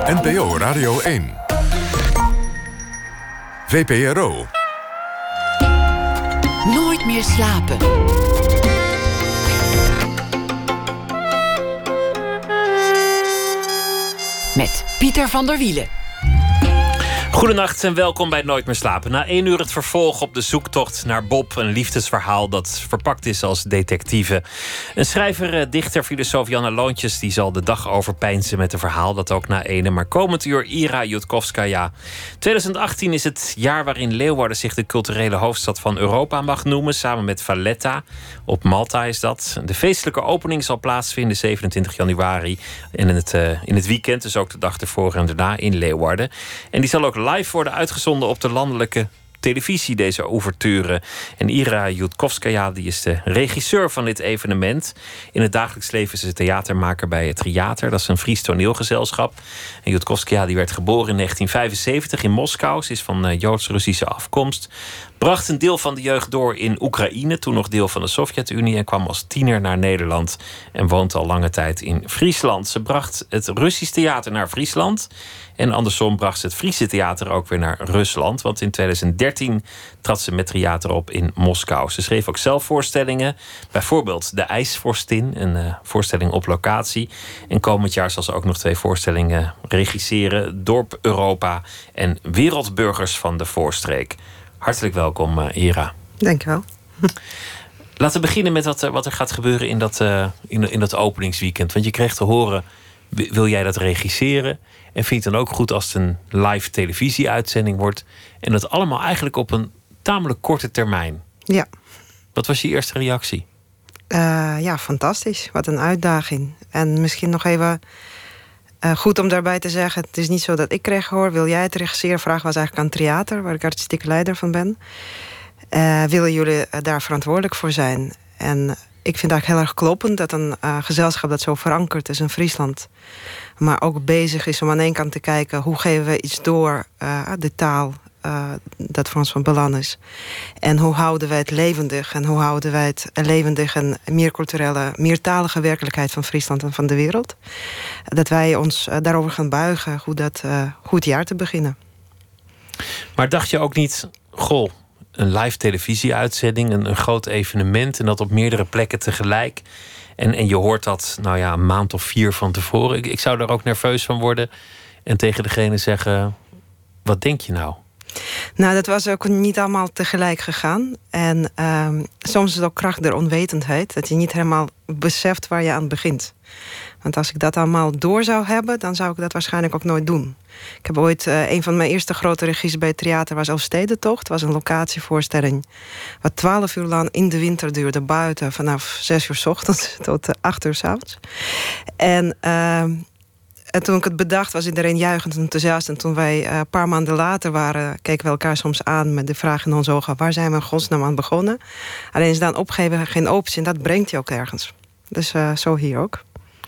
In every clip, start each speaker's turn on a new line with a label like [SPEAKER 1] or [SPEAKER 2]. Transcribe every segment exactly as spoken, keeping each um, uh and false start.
[SPEAKER 1] N P O Radio één. V P R O.
[SPEAKER 2] Nooit meer slapen. Met Pieter van der Wielen.
[SPEAKER 3] Goedenacht en welkom bij Nooit meer slapen. Na één uur het vervolg op de zoektocht naar Bob. Een liefdesverhaal dat verpakt is als detectieve. Een schrijver, dichter, filosoof Janne Loontjes... die zal de dag overpeinzen met een verhaal dat ook na ene. Maar komend uur Ira Jutkovskaja. twintig achttien is het jaar waarin Leeuwarden zich de culturele hoofdstad van Europa mag noemen. Samen met Valletta. Op Malta is dat. De feestelijke opening zal plaatsvinden zevenentwintig januari. En in het, uh, in het weekend, dus ook de dag ervoor en daarna in Leeuwarden. En die zal ook live worden uitgezonden op de landelijke televisie, deze ouverture. En Ira Jutkovskaja, die is de regisseur van dit evenement. In het dagelijks leven is ze theatermaker bij het Theater. Dat is een Fries toneelgezelschap. En Jutkovskaja die werd geboren in negentien vijfenzeventig in Moskou. Ze is van uh, Joods-Russische afkomst. Bracht een deel van de jeugd door in Oekraïne, toen nog deel van de Sovjet-Unie, en kwam als tiener naar Nederland en woont al lange tijd in Friesland. Ze bracht het Russisch theater naar Friesland en andersom bracht ze het Friese theater ook weer naar Rusland. Want in twintig dertien trad ze met theater op in Moskou. Ze schreef ook zelf voorstellingen, bijvoorbeeld De IJsvorstin, een uh, voorstelling op locatie. En komend jaar zal ze ook nog twee voorstellingen regisseren: Dorp Europa en Wereldburgers van de Voorstreek. Hartelijk welkom, uh, Ira.
[SPEAKER 4] Dank je wel.
[SPEAKER 3] Laten we beginnen met wat, uh, wat er gaat gebeuren in dat, uh, in, in dat openingsweekend. Want je kreeg te horen, wil jij dat regisseren? En vind je het dan ook goed als het een live televisieuitzending wordt? En dat allemaal eigenlijk op een tamelijk korte termijn.
[SPEAKER 4] Ja.
[SPEAKER 3] Wat was je eerste reactie?
[SPEAKER 4] Uh, ja, fantastisch. Wat een uitdaging. En misschien nog even uh, goed om daarbij te zeggen, het is niet zo dat ik kreeg gehoord, wil jij het regisseren? Vraag was eigenlijk aan het theater, waar ik artistieke leider van ben. Uh, willen jullie daar verantwoordelijk voor zijn? En ik vind het eigenlijk heel erg kloppend dat een uh, gezelschap dat zo verankerd is in Friesland, maar ook bezig is om aan één kant te kijken, hoe geven we iets door, uh, de taal, uh, dat voor ons van belang is. En hoe houden wij het levendig? En hoe houden wij het levendig en meerculturele, meertalige werkelijkheid van Friesland en van de wereld? Dat wij ons uh, daarover gaan buigen, hoe dat uh, goed jaar te beginnen.
[SPEAKER 3] Maar dacht je ook niet, goh, een live televisieuitzending, een, een groot evenement en dat op meerdere plekken tegelijk? En, en je hoort dat, nou ja, een maand of vier van tevoren. Ik, ik zou daar ook nerveus van worden en tegen degene zeggen, wat denk je nou?
[SPEAKER 4] Nou, dat was ook niet allemaal tegelijk gegaan. En uh, soms is het ook kracht der onwetendheid, dat je niet helemaal beseft waar je aan begint. Want als ik dat allemaal door zou hebben, dan zou ik dat waarschijnlijk ook nooit doen. Ik heb ooit, uh, een van mijn eerste grote regies bij het theater was Elfstedentocht. Het was een locatievoorstelling wat twaalf uur lang in de winter duurde, buiten, vanaf zes uur 's ochtends tot uh, acht uur 's avonds. En uh, En toen ik het bedacht, was iedereen juichend en enthousiast. En toen wij uh, een paar maanden later waren, keken we elkaar soms aan met de vraag in ons ogen, waar zijn we in godsnaam aan begonnen? Alleen is dan opgeven geen optie en dat brengt je ook ergens. Dus uh, zo hier ook.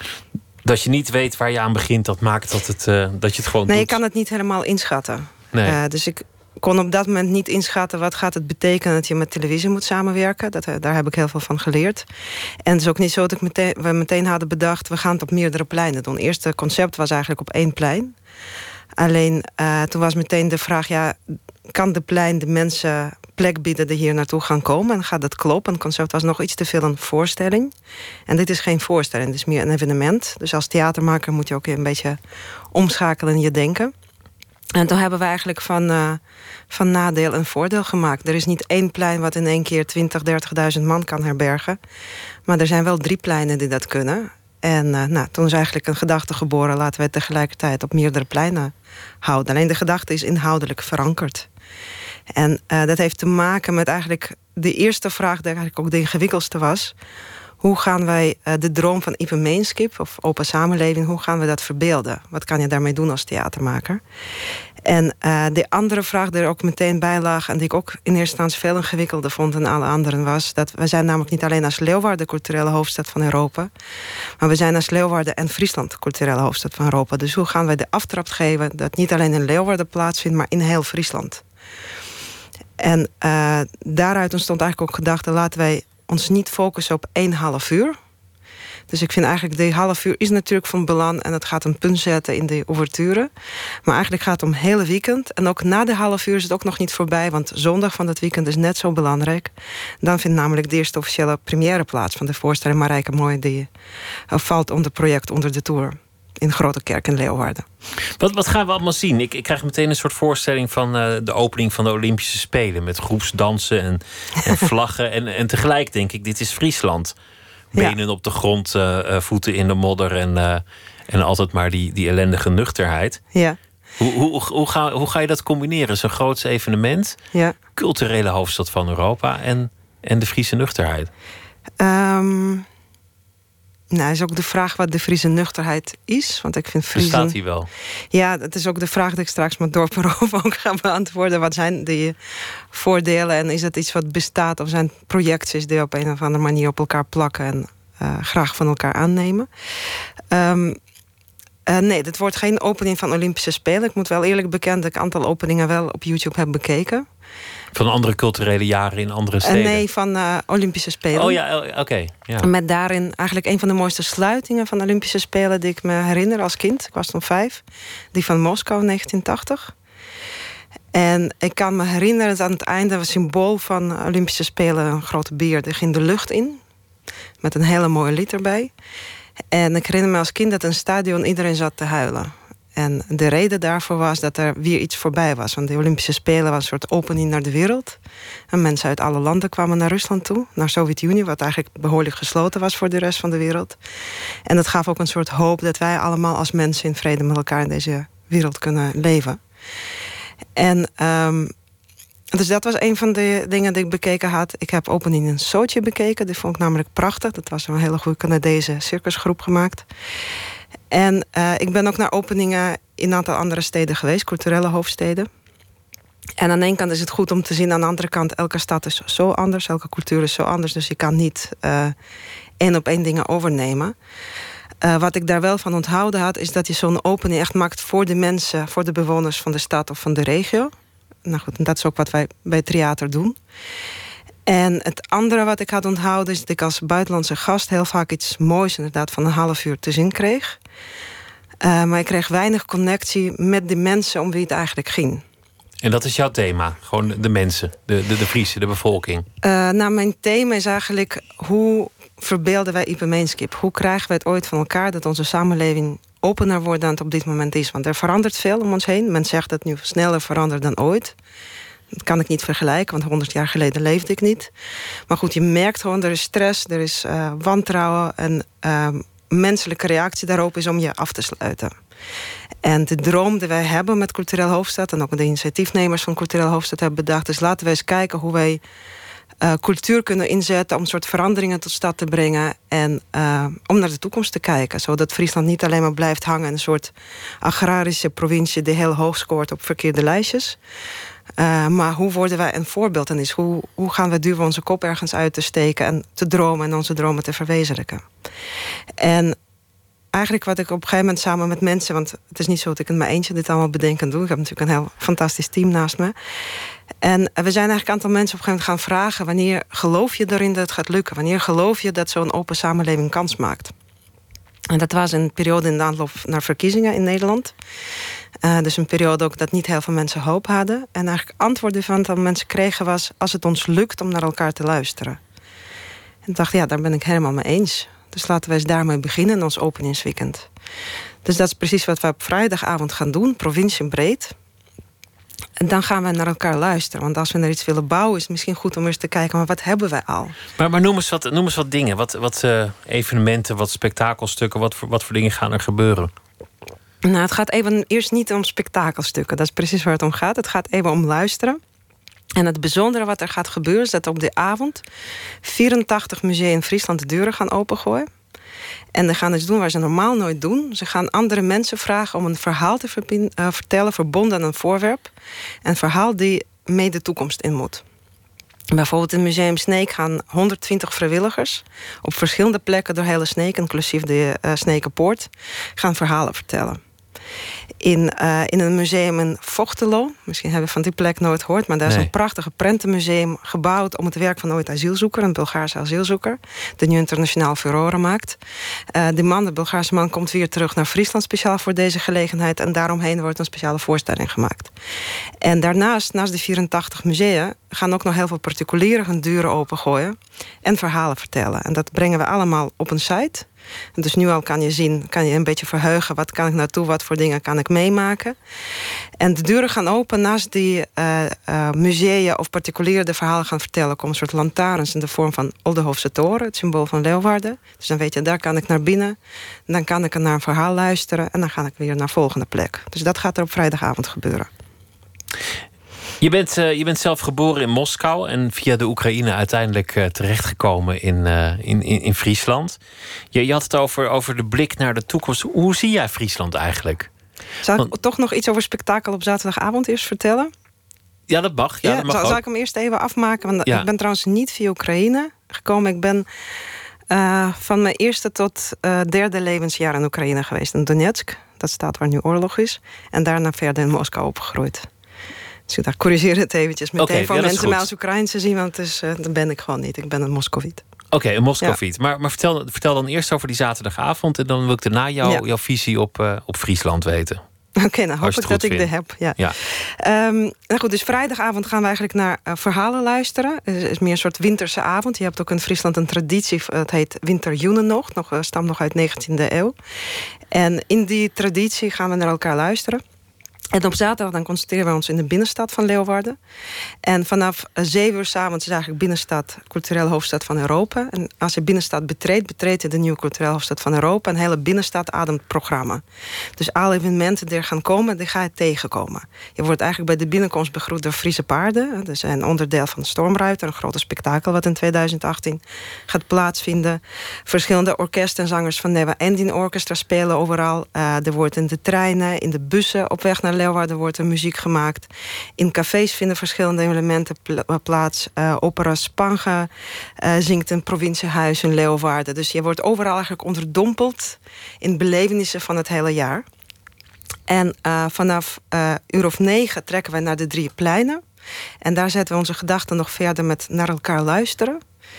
[SPEAKER 3] Dat je niet weet waar je aan begint, dat maakt dat, het, uh, dat je het gewoon
[SPEAKER 4] nee,
[SPEAKER 3] doet.
[SPEAKER 4] je kan het niet helemaal inschatten.
[SPEAKER 3] Nee. Uh,
[SPEAKER 4] dus ik kon op dat moment niet inschatten wat gaat het betekenen dat je met televisie moet samenwerken. Dat, daar heb ik heel veel van geleerd. En het is ook niet zo dat ik meteen, we meteen hadden bedacht, we gaan het op meerdere pleinen doen. Het eerste concept was eigenlijk op één plein. Alleen uh, toen was meteen de vraag, ja, kan de plein de mensen plek bieden die hier naartoe gaan komen? En gaat dat kloppen? Het concept was nog iets te veel een voorstelling. En dit is geen voorstelling, dit is meer een evenement. Dus als theatermaker moet je ook een beetje omschakelen in je denken. En toen hebben we eigenlijk van, uh, van nadeel een voordeel gemaakt. Er is niet één plein wat in één keer twintig, dertigduizend man kan herbergen. Maar er zijn wel drie pleinen die dat kunnen. En uh, nou, toen is eigenlijk een gedachte geboren, laten we het tegelijkertijd op meerdere pleinen houden. Alleen de gedachte is inhoudelijk verankerd. En uh, dat heeft te maken met eigenlijk de eerste vraag, die eigenlijk ook de ingewikkeldste was. Hoe gaan wij uh, de droom van Ipe Meenskip, of open samenleving, hoe gaan we dat verbeelden? Wat kan je daarmee doen als theatermaker? En uh, de andere vraag die er ook meteen bij lag, en die ik ook in eerste instantie veel ingewikkelder vond dan alle anderen, was dat we zijn namelijk niet alleen als Leeuwarden culturele hoofdstad van Europa, maar we zijn als Leeuwarden en Friesland culturele hoofdstad van Europa. Dus hoe gaan wij de aftrap geven dat niet alleen in Leeuwarden plaatsvindt, maar in heel Friesland? En uh, daaruit ontstond eigenlijk ook gedachte, laten wij ons niet focussen op één half uur. Dus ik vind eigenlijk, die half uur is natuurlijk van belang en het gaat een punt zetten in de ouverture. Maar eigenlijk gaat het om het hele weekend. En ook na de half uur is het ook nog niet voorbij, want zondag van dat weekend is net zo belangrijk. Dan vindt namelijk de eerste officiële première plaats van de voorstelling Marijke Mooi, die uh, valt onder project Onder de Tour in Grote Kerk in Leeuwarden.
[SPEAKER 3] Wat, wat gaan we allemaal zien? Ik, ik krijg meteen een soort voorstelling van uh, de opening van de Olympische Spelen. Met groepsdansen en, en vlaggen. En, en tegelijk denk ik, dit is Friesland. Benen ja. op de grond, uh, voeten in de modder. En, uh, en altijd maar die, die ellendige nuchterheid.
[SPEAKER 4] Ja.
[SPEAKER 3] Hoe, hoe, hoe, ga, hoe ga je dat combineren? Zo'n groot evenement.
[SPEAKER 4] Ja.
[SPEAKER 3] Culturele hoofdstad van Europa. En, en de Friese nuchterheid.
[SPEAKER 4] Um... Nou, is ook de vraag wat de Friese nuchterheid is. Want ik vind Friesen...
[SPEAKER 3] Bestaat die wel?
[SPEAKER 4] Ja, dat is ook de vraag die ik straks met Dorp erover ook ga beantwoorden. Wat zijn die voordelen en is dat iets wat bestaat? Of zijn het projecties die op een of andere manier op elkaar plakken en uh, graag van elkaar aannemen? Um, uh, nee, dit wordt geen opening van Olympische Spelen. Ik moet wel eerlijk bekennen dat ik een aantal openingen wel op YouTube heb bekeken.
[SPEAKER 3] Van andere culturele jaren in andere steden?
[SPEAKER 4] Uh, nee, van uh, Olympische Spelen.
[SPEAKER 3] Oh ja, oké. Okay, ja.
[SPEAKER 4] Met daarin eigenlijk een van de mooiste sluitingen van de Olympische Spelen die ik me herinner als kind. Ik was toen vijf. Die van Moskou, negentien tachtig. En ik kan me herinneren dat aan het einde een symbool van de Olympische Spelen, een grote beer, die ging de lucht in. Met een hele mooie lied erbij. En ik herinner me als kind dat in een stadion iedereen zat te huilen. En de reden daarvoor was dat er weer iets voorbij was. Want de Olympische Spelen was een soort opening naar de wereld. En mensen uit alle landen kwamen naar Rusland toe. Naar de Sovjet-Unie, wat eigenlijk behoorlijk gesloten was voor de rest van de wereld. En dat gaf ook een soort hoop dat wij allemaal als mensen in vrede met elkaar in deze wereld kunnen leven. En um, dus dat was een van de dingen die ik bekeken had. Ik heb opening in Sochi bekeken. Die vond ik namelijk prachtig. Dat was een hele goede Canadese circusgroep gemaakt. En uh, ik ben ook naar openingen in een aantal andere steden geweest, culturele hoofdsteden. En aan de ene kant is het goed om te zien, aan de andere kant, elke stad is zo anders, elke cultuur is zo anders, dus je kan niet uh, één op één dingen overnemen. Uh, wat ik daar wel van onthouden had, is dat je zo'n opening echt maakt voor de mensen, voor de bewoners van de stad of van de regio. Nou goed, en dat is ook wat wij bij het theater doen. En het andere wat ik had onthouden is dat ik als buitenlandse gast heel vaak iets moois inderdaad van een half uur te zien kreeg. Uh, maar ik kreeg weinig connectie met de mensen om wie het eigenlijk ging.
[SPEAKER 3] En dat is jouw thema? Gewoon de mensen, de, de, de Friese, de bevolking?
[SPEAKER 4] Uh, nou, mijn thema is eigenlijk hoe verbeelden wij Ipe Meenskip? Hoe krijgen we het ooit van elkaar dat onze samenleving opener wordt dan het op dit moment is? Want er verandert veel om ons heen. Men zegt dat het nu sneller verandert dan ooit. Dat kan ik niet vergelijken, want honderd jaar geleden leefde ik niet. Maar goed, je merkt gewoon, er is stress, er is uh, wantrouwen. En uh, menselijke reactie daarop is om je af te sluiten. En de droom die wij hebben met Cultureel Hoofdstad, en ook de initiatiefnemers van Cultureel Hoofdstad hebben bedacht, is laten we eens kijken hoe wij uh, cultuur kunnen inzetten om een soort veranderingen tot stand te brengen. En uh, om naar de toekomst te kijken. Zodat Friesland niet alleen maar blijft hangen in een soort agrarische provincie die heel hoog scoort op verkeerde lijstjes. Uh, maar hoe worden wij een voorbeeld? En is hoe, hoe gaan we duwen onze kop ergens uit te steken en te dromen en onze dromen te verwezenlijken? En eigenlijk wat ik op een gegeven moment samen met mensen, want het is niet zo dat ik in mijn eentje dit allemaal bedenken doe. Ik heb natuurlijk een heel fantastisch team naast me. En we zijn eigenlijk een aantal mensen op een gegeven moment gaan vragen: wanneer geloof je erin dat het gaat lukken? Wanneer geloof je dat zo'n open samenleving kans maakt? En dat was een periode in de aanloop naar verkiezingen in Nederland. Uh, dus een periode ook dat niet heel veel mensen hoop hadden. En eigenlijk antwoorden van dat mensen kregen was: als het ons lukt om naar elkaar te luisteren. En ik dacht, ja, daar ben ik helemaal mee eens. Dus laten we eens daarmee beginnen in ons openingsweekend. Dus dat is precies wat we op vrijdagavond gaan doen, provinciebreed. En dan gaan we naar elkaar luisteren. Want als we naar iets willen bouwen, is het misschien goed om eens te kijken, maar wat hebben wij al?
[SPEAKER 3] Maar, maar noem, eens wat, noem eens wat dingen. Wat, wat uh, evenementen, wat spektakelstukken, wat voor, wat voor dingen gaan er gebeuren?
[SPEAKER 4] Nou, het gaat even eerst niet om spektakelstukken. Dat is precies waar het om gaat. Het gaat even om luisteren. En het bijzondere wat er gaat gebeuren is dat op de avond vierentachtig musea in Friesland de deuren gaan opengooien. En ze gaan iets doen waar ze normaal nooit doen. Ze gaan andere mensen vragen om een verhaal te verbinden, uh, vertellen, verbonden aan een voorwerp. Een verhaal die mee de toekomst in moet. Bijvoorbeeld in Museum Sneek gaan honderdtwintig vrijwilligers op verschillende plekken door hele Sneek, inclusief de uh, Sneekenpoort, gaan verhalen vertellen. in, uh, in een museum in Vochtelo. Misschien hebben we van die plek nooit gehoord, maar daar is
[SPEAKER 3] Nee.
[SPEAKER 4] een prachtige prentenmuseum gebouwd om het werk van ooit asielzoeker, een Bulgaarse asielzoeker, die nu internationaal furore maakt. Uh, die man, de Bulgaarse man, komt weer terug naar Friesland speciaal voor deze gelegenheid en daaromheen wordt een speciale voorstelling gemaakt. En daarnaast, naast de vierentachtig musea, gaan ook nog heel veel particulieren hun deuren opengooien en verhalen vertellen. En dat brengen we allemaal op een site. En dus nu al kan je zien, kan je een beetje verheugen, wat kan ik naartoe, wat voor dingen kan ik meemaken. En de deuren gaan open naast die uh, uh, musea of particulieren de verhalen gaan vertellen. Komen een soort lantaarns in de vorm van Oldehoofse toren, het symbool van Leeuwarden. Dus dan weet je, daar kan ik naar binnen. Dan kan ik naar een verhaal luisteren en dan ga ik weer naar de volgende plek. Dus dat gaat er op vrijdagavond gebeuren.
[SPEAKER 3] Je bent, uh, je bent zelf geboren in Moskou en via de Oekraïne uiteindelijk uh, terechtgekomen in, uh, in, in, in Friesland. Je, je had het over, over de blik naar de toekomst. Hoe zie jij Friesland eigenlijk?
[SPEAKER 4] Zal ik
[SPEAKER 3] Want...
[SPEAKER 4] toch nog iets over spektakel op zaterdagavond eerst vertellen?
[SPEAKER 3] Ja, dat mag. Ja,
[SPEAKER 4] Ja,
[SPEAKER 3] dat mag
[SPEAKER 4] zal,
[SPEAKER 3] ook.
[SPEAKER 4] zal ik hem eerst even afmaken? Want
[SPEAKER 3] Ja.
[SPEAKER 4] ik ben trouwens niet via Oekraïne gekomen. Ik ben uh, van mijn eerste tot uh, derde levensjaar in Oekraïne geweest. In Donetsk, dat staat waar nu oorlog is. En daarna verder in Moskou opgegroeid. Dus ik dacht, corrigeer het eventjes meteen
[SPEAKER 3] Oké,
[SPEAKER 4] voor
[SPEAKER 3] ja, dat is
[SPEAKER 4] mensen mij
[SPEAKER 3] goed.
[SPEAKER 4] als Oekraïns te zien. Want het is, uh, dat ben ik gewoon niet. Ik ben een Moskoviet.
[SPEAKER 3] Oké, okay, een Moskoviet. Ja. Maar, maar vertel, vertel dan eerst over die zaterdagavond en dan wil ik daarna jou, ja. jouw visie op, uh, op Friesland weten.
[SPEAKER 4] Oké, okay, nou hoop ik dat ik
[SPEAKER 3] vindt.
[SPEAKER 4] de heb. Ja.
[SPEAKER 3] Ja.
[SPEAKER 4] Um, nou goed, dus vrijdagavond gaan we eigenlijk naar uh, verhalen luisteren. Het is meer een soort winterse avond. Je hebt ook in Friesland een traditie, het heet Winterjunen nog. nog uh, stamt nog uit de negentiende eeuw. En in die traditie gaan we naar elkaar luisteren. En op zaterdag dan concentreren we ons in de binnenstad van Leeuwarden. En vanaf zeven uur 's avonds is eigenlijk binnenstad culturele hoofdstad van Europa. En als je binnenstad betreedt, betreedt je de nieuwe culturele hoofdstad van Europa. Een hele binnenstad ademt programma. Dus alle evenementen die er gaan komen, die ga je tegenkomen. Je wordt eigenlijk bij de binnenkomst begroet door Friese paarden. Dat is een onderdeel van de Stormruiter, een grote spektakel wat in tweeduizend achttien gaat plaatsvinden. Verschillende orkesten en zangers van Neva Endin Orchestra spelen overal. Uh, er wordt in de treinen, in de bussen op weg naar Leeuwarden wordt er muziek gemaakt. In cafés vinden verschillende elementen plaats. Uh, opera Spange uh, zingt een provinciehuis in Leeuwarden. Dus je wordt overal eigenlijk onderdompeld in belevenissen van het hele jaar. En uh, vanaf uh, uur of negen trekken wij naar de drie pleinen. En daar zetten we onze gedachten nog verder met naar elkaar luisteren.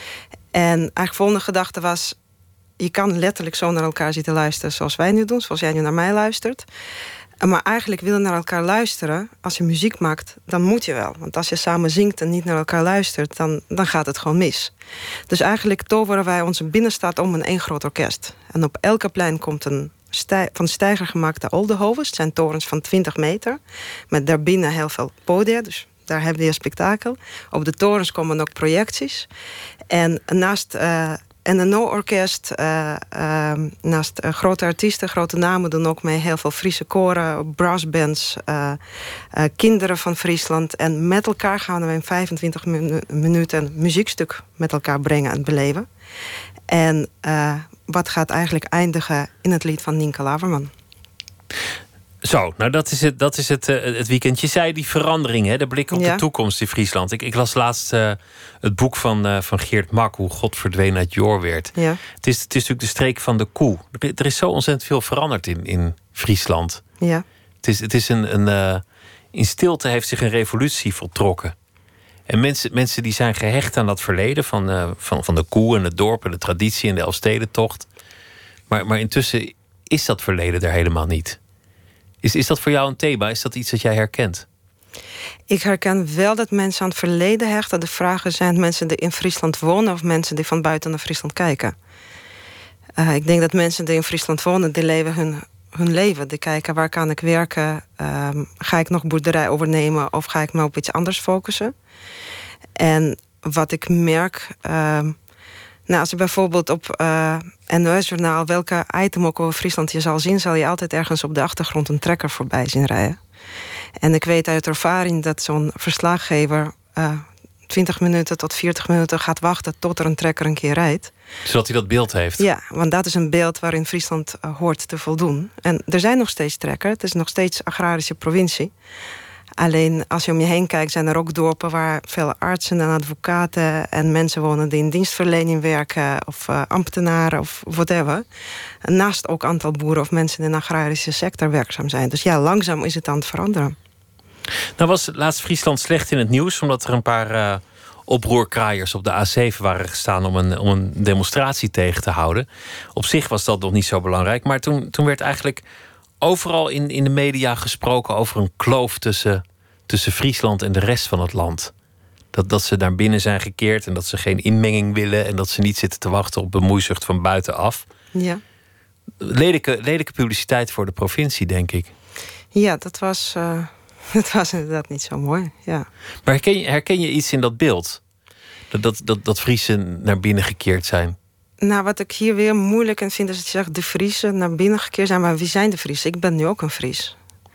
[SPEAKER 4] En eigenlijk volgende gedachte was, je kan letterlijk zo naar elkaar zitten luisteren zoals wij nu doen, zoals jij nu naar mij luistert. Maar eigenlijk willen naar elkaar luisteren. Als je muziek maakt, dan moet je wel. Want als je samen zingt en niet naar elkaar luistert, dan, dan gaat het gewoon mis. Dus eigenlijk toveren wij onze binnenstad om in één groot orkest. En op elke plein komt een stij, van steiger gemaakte oldehovens. Het zijn torens van twintig meter. Met daarbinnen heel veel podia. Dus daar hebben we een spektakel. Op de torens komen ook projecties. En naast Uh, En een no-orkest, uh, uh, naast uh, grote artiesten, grote namen doen ook mee. Heel veel Friese koren, brassbands, uh, uh, kinderen van Friesland. En met elkaar gaan we in vijfentwintig minu- minuten een muziekstuk met elkaar brengen en beleven. En uh, wat gaat eigenlijk eindigen in het lied van Nienke Laverman.
[SPEAKER 3] Zo, nou dat is het, dat is het, uh, het weekend. Je zei die verandering, hè, de blik op
[SPEAKER 4] Ja.
[SPEAKER 3] de toekomst in Friesland. Ik, ik las laatst uh, het boek van, uh, van Geert Mak, Hoe God verdween uit Jorweert.
[SPEAKER 4] Ja.
[SPEAKER 3] Het is, het is natuurlijk de streek van de koe. Er, er is zo ontzettend veel veranderd in, in Friesland.
[SPEAKER 4] Ja.
[SPEAKER 3] Het is, het is een, een uh, in stilte heeft zich een revolutie voltrokken. En mensen, mensen die zijn gehecht aan dat verleden van, uh, van, van de koe en het dorp en de traditie en de Elfstedentocht. Maar, maar intussen is dat verleden er helemaal niet. Is, is dat voor jou een thema? Is dat iets dat jij herkent?
[SPEAKER 4] Ik herken wel dat mensen aan het verleden hechten. De vragen zijn mensen die in Friesland wonen of mensen die van buiten naar Friesland kijken. Uh, ik denk dat mensen die in Friesland wonen, die leven hun, hun leven. Die kijken, waar kan ik werken? Uh, ga ik nog boerderij overnemen of ga ik me op iets anders focussen? En wat ik merk, Uh, nou, als je bijvoorbeeld op uh, N O S-journaal welke item ook over Friesland je zal zien, zal je altijd ergens op de achtergrond een trekker voorbij zien rijden. En ik weet uit ervaring dat zo'n verslaggever uh, twintig minuten tot veertig minuten gaat wachten tot er een trekker een keer rijdt.
[SPEAKER 3] Zodat hij dat beeld heeft.
[SPEAKER 4] Ja, want dat is een beeld waarin Friesland uh, hoort te voldoen. En er zijn nog steeds trekkers. Het is nog steeds agrarische provincie. Alleen als je om je heen kijkt, zijn er ook dorpen waar veel artsen en advocaten en mensen wonen die in dienstverlening werken, of uh, ambtenaren of whatever. En naast ook een aantal boeren of mensen in de agrarische sector werkzaam zijn. Dus ja, langzaam is het aan het veranderen.
[SPEAKER 3] Nou was laatst Friesland slecht in het nieuws, omdat er een paar uh, oproerkraaiers op de A zeven waren gestaan om een, om een demonstratie tegen te houden. Op zich was dat nog niet zo belangrijk, maar toen, toen werd eigenlijk overal in, in de media gesproken over een kloof tussen, tussen Friesland en de rest van het land. Dat, dat ze daar binnen zijn gekeerd en dat ze geen inmenging willen en dat ze niet zitten te wachten op bemoeizucht van buitenaf.
[SPEAKER 4] Ja.
[SPEAKER 3] Lelijke, lelijke publiciteit voor de provincie, denk ik.
[SPEAKER 4] Ja, dat was, uh, dat was inderdaad niet zo mooi. Ja.
[SPEAKER 3] Maar herken je, herken je iets in dat beeld? Dat, dat, dat, dat Friesen naar binnen gekeerd zijn?
[SPEAKER 4] Nou, wat ik hier weer moeilijk aan vind, is dat je zegt de Friesen naar binnen gekeerd zijn. Maar wie zijn de Friesen? Ik ben nu ook een Fries.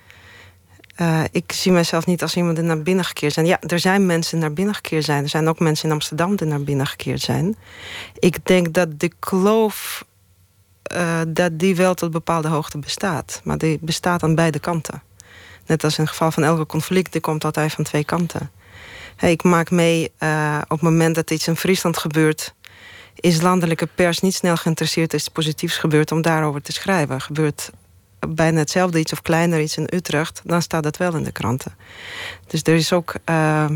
[SPEAKER 4] Uh, ik zie mezelf niet als iemand die naar binnen gekeerd zijn. Ja, er zijn mensen die naar binnen gekeerd zijn. Er zijn ook mensen in Amsterdam die naar binnen gekeerd zijn. Ik denk dat de kloof, uh, dat die wel tot bepaalde hoogte bestaat. Maar die bestaat aan beide kanten. Net als in het geval van elke conflict, die komt altijd van twee kanten. Hey, ik maak mee, uh, op het moment dat iets in Friesland gebeurt, is landelijke pers niet snel geïnteresseerd als iets positiefs gebeurt om daarover te schrijven. Gebeurt bijna hetzelfde iets of kleiner iets in Utrecht, dan staat dat wel in de kranten. Dus er is ook, uh,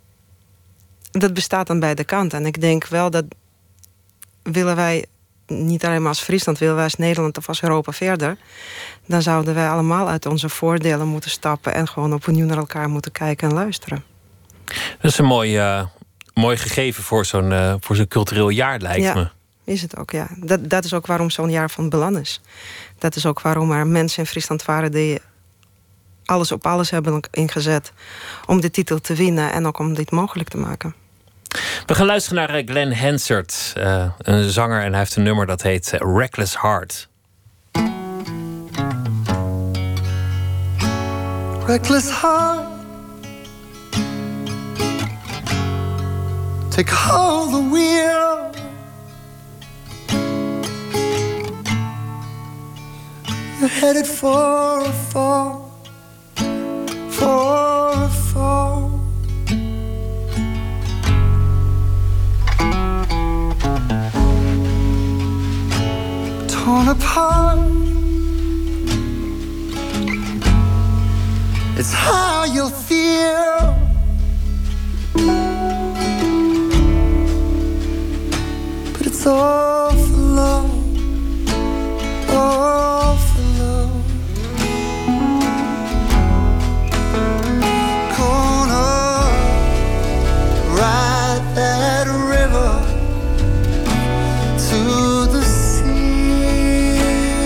[SPEAKER 4] dat bestaat aan beide kanten. En ik denk wel dat willen wij niet alleen maar als Friesland, willen wij als Nederland of als Europa verder, dan zouden wij allemaal uit onze voordelen moeten stappen en gewoon opnieuw naar elkaar moeten kijken en luisteren.
[SPEAKER 3] Dat is een mooi, uh, mooi gegeven voor zo'n, uh, voor zo'n cultureel jaar, lijkt
[SPEAKER 4] ja,
[SPEAKER 3] me.
[SPEAKER 4] Is het ook, ja. Dat, dat is ook waarom zo'n jaar van belang is. Dat is ook waarom er mensen in Friesland waren die alles op alles hebben ingezet om de titel te winnen en ook om dit mogelijk te maken.
[SPEAKER 3] We gaan luisteren naar Glenn Hansard, uh, een zanger, en hij heeft een nummer dat heet uh, Reckless Heart.
[SPEAKER 5] Reckless heart, take hold the wheel. You're headed for a fall, for a fall. Torn apart, it's how you'll feel. But it's all for love, all for love. Gonna ride that river to the sea.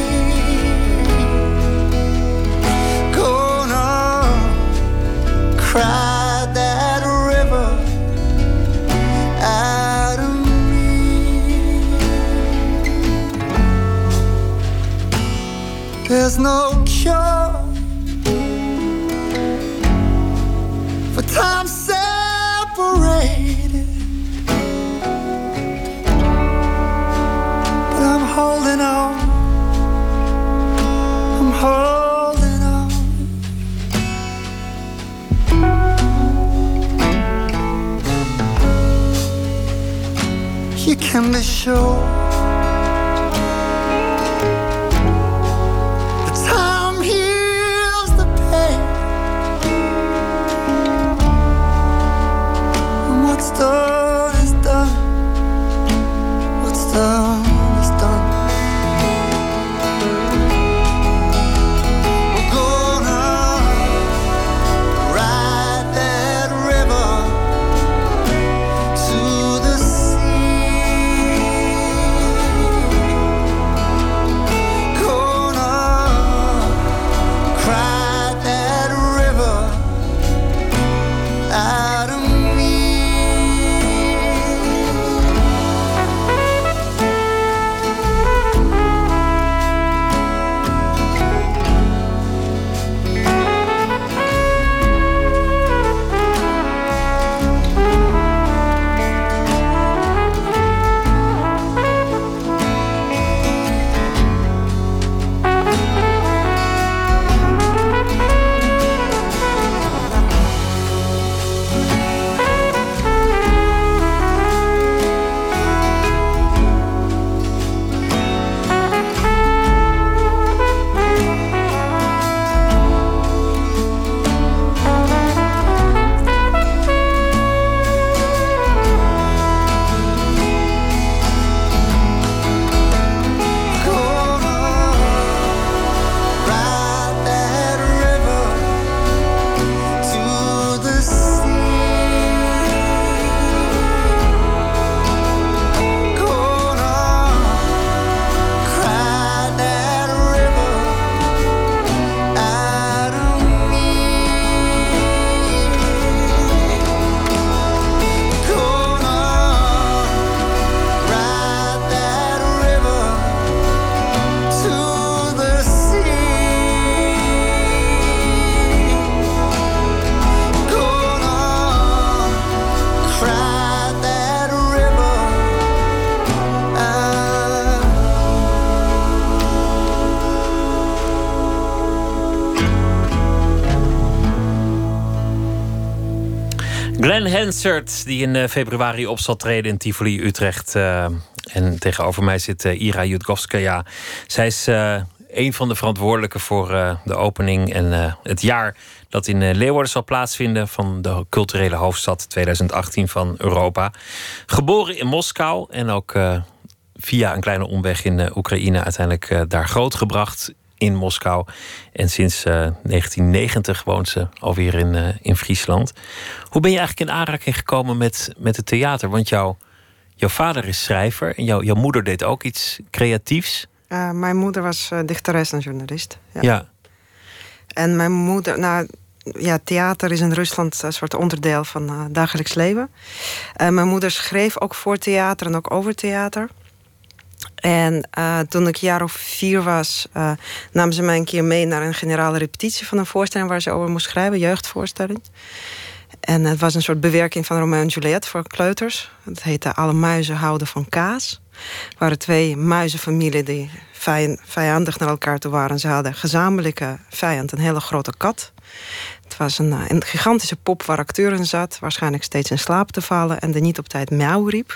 [SPEAKER 5] Gonna cry that river out of me. There's no cure for time separated, but I'm holding on, I'm holding on. You can be sure the time heals the pain, and what's done is done, what's done is done. We're gonna ride that river to the sea.
[SPEAKER 3] Glenn Hansard, die in februari op zal treden in Tivoli, Utrecht. Uh, en tegenover mij zit uh, Ira Jutkovskaja. Zij is uh, een van de verantwoordelijken voor uh, de opening en uh, het jaar dat in uh, Leeuwarden zal plaatsvinden van de culturele hoofdstad twintig achttien van Europa. Geboren in Moskou en ook uh, via een kleine omweg in uh, Oekraïne uiteindelijk uh, daar grootgebracht in Moskou. En sinds uh, negentien negentig woont ze alweer in, uh, in Friesland. Hoe ben je eigenlijk in aanraking gekomen met, met het theater? Want jouw, jouw vader is schrijver en jou, jouw moeder deed ook iets creatiefs.
[SPEAKER 4] Uh, mijn moeder was uh, dichteres en journalist. Ja.
[SPEAKER 3] ja.
[SPEAKER 4] En mijn moeder... Nou, ja, theater is in Rusland een soort onderdeel van uh, dagelijks leven. Uh, mijn moeder schreef ook voor theater en ook over theater. En uh, toen ik een jaar of vier was, uh, nam ze mij een keer mee naar een generale repetitie van een voorstelling waar ze over moest schrijven, jeugdvoorstelling. En het was een soort bewerking van Romeo en Juliet voor kleuters. Het heette Alle muizen houden van kaas. Er waren twee muizenfamilien die vijandig naar elkaar toe waren. Ze hadden gezamenlijke vijand, een hele grote kat. Het was een, een gigantische pop waar acteur in zat, waarschijnlijk steeds in slaap te vallen en die niet op tijd miauw riep.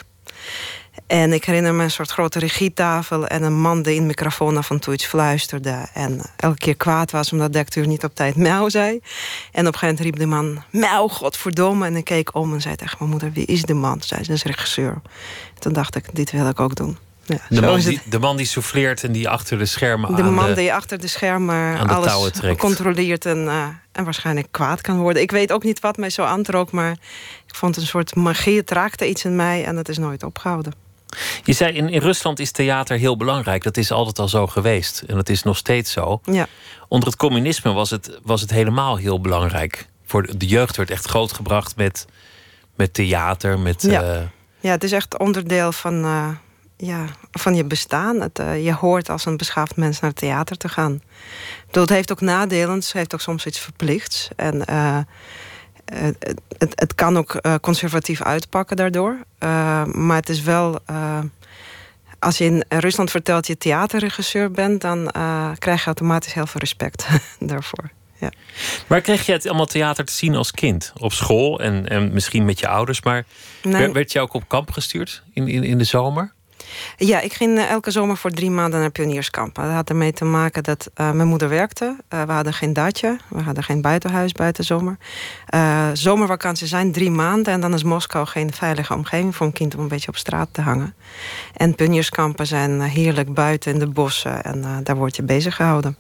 [SPEAKER 4] En ik herinner me een soort grote regietafel en een man die in de microfoon af en toe iets fluisterde. En elke keer kwaad was omdat de acteur niet op tijd miauw zei. En op een gegeven moment riep de man, miauw, godverdomme. En ik keek om en zei tegen mijn moeder, wie is de man? Toen zei ze, dat is regisseur. En toen dacht ik, dit wil ik ook doen. Ja,
[SPEAKER 3] de, man die, de man die souffleert en die achter de schermen
[SPEAKER 4] de
[SPEAKER 3] aan
[SPEAKER 4] man
[SPEAKER 3] de,
[SPEAKER 4] die achter de schermen
[SPEAKER 3] aan de
[SPEAKER 4] alles
[SPEAKER 3] trekt.
[SPEAKER 4] controleert en, uh, en waarschijnlijk kwaad kan worden. Ik weet ook niet wat mij zo aantrok, maar ik vond een soort magie. Het raakte iets in mij en dat is nooit opgehouden.
[SPEAKER 3] Je zei, in, in Rusland is theater heel belangrijk. Dat is altijd al zo geweest. En dat is nog steeds zo.
[SPEAKER 4] Ja.
[SPEAKER 3] Onder het communisme was het, was het helemaal heel belangrijk. Voor de, de jeugd werd echt grootgebracht met, met theater. Met,
[SPEAKER 4] ja.
[SPEAKER 3] Uh...
[SPEAKER 4] ja, het is echt onderdeel van, uh, ja, van je bestaan. Het, uh, je hoort als een beschaafd mens naar het theater te gaan. Het heeft ook nadelen. Het heeft ook soms iets verplichts. En... Uh, Uh, het, het kan ook uh, conservatief uitpakken daardoor. Uh, maar het is wel... Uh, als je in Rusland vertelt dat je theaterregisseur bent, dan uh, krijg je automatisch heel veel respect daarvoor. Ja.
[SPEAKER 3] Waar kreeg je het allemaal theater te zien als kind? Op school en, en misschien met je ouders. Maar nee. werd je ook op kamp gestuurd in, in, in de zomer?
[SPEAKER 4] Ja, ik ging elke zomer voor drie maanden naar pionierskamp. Dat had ermee te maken dat uh, mijn moeder werkte. Uh, we hadden geen datje, we hadden geen buitenhuis buiten zomer. Uh, zomervakantie zijn drie maanden en dan is Moskou geen veilige omgeving voor een kind om een beetje op straat te hangen. En pionierskampen zijn heerlijk buiten in de bossen en uh, daar word je bezig gehouden.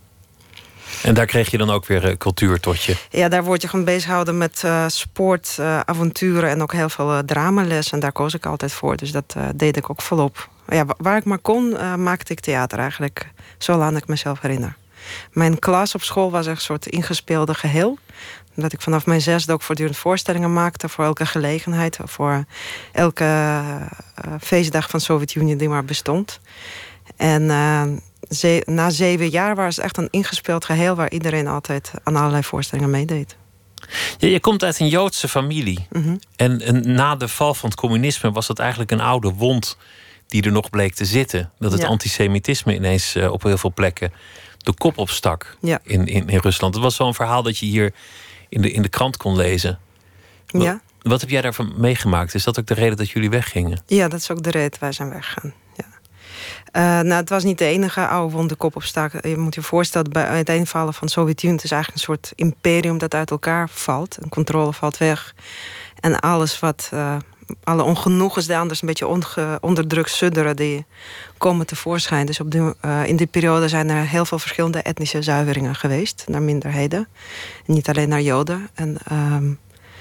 [SPEAKER 3] En daar kreeg je dan ook weer uh, cultuur tot je?
[SPEAKER 4] Ja, daar word je gewoon bezig gehouden met uh, sport, uh, avonturen en ook heel veel uh, dramales. En daar koos ik altijd voor, dus dat uh, deed ik ook volop. Ja, waar ik maar kon, uh, maakte ik theater eigenlijk. Zolang ik mezelf herinner. Mijn klas op school was echt een soort ingespeelde geheel. Omdat ik vanaf mijn zesde ook voortdurend voorstellingen maakte. Voor elke gelegenheid. Voor elke uh, feestdag van de Sovjet-Unie die maar bestond. En uh, ze, na zeven jaar was het echt een ingespeeld geheel. Waar iedereen altijd aan allerlei voorstellingen meedeed.
[SPEAKER 3] Ja, je komt uit een Joodse familie.
[SPEAKER 4] Mm-hmm.
[SPEAKER 3] En, en na de val van het communisme was dat eigenlijk een oude wond die er nog bleek te zitten. Dat het ja. antisemitisme ineens uh, op heel veel plekken de kop opstak ja. in, in, in Rusland. Het was zo'n verhaal dat je hier in de, in de krant kon lezen. Wat,
[SPEAKER 4] ja.
[SPEAKER 3] wat heb jij daarvan meegemaakt? Is dat ook de reden dat jullie weggingen?
[SPEAKER 4] Ja, dat is ook de reden wij zijn weggegaan. Ja. Uh, nou, het was niet de enige oude wond de kop opstak. Je moet je voorstellen, bij het uiteenvallen van de Sovjet-Unie, het is eigenlijk een soort imperium dat uit elkaar valt. Een controle valt weg. En alles wat... Uh, alle ongenoegens die anders een beetje onge, onderdrukt sudderen, die komen tevoorschijn. Dus op die, uh, in die periode zijn er heel veel verschillende etnische zuiveringen geweest naar minderheden. Niet alleen naar Joden. En um,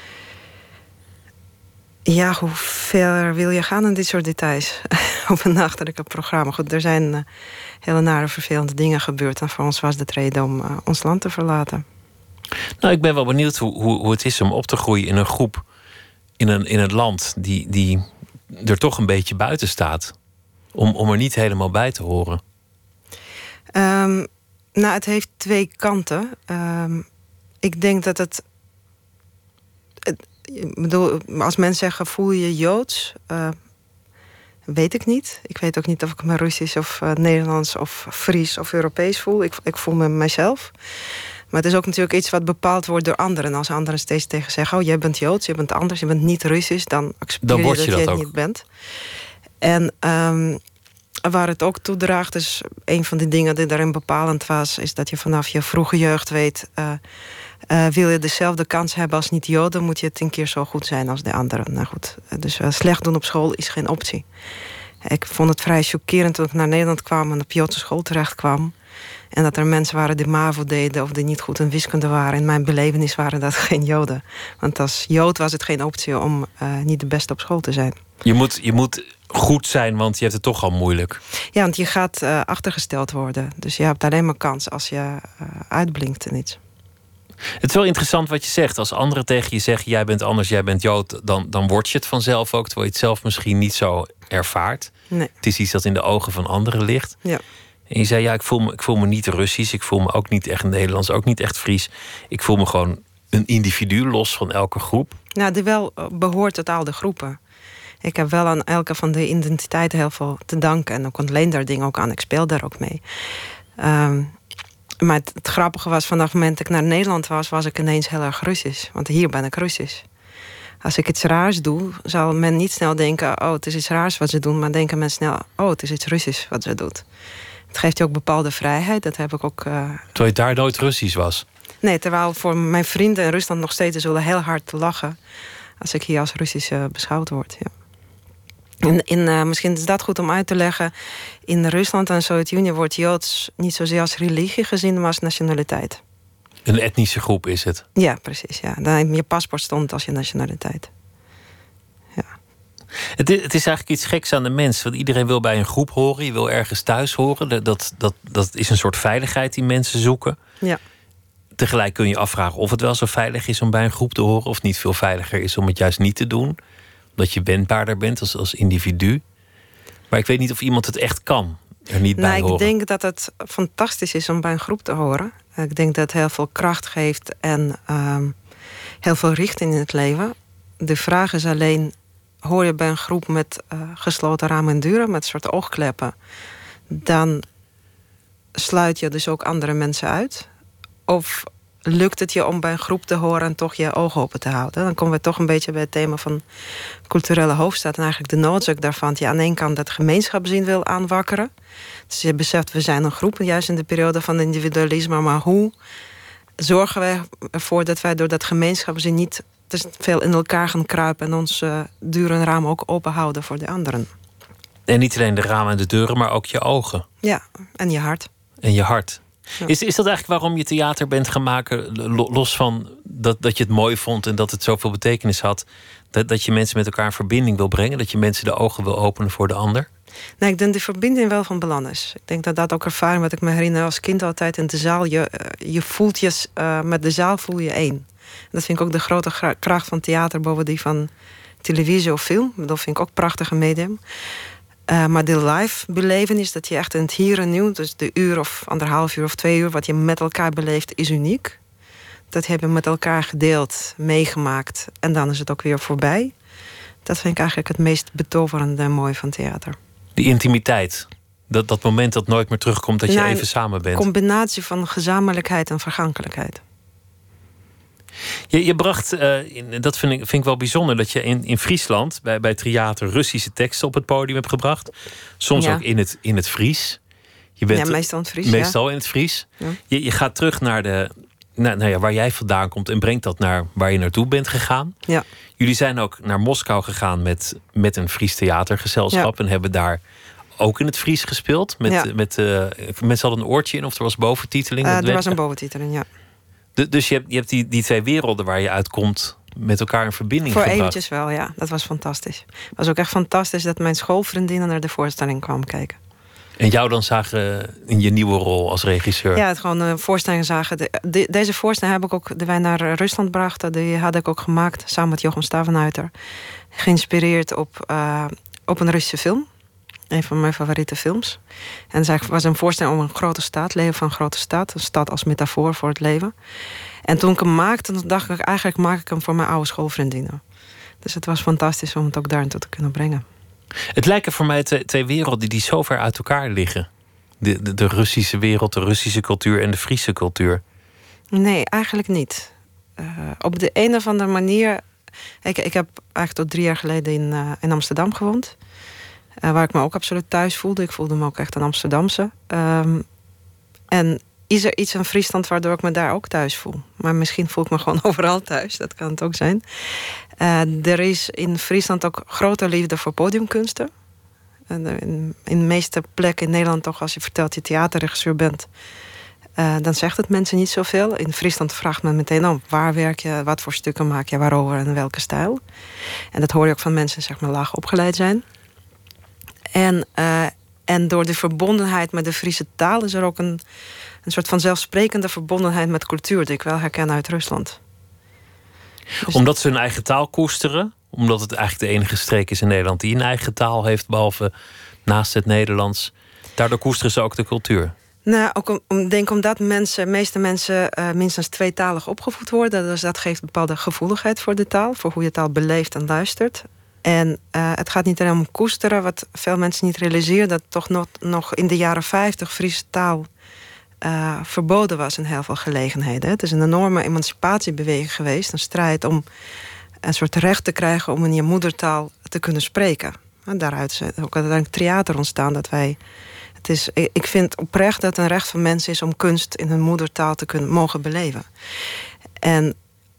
[SPEAKER 4] ja, hoe ver wil je gaan in dit soort details? Op een nachtelijke programma. Goed, er zijn uh, hele nare vervelende dingen gebeurd. En voor ons was de reden om uh, ons land te verlaten.
[SPEAKER 3] Nou, ik ben wel benieuwd hoe, hoe, hoe het is om op te groeien in een groep, in een, in een land die, die er toch een beetje buiten staat. Om, om er niet helemaal bij te horen.
[SPEAKER 4] Um, nou, het heeft twee kanten. Um, ik denk dat het... het ik bedoel, als mensen zeggen, voel je je Joods? Uh, weet ik niet. Ik weet ook niet of ik me Russisch of uh, Nederlands of Fries of Europees voel. Ik, ik voel me mijzelf. Maar het is ook natuurlijk iets wat bepaald wordt door anderen. Als anderen steeds tegen zeggen, oh, jij bent Joods, je bent anders, je bent niet Russisch, dan accepteer
[SPEAKER 3] Dan
[SPEAKER 4] je
[SPEAKER 3] word
[SPEAKER 4] dat
[SPEAKER 3] je
[SPEAKER 4] je
[SPEAKER 3] dat
[SPEAKER 4] het
[SPEAKER 3] ook.
[SPEAKER 4] niet bent. En um, waar het ook toe draagt, dus een van die dingen die daarin bepalend was, is dat je vanaf je vroege jeugd weet, uh, uh, wil je dezelfde kans hebben als niet-Joden, moet je tien keer zo goed zijn als de anderen. Nou goed, dus uh, slecht doen op school is geen optie. Ik vond het vrij chockerend toen ik naar Nederland kwam en op Joodse school terecht kwam. En dat er mensen waren die MAVO deden of die niet goed in wiskunde waren. In mijn belevenis waren dat geen Joden. Want als Jood was het geen optie om uh, niet de beste op school te zijn.
[SPEAKER 3] Je moet, je moet goed zijn, want je hebt het toch al moeilijk.
[SPEAKER 4] Ja, want je gaat uh, achtergesteld worden. Dus je hebt alleen maar kans als je uh, uitblinkt en iets.
[SPEAKER 3] Het is wel interessant wat je zegt. Als anderen tegen je zeggen, jij bent anders, jij bent Jood, dan, dan word je het vanzelf ook, terwijl je het zelf misschien niet zo ervaart.
[SPEAKER 4] Nee.
[SPEAKER 3] Het is iets dat in de ogen van anderen ligt.
[SPEAKER 4] Ja.
[SPEAKER 3] En je zei, ja, ik voel, me, ik voel me niet Russisch, ik voel me ook niet echt Nederlands, ook niet echt Fries. Ik voel me gewoon een individu, los van elke groep.
[SPEAKER 4] Nou, die wel behoort tot al de groepen. Ik heb wel aan elke van de identiteiten heel veel te danken. En ik ontleen daar dingen ook aan. Ik speel daar ook mee. Um, maar het, het grappige was, vanaf het moment dat ik naar Nederland was, was ik ineens heel erg Russisch. Want hier ben ik Russisch. Als ik iets raars doe, zal men niet snel denken, oh, het is iets raars wat ze doen. Maar denken men snel, oh, het is iets Russisch wat ze doet. Het geeft je ook bepaalde vrijheid. Dat heb ik ook. Uh...
[SPEAKER 3] Terwijl je daar nooit Russisch was?
[SPEAKER 4] Nee, terwijl voor mijn vrienden in Rusland nog steeds zullen heel hard lachen als ik hier als Russisch uh, beschouwd word. Ja. In, in, uh, misschien is dat goed om uit te leggen. In Rusland en de Sovjet-Unie wordt Joods niet zozeer als religie gezien, maar als nationaliteit.
[SPEAKER 3] Een etnische groep is het?
[SPEAKER 4] Ja, precies. Ja. Dan in je paspoort stond als je nationaliteit. Ja.
[SPEAKER 3] Het is, het is eigenlijk iets geks aan de mens. Want iedereen wil bij een groep horen. Je wil ergens thuis horen. Dat, dat, dat is een soort veiligheid die mensen zoeken.
[SPEAKER 4] Ja.
[SPEAKER 3] Tegelijk kun je afvragen of het wel zo veilig is om bij een groep te horen, of het niet veel veiliger is om het juist niet te doen. Omdat je wendbaarder bent als, als individu. Maar ik weet niet of iemand het echt kan. Er niet bij
[SPEAKER 4] nou,
[SPEAKER 3] horen.
[SPEAKER 4] Ik denk dat het fantastisch is om bij een groep te horen. Ik denk dat het heel veel kracht geeft en um, heel veel richting in het leven. De vraag is alleen, hoor je bij een groep met uh, gesloten ramen en deuren, met een soort oogkleppen, dan sluit je dus ook andere mensen uit. Of lukt het je om bij een groep te horen en toch je ogen open te houden? Dan komen we toch een beetje bij het thema van culturele hoofdstad en eigenlijk de noodzaak daarvan. Dat je aan de ene kant dat gemeenschapszin wil aanwakkeren. Dus je beseft, we zijn een groep, juist in de periode van individualisme. Maar hoe zorgen we ervoor dat wij door dat gemeenschapszin niet te veel in elkaar gaan kruipen en ons uh, deuren en ramen ook open houden voor de anderen?
[SPEAKER 3] En niet alleen de ramen en de deuren, maar ook je ogen.
[SPEAKER 4] Ja, en je hart.
[SPEAKER 3] En je hart.
[SPEAKER 4] Ja.
[SPEAKER 3] Is, is dat eigenlijk waarom je theater bent gaan maken? Los van dat, dat je het mooi vond en dat het zoveel betekenis had. Dat, dat je mensen met elkaar in verbinding wil brengen. Dat je mensen de ogen wil openen voor de ander.
[SPEAKER 4] Nee, ik denk dat die verbinding wel van belang is. Ik denk dat dat ook ervaring wat ik me herinner als kind altijd in de zaal. Je, je voelt je, uh, met de zaal voel je één. En dat vind ik ook de grote kracht van theater boven die van televisie of film. Dat vind ik ook een prachtige medium. Uh, maar de live belevenis, dat je echt in het hier en nu, dus de uur of anderhalf uur of twee uur, wat je met elkaar beleeft, is uniek. Dat heb je met elkaar gedeeld, meegemaakt en dan is het ook weer voorbij. Dat vind ik eigenlijk het meest betoverende en mooi van theater.
[SPEAKER 3] Die intimiteit. Dat, dat moment dat nooit meer terugkomt, dat je
[SPEAKER 4] nou,
[SPEAKER 3] even samen bent.
[SPEAKER 4] Een combinatie van gezamenlijkheid en vergankelijkheid.
[SPEAKER 3] Je, je bracht, uh, in, dat vind ik, vind ik wel bijzonder, dat je in, in Friesland bij, bij theater Russische teksten op het podium hebt gebracht. Soms
[SPEAKER 4] ja.
[SPEAKER 3] ook in het, in het Fries. Je bent
[SPEAKER 4] ja, meestal in het Fries.
[SPEAKER 3] Meestal
[SPEAKER 4] ja.
[SPEAKER 3] in het Fries.
[SPEAKER 4] Ja.
[SPEAKER 3] Je, je gaat terug naar, de, naar nou ja, waar jij vandaan komt en brengt dat naar waar je naartoe bent gegaan.
[SPEAKER 4] Ja.
[SPEAKER 3] Jullie zijn ook naar Moskou gegaan met, met een Fries theatergezelschap ja. en hebben daar ook in het Fries gespeeld. Met,
[SPEAKER 4] ja.
[SPEAKER 3] met, uh, mensen hadden een oortje in of er was boventiteling.
[SPEAKER 4] Uh, er was een boventiteling, ja.
[SPEAKER 3] De, dus je hebt, je hebt die, die twee werelden waar je uitkomt met elkaar in verbinding
[SPEAKER 4] Voor
[SPEAKER 3] gebracht.
[SPEAKER 4] eventjes wel, ja. Dat was fantastisch. Het was ook echt fantastisch dat mijn schoolvriendinnen naar de voorstelling kwamen kijken.
[SPEAKER 3] En jou dan zagen in je nieuwe rol als regisseur?
[SPEAKER 4] Ja, het gewoon een voorstelling zagen. De, de, deze voorstelling heb ik ook, die wij naar Rusland brachten, die had ik ook gemaakt samen met Jochem Stavenhuiter. Geïnspireerd op, uh, op een Russische film. Een van mijn favoriete films. En het was een voorstelling om een grote stad, leven van een grote stad. Een stad als metafoor voor het leven. En toen ik hem maakte, dan dacht ik, eigenlijk maak ik hem voor mijn oude schoolvriendinnen. Dus het was fantastisch om het ook daar naartoe te kunnen brengen.
[SPEAKER 3] Het lijken voor mij twee, twee werelden die zo ver uit elkaar liggen. De, de, de Russische wereld, de Russische cultuur en de Friese cultuur.
[SPEAKER 4] Nee, eigenlijk niet. Uh, op de een of andere manier... Ik, ik heb eigenlijk tot drie jaar geleden in, uh, in Amsterdam gewoond. Uh, waar ik me ook absoluut thuis voelde. Ik voelde me ook echt een Amsterdamse. Um, en is er iets in Friesland waardoor ik me daar ook thuis voel? Maar misschien voel ik me gewoon overal thuis. Dat kan het ook zijn. Uh, er is in Friesland ook grote liefde voor podiumkunsten. Uh, in, in de meeste plekken in Nederland toch, als je vertelt dat je theaterregisseur bent... Uh, dan zegt het mensen niet zoveel. In Friesland vraagt men meteen om waar werk je, wat voor stukken maak je, waarover en welke stijl. En dat hoor je ook van mensen die zeg maar laag opgeleid zijn. En, uh, en door de verbondenheid met de Friese taal is er ook een, een soort van zelfsprekende verbondenheid met cultuur die ik wel herken uit Rusland. Dus
[SPEAKER 3] omdat ze hun eigen taal koesteren? Omdat het eigenlijk de enige streek is in Nederland die een eigen taal heeft, behalve naast het Nederlands. Daardoor koesteren ze ook de cultuur.
[SPEAKER 4] Nou, ook om, om, denk omdat mensen, meeste mensen uh, minstens tweetalig opgevoed worden. Dus dat geeft een bepaalde gevoeligheid voor de taal. Voor hoe je taal beleeft en luistert. En uh, het gaat niet alleen om koesteren. Wat veel mensen niet realiseren. Dat toch nog, nog in de jaren vijftig Friese taal uh, verboden was in heel veel gelegenheden. Het is een enorme emancipatiebeweging geweest. Een strijd om een soort recht te krijgen om in je moedertaal te kunnen spreken. En daaruit is ook uiteindelijk theater ontstaan. Dat wij... Het is, ik vind oprecht dat het een recht van mensen is om kunst in hun moedertaal te kunnen mogen beleven. En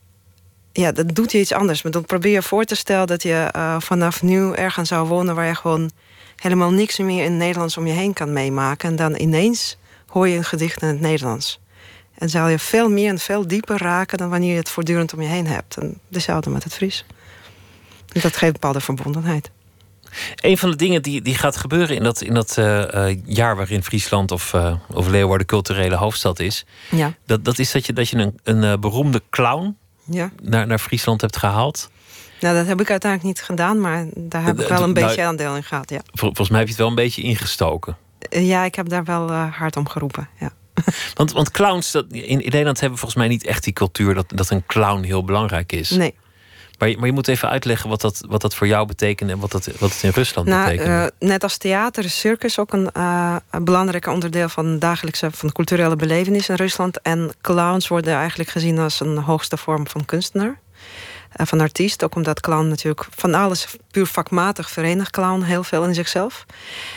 [SPEAKER 4] ja, dat doet je iets anders. Maar dan probeer je voor te stellen dat je uh, vanaf nu ergens zou wonen waar je gewoon helemaal niks meer in het Nederlands om je heen kan meemaken. En dan ineens hoor je een gedicht in het Nederlands. En zal je veel meer en veel dieper raken dan wanneer je het voortdurend om je heen hebt. En dezelfde met het Fries. En dat geeft een bepaalde verbondenheid.
[SPEAKER 3] Een van de dingen die, die gaat gebeuren in dat, in dat uh, uh, jaar waarin Friesland of, uh, of Leeuwarden culturele hoofdstad is.
[SPEAKER 4] Ja. Dat,
[SPEAKER 3] dat is dat je, dat je een, een uh, beroemde clown
[SPEAKER 4] ja.
[SPEAKER 3] naar, naar Friesland hebt gehaald.
[SPEAKER 4] Nou, dat heb ik uiteindelijk niet gedaan, maar daar heb ik wel een beetje nou, aandeel in gehad. Ja.
[SPEAKER 3] Vol, volgens mij heb je het wel een beetje ingestoken.
[SPEAKER 4] Uh, ja, ik heb daar wel uh, hard om geroepen. Ja.
[SPEAKER 3] Want, want clowns, dat, in, in Nederland hebben volgens mij niet echt die cultuur dat, dat een clown heel belangrijk is.
[SPEAKER 4] Nee.
[SPEAKER 3] Maar je, maar je moet even uitleggen wat dat, wat dat voor jou betekent en wat, dat, wat het in Rusland
[SPEAKER 4] nou,
[SPEAKER 3] betekent.
[SPEAKER 4] Uh, net als theater is circus ook een, uh, een belangrijk onderdeel van de dagelijkse van de culturele belevenis in Rusland. En clowns worden eigenlijk gezien als een hoogste vorm van kunstenaar. Uh, van artiest, ook omdat clown natuurlijk van alles puur vakmatig verenigt clown heel veel in zichzelf.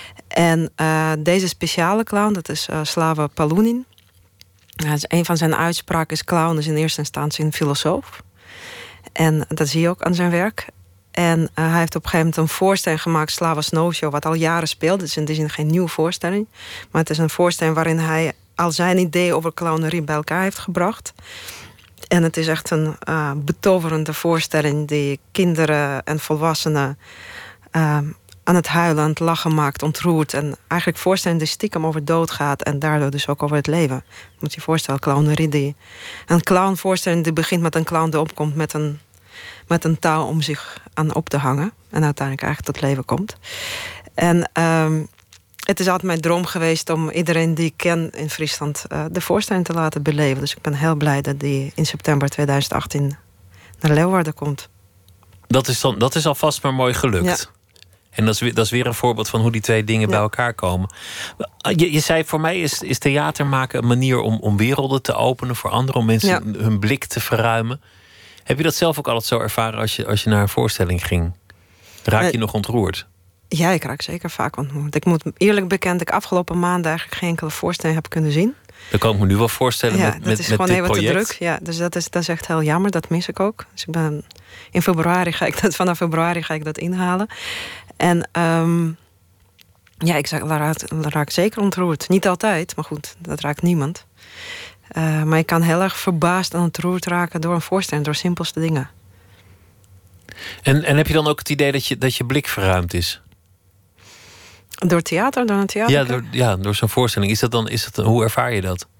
[SPEAKER 4] En uh, deze speciale clown, dat is uh, Slava Palunin. Uh, dus een van zijn uitspraken is: clown is in eerste instantie een filosoof. En dat zie je ook aan zijn werk. En uh, hij heeft op een gegeven moment een voorstelling gemaakt, Slava Snow Show, wat al jaren speelt. Het is in die zin geen nieuwe voorstelling. Maar het is een voorstelling waarin hij al zijn ideeën over clownerie bij elkaar heeft gebracht. En het is echt een uh, betoverende voorstelling die kinderen en volwassenen uh, aan het huilen, aan het lachen maakt, ontroert. En eigenlijk voorstelling die stiekem over dood gaat en daardoor dus ook over het leven. Moet je je voorstellen, clownerie die... Een clownvoorstelling die begint met een clown die opkomt met een, met een touw om zich aan op te hangen. En uiteindelijk eigenlijk tot leven komt. En um, het is altijd mijn droom geweest om iedereen die ik ken in Friesland uh, de voorstelling te laten beleven. Dus ik ben heel blij dat die in september tweeduizend achttien naar Leeuwarden komt.
[SPEAKER 3] Dat is, dan, dat is alvast maar mooi gelukt.
[SPEAKER 4] Ja.
[SPEAKER 3] En dat is, weer, dat is weer een voorbeeld van hoe die twee dingen ja. bij elkaar komen. Je, je zei, voor mij is, is theater maken een manier om, om werelden te openen voor anderen. Om mensen ja. hun blik te verruimen. Heb je dat zelf ook altijd zo ervaren als je, als je naar een voorstelling ging? Raak je uh, nog ontroerd?
[SPEAKER 4] Ja, ik raak zeker vaak ontroerd. Ik moet eerlijk bekennen dat ik afgelopen maanden eigenlijk geen enkele voorstelling heb kunnen zien.
[SPEAKER 3] Dat kan ik me nu wel voorstellen
[SPEAKER 4] ja,
[SPEAKER 3] met,
[SPEAKER 4] dat
[SPEAKER 3] met,
[SPEAKER 4] is
[SPEAKER 3] met
[SPEAKER 4] gewoon
[SPEAKER 3] dit
[SPEAKER 4] even
[SPEAKER 3] project.
[SPEAKER 4] te druk. Ja, dus dat is, dat is echt heel jammer. Dat mis ik ook. Dus ik ben, in februari ga ik dat, vanaf februari ga ik dat inhalen. En um, ja, ik raak, raak zeker ontroerd. Niet altijd, maar goed, dat raakt niemand. Uh, maar ik kan heel erg verbaasd en ontroerd raken door een voorstelling, door simpelste dingen.
[SPEAKER 3] En, en heb je dan ook het idee dat je, dat je blik verruimd is?
[SPEAKER 4] Door theater, door een theater?
[SPEAKER 3] Ja, door, ja, door zo'n voorstelling. Is dat dan, is dat, hoe ervaar je dat?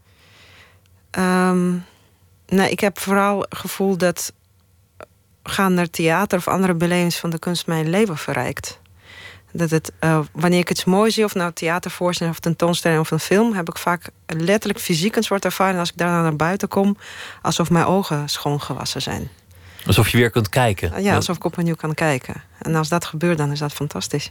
[SPEAKER 4] Um, nou, ik heb vooral het gevoel dat gaan naar theater of andere belevings van de kunst mijn leven verrijkt. Dat het, uh, wanneer ik iets moois zie, of nou theatervoorstelling of tentoonstelling of een film, heb ik vaak letterlijk fysiek een soort ervaring als ik daarna naar buiten kom, alsof mijn ogen schoongewassen zijn.
[SPEAKER 3] Alsof je weer kunt kijken.
[SPEAKER 4] Ja, alsof ik opnieuw kan kijken. En als dat gebeurt, dan is dat fantastisch.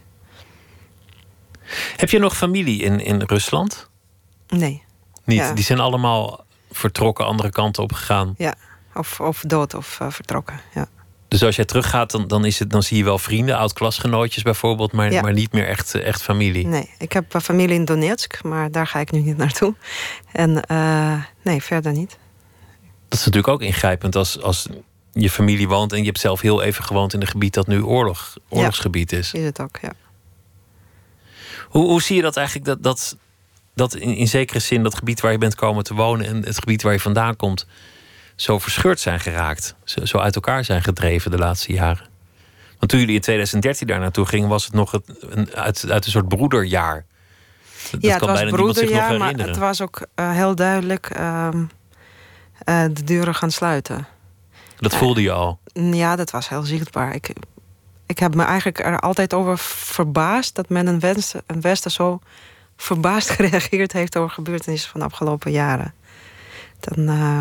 [SPEAKER 3] Heb je nog familie in, in Rusland?
[SPEAKER 4] Nee.
[SPEAKER 3] Niet?
[SPEAKER 4] Ja.
[SPEAKER 3] Die zijn allemaal vertrokken, andere kanten op gegaan.
[SPEAKER 4] Ja, of, of dood of uh, vertrokken, ja.
[SPEAKER 3] Dus als jij teruggaat, dan, dan, is het, dan zie je wel vrienden, oud-klasgenootjes bijvoorbeeld, maar, ja. maar niet meer echt, echt familie.
[SPEAKER 4] Nee, ik heb uh, familie in Donetsk, maar daar ga ik nu niet naartoe. En uh, nee, verder niet.
[SPEAKER 3] Dat is natuurlijk ook ingrijpend als, als je familie woont en je hebt zelf heel even gewoond in een gebied dat nu oorlog, oorlogsgebied is.
[SPEAKER 4] Ja, is het ook, ja.
[SPEAKER 3] Hoe, hoe zie je dat eigenlijk, dat, dat, dat in, in zekere zin dat gebied waar je bent komen te wonen en het gebied waar je vandaan komt zo verscheurd zijn geraakt, zo, zo uit elkaar zijn gedreven de laatste jaren? Want toen jullie in tweeduizend dertien daar naartoe gingen, was het nog het, een, uit, uit een soort broederjaar. Dat,
[SPEAKER 4] ja,
[SPEAKER 3] dat kan
[SPEAKER 4] het
[SPEAKER 3] bijna
[SPEAKER 4] was
[SPEAKER 3] niemand zich nog
[SPEAKER 4] broederjaar, maar
[SPEAKER 3] herinneren.
[SPEAKER 4] het was ook uh, heel duidelijk uh, uh, de deuren gaan sluiten.
[SPEAKER 3] Dat voelde je al?
[SPEAKER 4] Uh, ja, dat was heel zichtbaar. Ik, ik heb me eigenlijk er altijd over verbaasd dat men een Westen, een Westen zo verbaasd gereageerd heeft over gebeurtenissen van de afgelopen jaren. Dan, uh,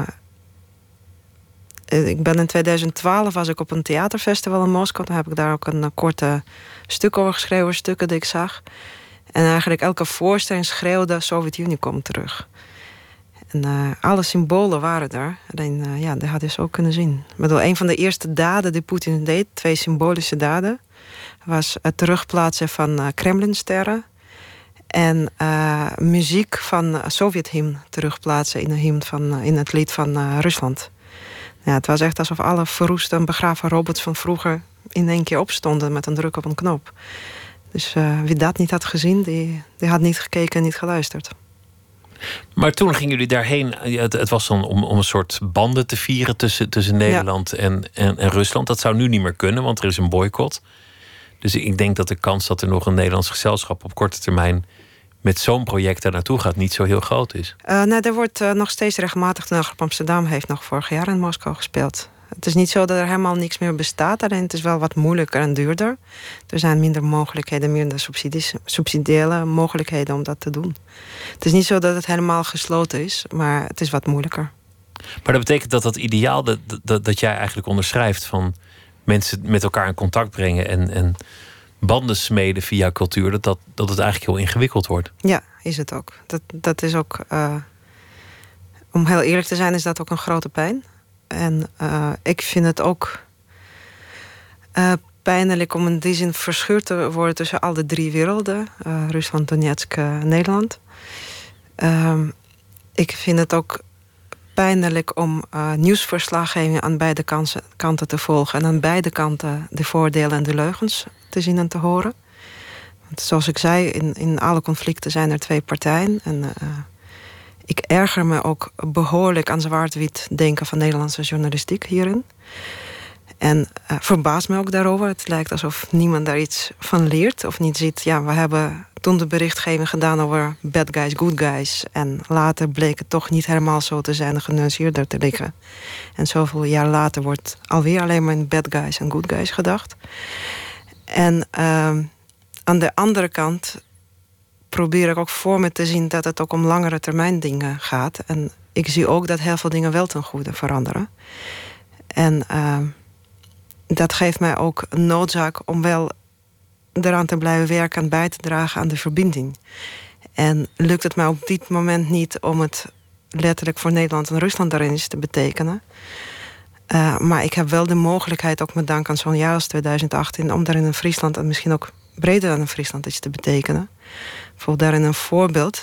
[SPEAKER 4] ik ben in tweeduizend twaalf was ik op een theaterfestival in Moskou. Dan heb ik daar ook een uh, korte stuk over geschreven, stukken die ik zag. En eigenlijk elke voorstelling schreeuwde Sovjet-Unie komt terug. En uh, alle symbolen waren er. Alleen, uh, ja, dat had je zo kunnen zien. Ik bedoel, een van de eerste daden die Poetin deed, twee symbolische daden, was het terugplaatsen van uh, Kremlinsterren en uh, muziek van uh, Sovjet-hymn terugplaatsen in, een hymn van, uh, in het lied van uh, Rusland. Ja, het was echt alsof alle verroeste en begraven robots van vroeger in één keer opstonden met een druk op een knop. Dus uh, wie dat niet had gezien, die, die had niet gekeken en niet geluisterd.
[SPEAKER 3] Maar toen gingen jullie daarheen. Het, het was dan om, om een soort banden te vieren tussen, tussen Nederland ja. en, en, en Rusland. Dat zou nu niet meer kunnen, want er is een boycott. Dus ik denk dat de kans dat er nog een Nederlands gezelschap op korte termijn met zo'n project daar naartoe gaat niet zo heel groot is.
[SPEAKER 4] Uh, nee, er wordt uh, nog steeds regelmatig. De Nachtclub Amsterdam heeft nog vorig jaar in Moskou gespeeld. Het is niet zo dat er helemaal niks meer bestaat. Alleen het is wel wat moeilijker en duurder. Er zijn minder mogelijkheden, minder subsidies, subsidiële mogelijkheden om dat te doen. Het is niet zo dat het helemaal gesloten is, maar het is wat moeilijker.
[SPEAKER 3] Maar dat betekent dat dat ideaal dat, dat, dat jij eigenlijk onderschrijft van mensen met elkaar in contact brengen en, en banden smeden via cultuur, dat, dat, dat het eigenlijk heel ingewikkeld wordt.
[SPEAKER 4] Ja, is het ook. Dat, dat is ook, uh, om heel eerlijk te zijn, is dat ook een grote pijn. En uh, ik vind het ook uh, pijnlijk om in die zin verscheurd te worden tussen al de drie werelden. Uh, Rusland, Donetsk, uh, Nederland. Uh, ik vind het ook pijnlijk om uh, nieuwsverslaggeving aan beide kansen, kanten te volgen. En aan beide kanten de voordelen en de leugens te zien en te horen. Want zoals ik zei, in, in alle conflicten zijn er twee partijen. En uh, ik erger me ook behoorlijk aan zwart-wit denken van Nederlandse journalistiek hierin. En uh, verbaas me ook daarover. Het lijkt alsof niemand daar iets van leert of niet ziet. Ja, we hebben toen de berichtgeving gedaan over bad guys, good guys. En later bleek het toch niet helemaal zo te zijn en genuanceerder te liggen. En zoveel jaar later wordt alweer alleen maar in bad guys en good guys gedacht. En uh, aan de andere kant probeer ik ook voor me te zien dat het ook om langere termijn dingen gaat. En ik zie ook dat heel veel dingen wel ten goede veranderen. En uh, dat geeft mij ook een noodzaak om wel eraan te blijven werken en bij te dragen aan de verbinding. En lukt het mij op dit moment niet om het letterlijk voor Nederland en Rusland daarin iets te betekenen. Uh, maar ik heb wel de mogelijkheid, ook met dank aan zo'n jaar als tweeduizend achttien... om daarin in Friesland en misschien ook breder dan in Friesland iets te betekenen. Bijvoorbeeld daarin een voorbeeld.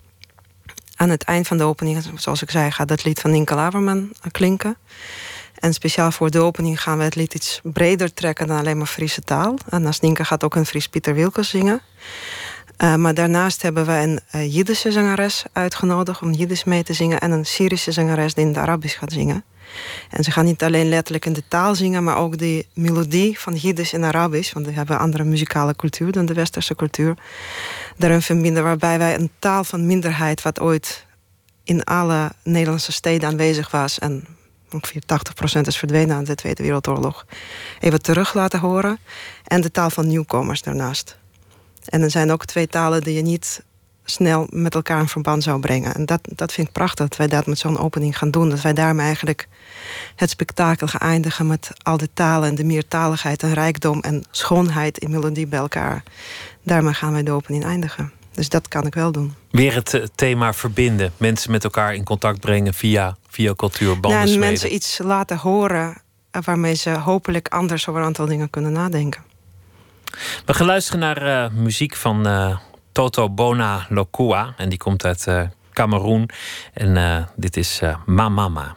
[SPEAKER 4] Aan het eind van de opening, zoals ik zei, gaat het lied van Nienke Laverman klinken. En speciaal voor de opening gaan we het lied iets breder trekken dan alleen maar Friese taal. En naast Nienke gaat ook een Fries Pieter Wilkes zingen. Uh, maar daarnaast hebben we een uh, Jiddische zangeres uitgenodigd om Jiddisch mee te zingen. En een Syrische zangeres die in het Arabisch gaat zingen. En ze gaan niet alleen letterlijk in de taal zingen, maar ook die melodie van Jiddisch en Arabisch, want die hebben een andere muzikale cultuur dan de westerse cultuur, daarin verbinden, waarbij wij een taal van minderheid, wat ooit in alle Nederlandse steden aanwezig was en ongeveer tachtig procent is verdwenen aan de Tweede Wereldoorlog, even terug laten horen. En de taal van nieuwkomers daarnaast. En er zijn ook twee talen die je niet snel met elkaar in verband zou brengen. En dat, dat vind ik prachtig, dat wij dat met zo'n opening gaan doen. Dat wij daarmee eigenlijk het spektakel gaan eindigen met al de talen en de meertaligheid en rijkdom en schoonheid in melodie bij elkaar. Daarmee gaan wij de opening eindigen. Dus dat kan ik wel doen.
[SPEAKER 3] Weer het uh, thema verbinden. Mensen met elkaar in contact brengen via, via cultuur, banden
[SPEAKER 4] ja, en
[SPEAKER 3] smeden.
[SPEAKER 4] mensen iets laten horen waarmee ze hopelijk anders over een aantal dingen kunnen nadenken.
[SPEAKER 3] We gaan luisteren naar uh, muziek van uh, Toto Bona Lokua. En die komt uit uh, Cameroen. En uh, dit is uh, Ma Mama.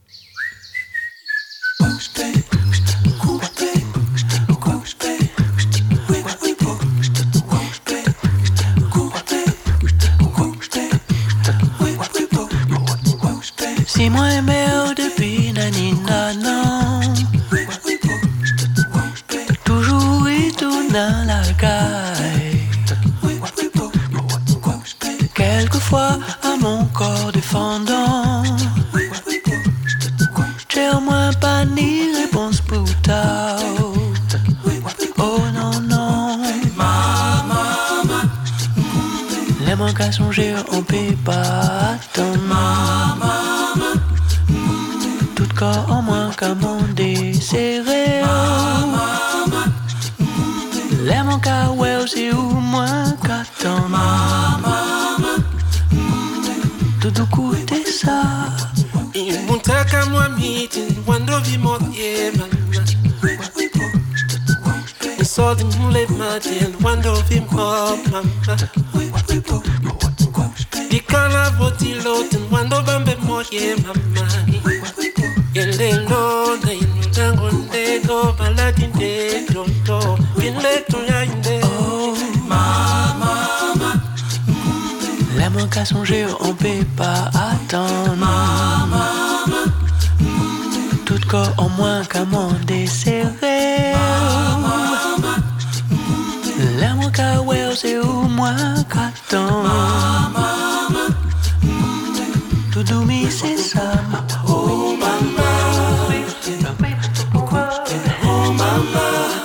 [SPEAKER 6] Si moi aimé depuis nanina non, toujours et tout dans la caille. Quelquefois à mon corps défendant, j'ai au moins pas ni réponse pour ta. Oh non non, maman, les manques à songer on peut pas attendre. Tout corps en moins qu'à mon désiré. Les manques à ouais c'est ou moins qu'attendre. Tout coûte ça.
[SPEAKER 7] Muntaka mwamiti wando vimoye mama. Sodi mule matin wando vimo mama. Dikana voti loten wando bambe moye mama. Yele lo na inundango ndedo baladi ndedo to. Pinle to ya inde.
[SPEAKER 6] Oh mama. Les manques à songer on peut pas attendre. Maman, tout corps en moins qu'à mon désiré. Maman, les manques à ouais c'est au moins qu'attendre. Maman, tout dormi c'est ça. Oh maman, oh maman.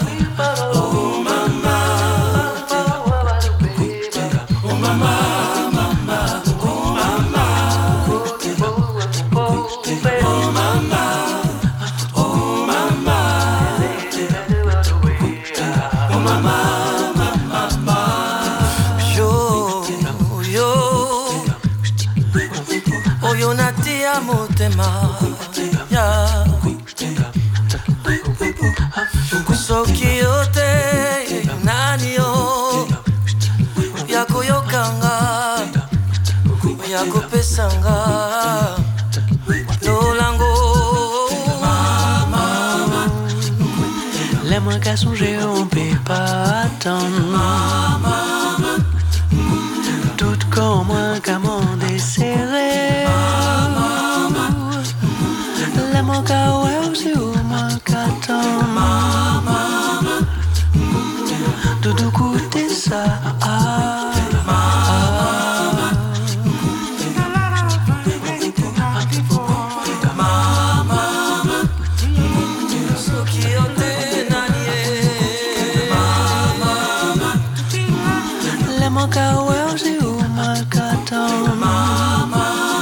[SPEAKER 6] Motema ya kusoki yote nani yo yako yokanga yako pesanga lolango mama. Les manques à songer on peut pas attendre. Tout comme un camon desserré. Les manques à ouais c'est au moins qu'attendre. Maman, tout coûte ça. Ah, ah. Maman, so qui ont nanié. Maman, les manques à ouais c'est au moins qu'attendre. Maman.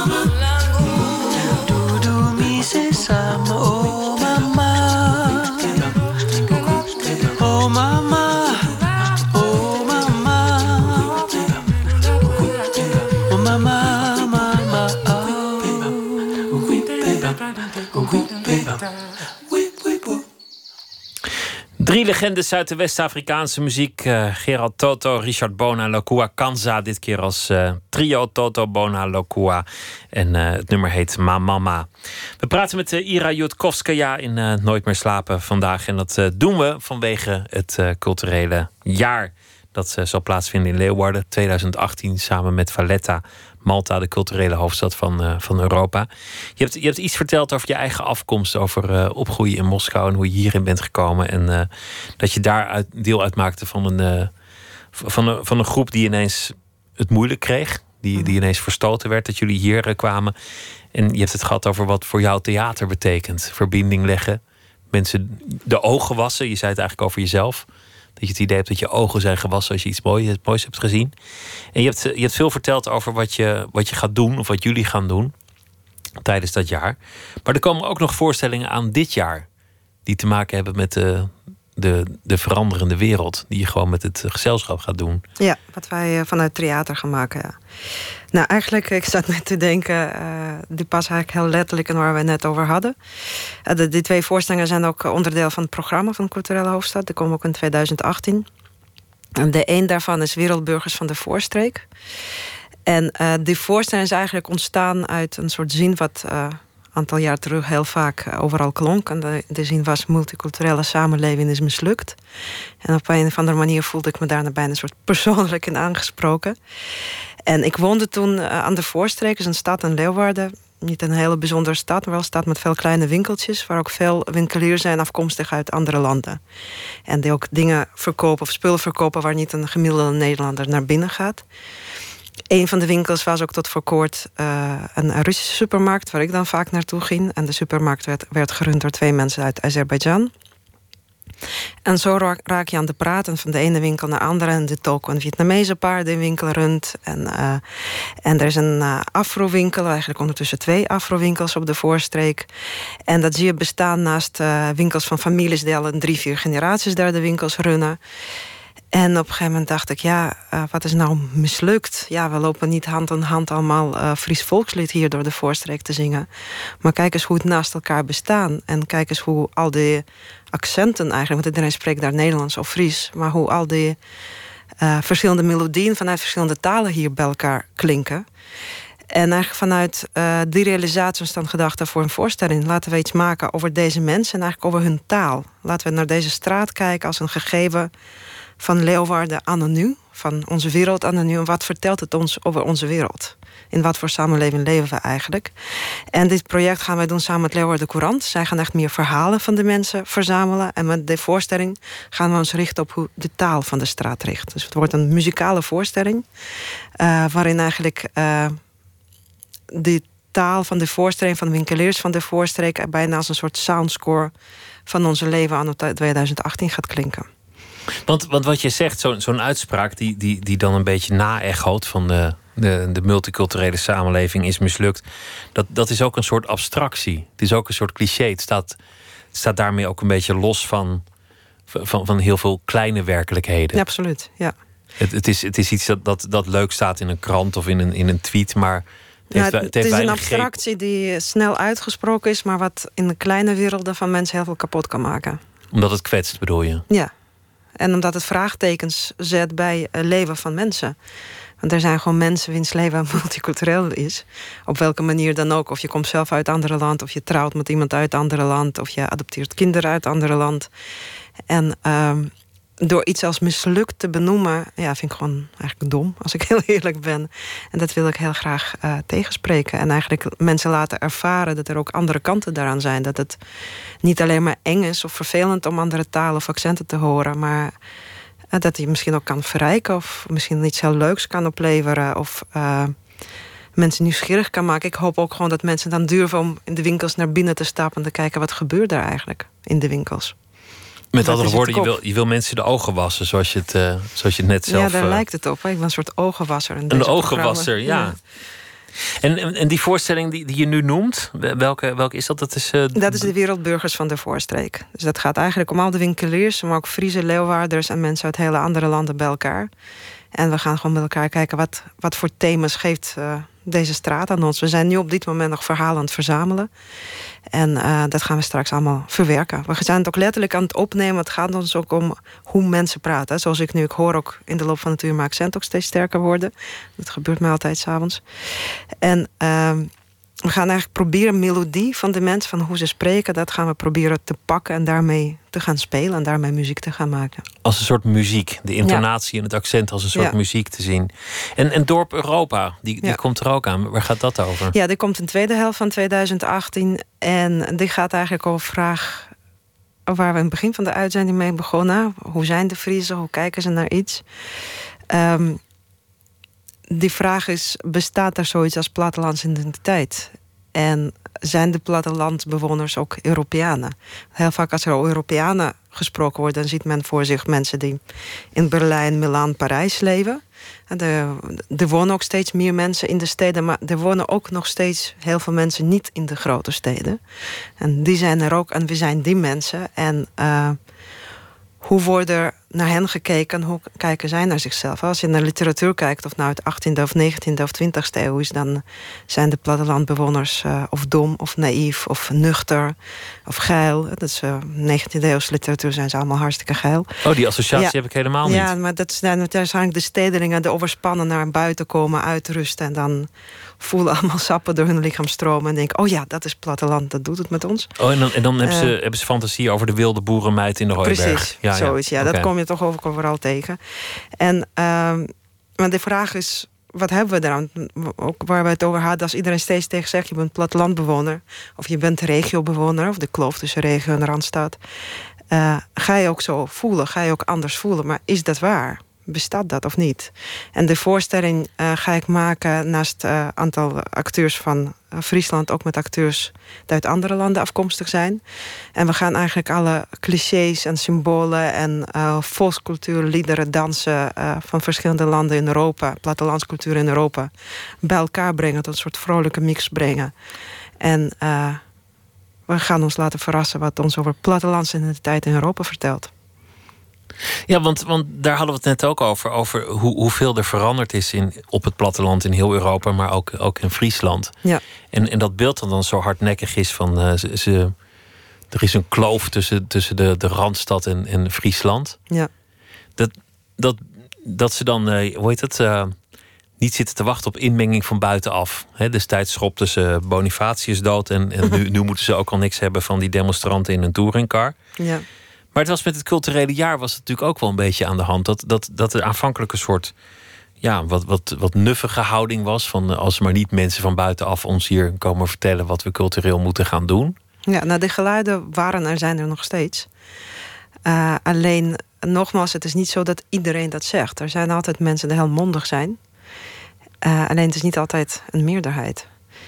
[SPEAKER 6] Oh mama, oh mama, oh mama, oh mama, mama, oh.
[SPEAKER 3] Drie legendes uit de West-Afrikaanse muziek. Uh, Gerald Toto, Richard Bona, Lokua Kanza. Dit keer als uh, trio Toto, Bona, Lokua. En uh, het nummer heet Ma Mama. We praten met uh, Ira Jutkovskaja in uh, Nooit meer slapen vandaag. En dat uh, doen we vanwege het uh, culturele jaar. Dat uh, zal plaatsvinden in Leeuwarden tweeduizend achttien. Samen met Valletta, Malta, de culturele hoofdstad van, uh, van Europa. Je hebt, je hebt iets verteld over je eigen afkomst. Over uh, opgroeien in Moskou en hoe je hierin bent gekomen. En uh, dat je daar uit, deel uitmaakte van een, uh, van, een, van een groep die ineens het moeilijk kreeg. Die, die ineens verstoten werd. Dat jullie hier uh, kwamen. En je hebt het gehad over wat voor jou theater betekent. Verbinding leggen. Mensen de ogen wassen. Je zei het eigenlijk over jezelf. Dat je het idee hebt dat je ogen zijn gewassen als je iets moois, moois hebt gezien. En je hebt, je hebt veel verteld over wat je, wat je gaat doen. Of wat jullie gaan doen. Tijdens dat jaar. Maar er komen ook nog voorstellingen aan dit jaar. Die te maken hebben met de, de, de veranderende wereld die je gewoon met het gezelschap gaat doen.
[SPEAKER 4] Ja, wat wij uh, vanuit theater gaan maken, ja. Nou, eigenlijk, ik zat net te denken, uh, die past eigenlijk heel letterlijk in waar we het net over hadden. Uh, de, die twee voorstellingen zijn ook onderdeel van het programma van de Culturele Hoofdstad. Die komen ook in twintig achttien. En de een daarvan is Wereldburgers van de Voorstreek. En uh, die voorstelling is eigenlijk ontstaan uit een soort zin wat een uh, aantal jaar terug heel vaak uh, overal klonk. En de, de zin was: multiculturele samenleving is mislukt. En op een of andere manier voelde ik me daarna bijna een soort persoonlijk in aangesproken. En ik woonde toen uh, aan de Voorstreek, dus een stad in Leeuwarden. Niet een hele bijzondere stad, maar wel een stad met veel kleine winkeltjes, waar ook veel winkeliers zijn afkomstig uit andere landen. En die ook dingen verkopen of spullen verkopen waar niet een gemiddelde Nederlander naar binnen gaat. Een van de winkels was ook tot voor kort uh, een Russische supermarkt, waar ik dan vaak naartoe ging. En de supermarkt werd, werd gerund door twee mensen uit Azerbeidzjan. En zo raak je aan de praten van de ene winkel naar de andere. En dit ook een Vietnamese paar die een winkel runt. En, uh, en er is een uh, afro-winkel, eigenlijk ondertussen twee afro-winkels op de Voorstreek. En dat zie je bestaan naast uh, winkels van families die al in drie, vier generaties daar de winkels runnen. En op een gegeven moment dacht ik, ja, uh, wat is nou mislukt? Ja, we lopen niet hand in hand allemaal uh, Fries volkslied hier door de Voorstreek te zingen. Maar kijk eens hoe het naast elkaar bestaan. En kijk eens hoe al die accenten eigenlijk, want iedereen spreekt daar Nederlands of Fries, maar hoe al die uh, verschillende melodieën vanuit verschillende talen hier bij elkaar klinken. En eigenlijk vanuit uh, die realisatie ontstond gedachte voor een voorstelling. Laten we iets maken over deze mensen en eigenlijk over hun taal. Laten we naar deze straat kijken als een gegeven van Leeuwarden anno nu, van onze wereld anno nu. En wat vertelt het ons over onze wereld? In wat voor samenleving leven we eigenlijk? En dit project gaan wij doen samen met Leeuwarden Courant. Zij gaan echt meer verhalen van de mensen verzamelen. En met de voorstelling gaan we ons richten op hoe de taal van de straat richt. Dus het wordt een muzikale voorstelling, Uh, waarin eigenlijk Uh, die taal van de voorstelling, van de winkeliers van de Voorstreek, bijna als een soort soundscore van onze leven anno twintig achttien gaat klinken.
[SPEAKER 3] Want, want wat je zegt, zo'n zo'n uitspraak die, die, die dan een beetje na-echoot van de, de, de multiculturele samenleving is mislukt, dat, dat is ook een soort abstractie. Het is ook een soort cliché. Het staat, het staat daarmee ook een beetje los van, van, van heel veel kleine werkelijkheden.
[SPEAKER 4] Ja, absoluut, ja.
[SPEAKER 3] Het, het, is, het is iets dat, dat, dat leuk staat in een krant of in een, in een tweet, maar het, heeft,
[SPEAKER 4] ja,
[SPEAKER 3] het,
[SPEAKER 4] het,
[SPEAKER 3] heeft
[SPEAKER 4] het is een
[SPEAKER 3] abstractie
[SPEAKER 4] abstractie die snel uitgesproken is, maar wat in de kleine werelden van mensen heel veel kapot kan maken.
[SPEAKER 3] Omdat het kwetst, bedoel je?
[SPEAKER 4] Ja. En omdat het vraagtekens zet bij het leven van mensen. Want er zijn gewoon mensen wiens leven multicultureel is. Op welke manier dan ook. Of je komt zelf uit een ander land, of je trouwt met iemand uit een ander land, of je adopteert kinderen uit een ander land. En Uh, door iets als mislukt te benoemen, ja, vind ik gewoon eigenlijk dom, als ik heel eerlijk ben. En dat wil ik heel graag uh, tegenspreken. En eigenlijk mensen laten ervaren dat er ook andere kanten daaraan zijn. Dat het niet alleen maar eng is of vervelend om andere talen of accenten te horen, maar uh, dat die misschien ook kan verrijken of misschien iets heel leuks kan opleveren of Uh, mensen nieuwsgierig kan maken. Ik hoop ook gewoon dat mensen dan durven om in de winkels naar binnen te stappen en te kijken wat gebeurt er eigenlijk in de winkels.
[SPEAKER 3] Met andere woorden, je wil, je wil mensen de ogen wassen, zoals je het, uh, zoals je het net zelf...
[SPEAKER 4] Ja, daar
[SPEAKER 3] uh,
[SPEAKER 4] lijkt het op. Hè? Ik ben een soort ogenwasser. In
[SPEAKER 3] een ogenwasser, ja. ja. En, en, en die voorstelling die, die je nu noemt, welke, welke is dat? Dat is, uh,
[SPEAKER 4] dat is de Wereldburgers van de Voorstreek. Dus dat gaat eigenlijk om al de winkeliers, maar ook Friese, Leeuwarders en mensen uit hele andere landen bij elkaar. En we gaan gewoon met elkaar kijken wat, wat voor thema's geeft uh, deze straat aan ons. We zijn nu op dit moment nog verhalen aan het verzamelen. En uh, dat gaan we straks allemaal verwerken. We zijn het ook letterlijk aan het opnemen. Het gaat ons ook om hoe mensen praten. Zoals ik nu, ik hoor ook in de loop van het uur mijn accent ook steeds sterker worden. Dat gebeurt mij altijd 's avonds. En Uh, we gaan eigenlijk proberen melodie van de mensen, van hoe ze spreken, dat gaan we proberen te pakken en daarmee te gaan spelen en daarmee muziek te gaan maken.
[SPEAKER 3] Als een soort muziek, de intonatie ja. en het accent als een soort ja. muziek te zien. En, en Dorp Europa, die, die ja. komt er ook aan. Waar gaat dat over? Ja,
[SPEAKER 4] die komt in de tweede helft van twintig achttien en die gaat eigenlijk over vraag waar we in het begin van de uitzending mee begonnen. Hoe zijn de Friezen? Hoe kijken ze naar iets? Um, Die vraag is, bestaat er zoiets als plattelandsidentiteit? En zijn de plattelandbewoners ook Europeanen? Heel vaak als er Europeanen gesproken wordt, dan ziet men voor zich mensen die in Berlijn, Milaan, Parijs leven. En er, er wonen ook steeds meer mensen in de steden, maar er wonen ook nog steeds heel veel mensen niet in de grote steden. En die zijn er ook, en we zijn die mensen. En Uh, hoe wordt er naar hen gekeken? Hoe kijken zij naar zichzelf? Als je naar literatuur kijkt, of nou het achttiende of negentiende of twintigste eeuw is, dan zijn de plattelandbewoners uh, of dom of naïef of nuchter of geil. Dat is uh, negentiende eeuwse literatuur, zijn ze allemaal hartstikke geil.
[SPEAKER 3] Oh, die associatie
[SPEAKER 4] ja.
[SPEAKER 3] heb ik helemaal niet.
[SPEAKER 4] Ja, maar dat zijn uiteindelijk de stedelingen, de overspannen naar buiten komen, uitrusten en dan voelen allemaal sappen door hun lichaam stromen en denken, oh ja, dat is platteland, dat doet het met ons.
[SPEAKER 3] Oh, en dan, en dan hebben, ze,
[SPEAKER 4] Uh,
[SPEAKER 3] hebben ze fantasie over de wilde boerenmeid in de Hooiberg.
[SPEAKER 4] Precies,
[SPEAKER 3] ja,
[SPEAKER 4] zoiets. Ja,
[SPEAKER 3] ja.
[SPEAKER 4] dat
[SPEAKER 3] Okay.
[SPEAKER 4] kom je toch ook overal tegen. En uh, maar de vraag is, wat hebben we eraan? Ook waar we het over hadden, als iedereen steeds tegen zegt, je bent plattelandbewoner, of je bent regiobewoner, of de kloof tussen regio en randstad. Uh, ga je ook zo voelen, ga je ook anders voelen. Maar is dat waar? Bestaat dat of niet? En de voorstelling uh, ga ik maken naast een uh, aantal acteurs van uh, Friesland, ook met acteurs die uit andere landen afkomstig zijn. En we gaan eigenlijk alle clichés en symbolen en uh, volkscultuur, liederen, dansen uh, van verschillende landen in Europa, plattelandscultuur in Europa, bij elkaar brengen, tot een soort vrolijke mix brengen. En uh, we gaan ons laten verrassen wat ons over plattelandsidentiteit in Europa vertelt.
[SPEAKER 3] Ja, want, want daar hadden we het net ook over. Over hoe, hoeveel er veranderd is in, op het platteland in heel Europa, maar ook, ook in Friesland.
[SPEAKER 4] Ja.
[SPEAKER 3] En, en dat beeld dat dan zo hardnekkig is van uh, ze, ze, er is een kloof tussen, tussen de, de Randstad en, en Friesland.
[SPEAKER 4] Ja.
[SPEAKER 3] Dat, dat, dat ze dan, uh, hoe heet het, uh, niet zitten te wachten op inmenging van buitenaf. He, destijds schopten ze Bonifatius dood en, en nu, nu moeten ze ook al niks hebben van die demonstranten in een touringcar.
[SPEAKER 4] Ja.
[SPEAKER 3] Maar het was met het culturele jaar was het natuurlijk ook wel een beetje aan de hand. Dat, dat, dat er aanvankelijk een soort ja, wat, wat, wat nuffige houding was. Van als maar niet mensen van buitenaf ons hier komen vertellen wat we cultureel moeten gaan doen.
[SPEAKER 4] Ja, nou de geluiden waren er, zijn er nog steeds. Uh, alleen, nogmaals, het is niet zo dat iedereen dat zegt. Er zijn altijd mensen die heel mondig zijn. Uh, alleen het is niet altijd een meerderheid.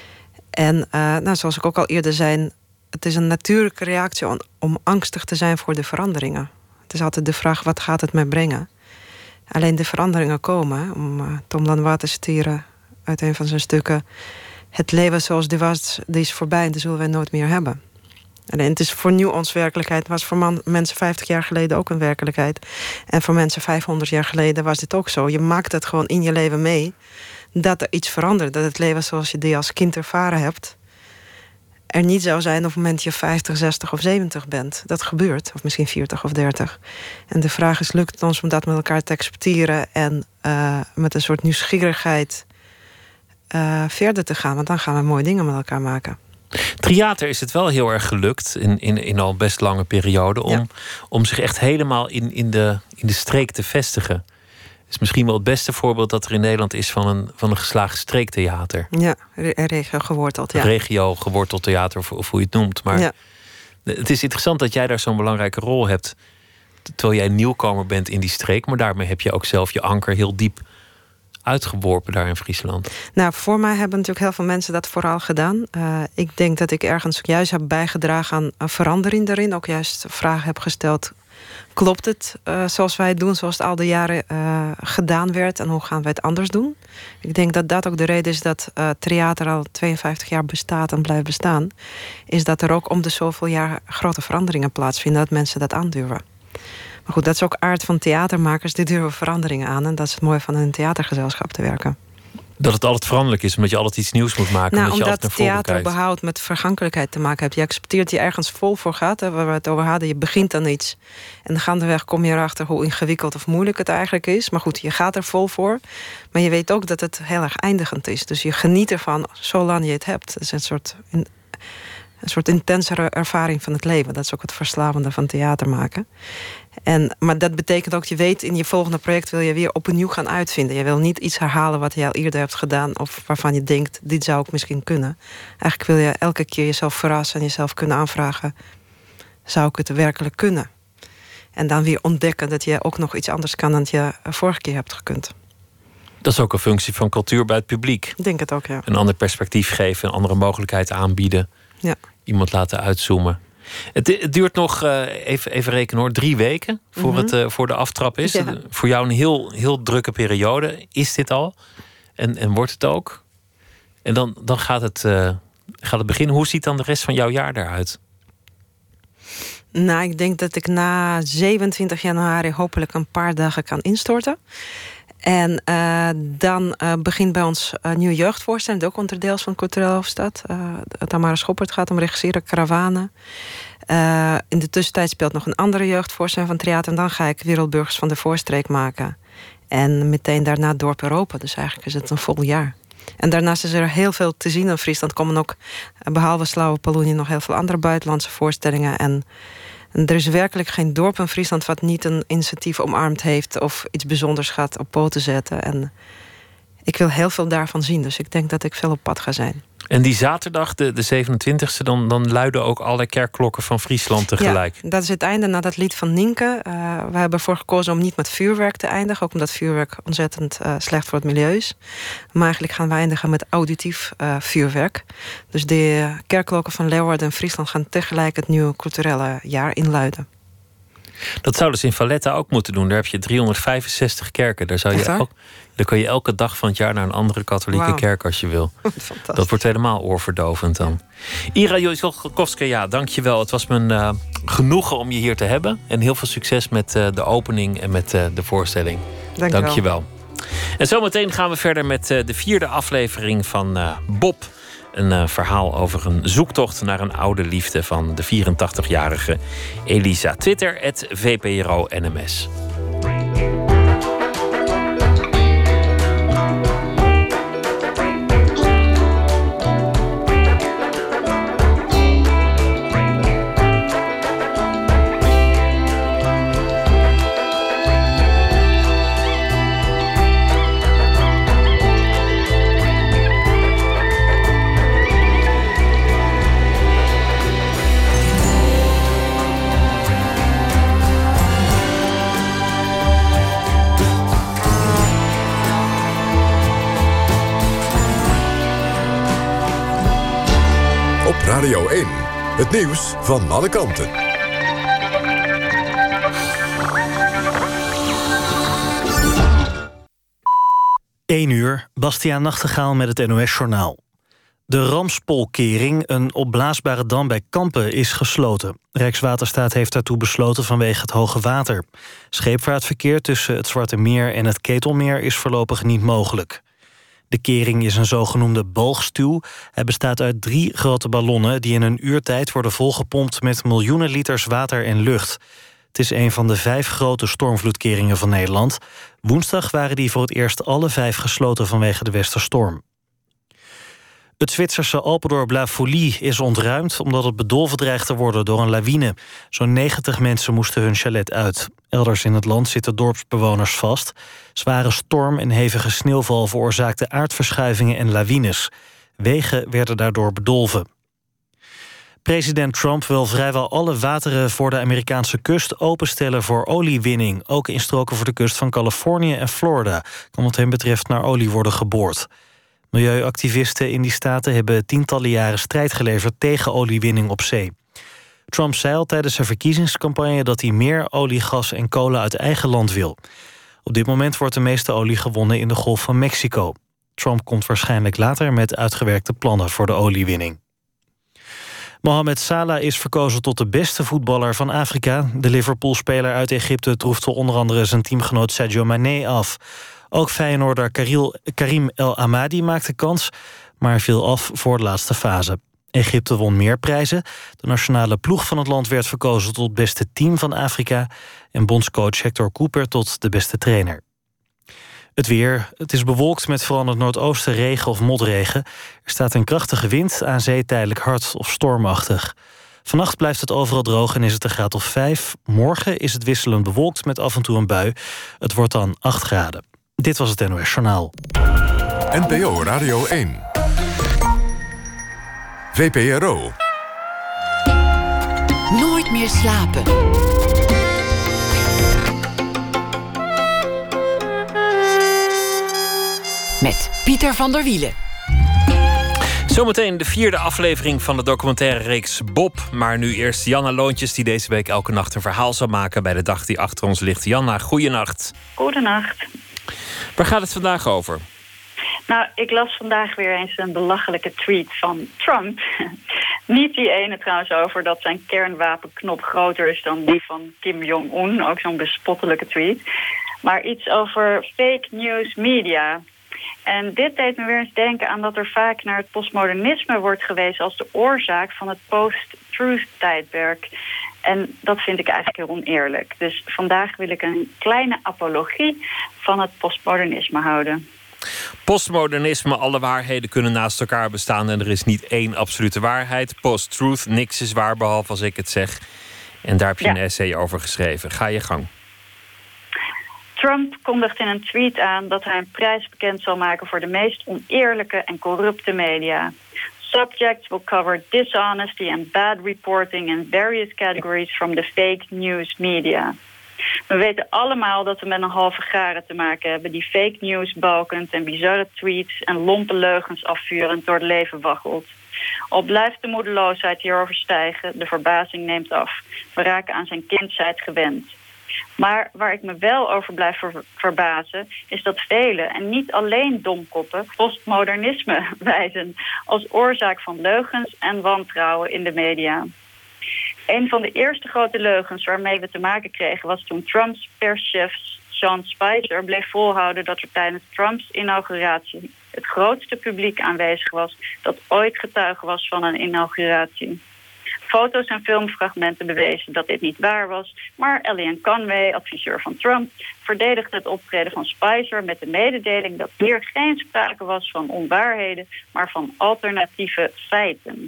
[SPEAKER 4] En uh, nou, zoals ik ook al eerder zei, het is een natuurlijke reactie om, om angstig te zijn voor de veranderingen. Het is altijd de vraag, wat gaat het mij brengen? Alleen de veranderingen komen. Om uh, Tom Lanois te citeren uit een van zijn stukken. Het leven zoals die was, die is voorbij en die zullen wij nooit meer hebben. Alleen het is voor nu ons werkelijkheid. Het was voor man, mensen vijftig jaar geleden ook een werkelijkheid. En voor mensen vijfhonderd jaar geleden was dit ook zo. Je maakt het gewoon in je leven mee dat er iets verandert. Dat het leven zoals je die als kind ervaren hebt er niet zou zijn op het moment je vijftig, zestig of zeventig bent. Dat gebeurt, of misschien veertig of dertig. En de vraag is, lukt het ons om dat met elkaar te accepteren en uh, met een soort nieuwsgierigheid uh, verder te gaan? Want dan gaan we mooie dingen met elkaar maken.
[SPEAKER 3] Triater is het wel heel erg gelukt in, in, in al best lange periode om, ja. om zich echt helemaal in, in, de, in de streek te vestigen. Het is misschien wel het beste voorbeeld dat er in Nederland is van een, van een geslaagd streektheater.
[SPEAKER 4] Ja, regio geworteld. Ja.
[SPEAKER 3] Regio geworteld theater, of, of hoe je het noemt. Maar ja. Het is interessant dat jij daar zo'n belangrijke rol hebt, terwijl jij nieuwkomer bent in die streek. Maar daarmee heb je ook zelf je anker heel diep uitgeworpen daar in Friesland.
[SPEAKER 4] Nou, voor mij hebben natuurlijk heel veel mensen dat vooral gedaan. Uh, ik denk dat ik ergens juist heb bijgedragen aan een verandering daarin. Ook juist vragen heb gesteld. Klopt het uh, zoals wij het doen, zoals het al de jaren uh, gedaan werd? En hoe gaan wij het anders doen? Ik denk dat dat ook de reden is dat uh, theater al tweeënvijftig jaar bestaat en blijft bestaan. Is dat er ook om de zoveel jaar grote veranderingen plaatsvinden. Dat mensen dat aandurven. Maar goed, dat is ook aard van theatermakers. Die durven veranderingen aan. En dat is het mooie van een theatergezelschap te werken.
[SPEAKER 3] Dat het altijd veranderlijk is, omdat je altijd iets nieuws moet maken.
[SPEAKER 4] Nou,
[SPEAKER 3] omdat,
[SPEAKER 4] omdat
[SPEAKER 3] je
[SPEAKER 4] theater behoud met vergankelijkheid te maken hebt. Je accepteert je ergens vol voor gaat, hè, waar we het over hadden. Je begint aan iets. En gaandeweg kom je erachter hoe ingewikkeld of moeilijk het eigenlijk is. Maar goed, je gaat er vol voor. Maar je weet ook dat het heel erg eindigend is. Dus je geniet ervan zolang je het hebt. Het is een soort, een soort intensere ervaring van het leven. Dat is ook het verslavende van theater maken. En, maar dat betekent ook, je weet, in je volgende project wil je weer opnieuw gaan uitvinden. Je wil niet iets herhalen wat je al eerder hebt gedaan, of waarvan je denkt, dit zou ik misschien kunnen. Eigenlijk wil je elke keer jezelf verrassen en jezelf kunnen aanvragen, zou ik het werkelijk kunnen? En dan weer ontdekken dat je ook nog iets anders kan dan je vorige keer hebt gekund.
[SPEAKER 3] Dat is ook een functie van cultuur bij het publiek.
[SPEAKER 4] Ik denk het ook, ja.
[SPEAKER 3] Een ander perspectief geven, een andere mogelijkheid aanbieden.
[SPEAKER 4] Ja. Iemand
[SPEAKER 3] laten uitzoomen. Het, het duurt nog, uh, even, even rekenen hoor, drie weken voor, mm-hmm. het, uh, voor de aftrap is. Ja. Voor jou een heel, heel drukke periode is dit al. En, en wordt het ook. En dan, dan gaat, het, uh, gaat het beginnen. Hoe ziet dan de rest van jouw jaar eruit?
[SPEAKER 4] Nou, ik denk dat ik na zevenentwintig januari hopelijk een paar dagen kan instorten. En uh, dan uh, begint bij ons een nieuwe jeugdvoorstelling, ook onderdeel van Culturele Hoofdstad. Uh, Tamara Schoppert gaat om regisseren, Karavanen. Uh, in de tussentijd speelt nog een andere jeugdvoorstelling van theater. En dan ga ik Wereldburgers van de Voorstreek maken. En meteen daarna Dorp Europa. Dus eigenlijk is het een vol jaar. En daarnaast is er heel veel te zien in Friesland. Komen ook, behalve Slauwe Paloenie, nog heel veel andere buitenlandse voorstellingen. En, en er is werkelijk geen dorp in Friesland wat niet een initiatief omarmd heeft of iets bijzonders gaat op poten zetten. En ik wil heel veel daarvan zien. Dus ik denk dat ik veel op pad ga zijn.
[SPEAKER 3] En die zaterdag, de, de zevenentwintigste, dan, dan luiden ook alle kerkklokken van Friesland tegelijk.
[SPEAKER 4] Ja, dat is het einde na dat lied van Nienke. Uh, we hebben ervoor gekozen om niet met vuurwerk te eindigen. Ook omdat vuurwerk ontzettend uh, slecht voor het milieu is. Maar eigenlijk gaan we eindigen met auditief uh, vuurwerk. Dus de uh, kerkklokken van Leeuwarden en Friesland gaan tegelijk het nieuwe culturele jaar inluiden.
[SPEAKER 3] Dat zou dus in Valletta ook moeten doen. Daar heb je driehonderdvijfenzestig kerken. Daar, zou je ook, daar kun je elke dag van het jaar naar een andere katholieke wow. kerk als je wil. Dat wordt helemaal oorverdovend dan. Ira Jojkowska, dank je wel. Het was me een uh, genoegen om je hier te hebben. En heel veel succes met uh, de opening en met uh, de voorstelling.
[SPEAKER 4] Dank,
[SPEAKER 3] dank je wel. En zometeen gaan we verder met uh, de vierde aflevering van uh, Bob. Een uh, verhaal over een zoektocht naar een oude liefde van de vierentachtigjarige Elisa. Twitter, at V P R O N M S.
[SPEAKER 1] Radio één, het nieuws van alle kanten.
[SPEAKER 8] één uur, Bastiaan Nachtegaal met het N O S-journaal. De Ramspolkering, een opblaasbare dam bij Kampen, is gesloten. Rijkswaterstaat heeft daartoe besloten vanwege het hoge water. Scheepvaartverkeer tussen het Zwarte Meer en het Ketelmeer is voorlopig niet mogelijk. De kering is een zogenoemde boogstuw. Hij bestaat uit drie grote ballonnen die in een uur tijd worden volgepompt met miljoenen liters water en lucht. Het is een van de vijf grote stormvloedkeringen van Nederland. Woensdag waren die voor het eerst alle vijf gesloten vanwege de westerstorm. Het Zwitserse Alpendorp La Folie is ontruimd omdat het bedolven dreigt te worden door een lawine. Zo'n negentig mensen moesten hun chalet uit. Elders in het land zitten dorpsbewoners vast. Zware storm en hevige sneeuwval veroorzaakten aardverschuivingen en lawines. Wegen werden daardoor bedolven. President Trump wil vrijwel alle wateren voor de Amerikaanse kust openstellen voor oliewinning. Ook in stroken voor de kust van Californië en Florida kan wat hem betreft naar olie worden geboord. Milieuactivisten in die staten hebben tientallen jaren strijd geleverd tegen oliewinning op zee. Trump zei al tijdens zijn verkiezingscampagne dat hij meer olie, gas en kolen uit eigen land wil. Op dit moment wordt de meeste olie gewonnen in de Golf van Mexico. Trump komt waarschijnlijk later met uitgewerkte plannen voor de oliewinning. Mohamed Salah is verkozen tot de beste voetballer van Afrika. De Liverpool-speler uit Egypte troefde onder andere zijn teamgenoot Sadio Mané af. Ook Feyenoorder Karim El Amadi maakte kans, maar viel af voor de laatste fase. Egypte won meer prijzen. De nationale ploeg van het land werd verkozen tot beste team van Afrika en bondscoach Hector Cooper tot de beste trainer. Het weer. Het is bewolkt met vooral in het noordoosten regen of motregen. Er staat een krachtige wind, aan zee tijdelijk hard of stormachtig. Vannacht blijft het overal droog en is het een graad of vijf. Morgen is het wisselend bewolkt met af en toe een bui. Het wordt dan acht graden. Dit was het N O S Journaal.
[SPEAKER 1] N P O Radio één. V P R O.
[SPEAKER 2] Nooit meer slapen. Met Pieter van der Wielen.
[SPEAKER 3] Zometeen de vierde aflevering van de documentaire reeks Bob. Maar nu eerst Janna Loontjes, die deze week elke nacht een verhaal zal maken bij de dag die achter ons ligt. Janna, goeienacht.
[SPEAKER 9] Goedenacht.
[SPEAKER 3] Waar gaat het vandaag over?
[SPEAKER 9] Nou, ik las vandaag weer eens een belachelijke tweet van Trump. Niet die ene trouwens over dat zijn kernwapenknop groter is dan die van Kim Jong-un. Ook zo'n bespottelijke tweet. Maar iets over fake news media. En dit deed me weer eens denken aan dat er vaak naar het postmodernisme wordt gewezen als de oorzaak van het post-truth-tijdperk. En dat vind ik eigenlijk heel oneerlijk. Dus vandaag wil ik een kleine apologie van het postmodernisme houden.
[SPEAKER 3] Postmodernisme, alle waarheden kunnen naast elkaar bestaan en er is niet één absolute waarheid. Post-truth, niks is waar behalve als ik het zeg. En daar heb je ja. een essay over geschreven. Ga je gang.
[SPEAKER 9] Trump kondigt in een tweet aan dat hij een prijs bekend zal maken voor de meest oneerlijke en corrupte media. Subjects will cover dishonesty and bad reporting in various categories from the fake news media. We weten allemaal dat we met een halve garen te maken hebben die fake news balkend en bizarre tweets en lompe leugens afvurend door het leven waggelt. Al blijft de moedeloosheid hierover stijgen, de verbazing neemt af. We raken aan zijn kindsheid gewend. Maar waar ik me wel over blijf ver- verbazen... is dat velen, en niet alleen domkoppen... postmodernisme wijzen als oorzaak van leugens en wantrouwen in de media. Een van de eerste grote leugens waarmee we te maken kregen... was toen Trumps perschef Sean Spicer bleef volhouden... dat er tijdens Trumps inauguratie het grootste publiek aanwezig was... dat ooit getuige was van een inauguratie. Foto's en filmfragmenten bewezen dat dit niet waar was... maar Kellyanne Conway, adviseur van Trump... verdedigde het optreden van Spicer met de mededeling... dat hier geen sprake was van onwaarheden... maar van alternatieve feiten.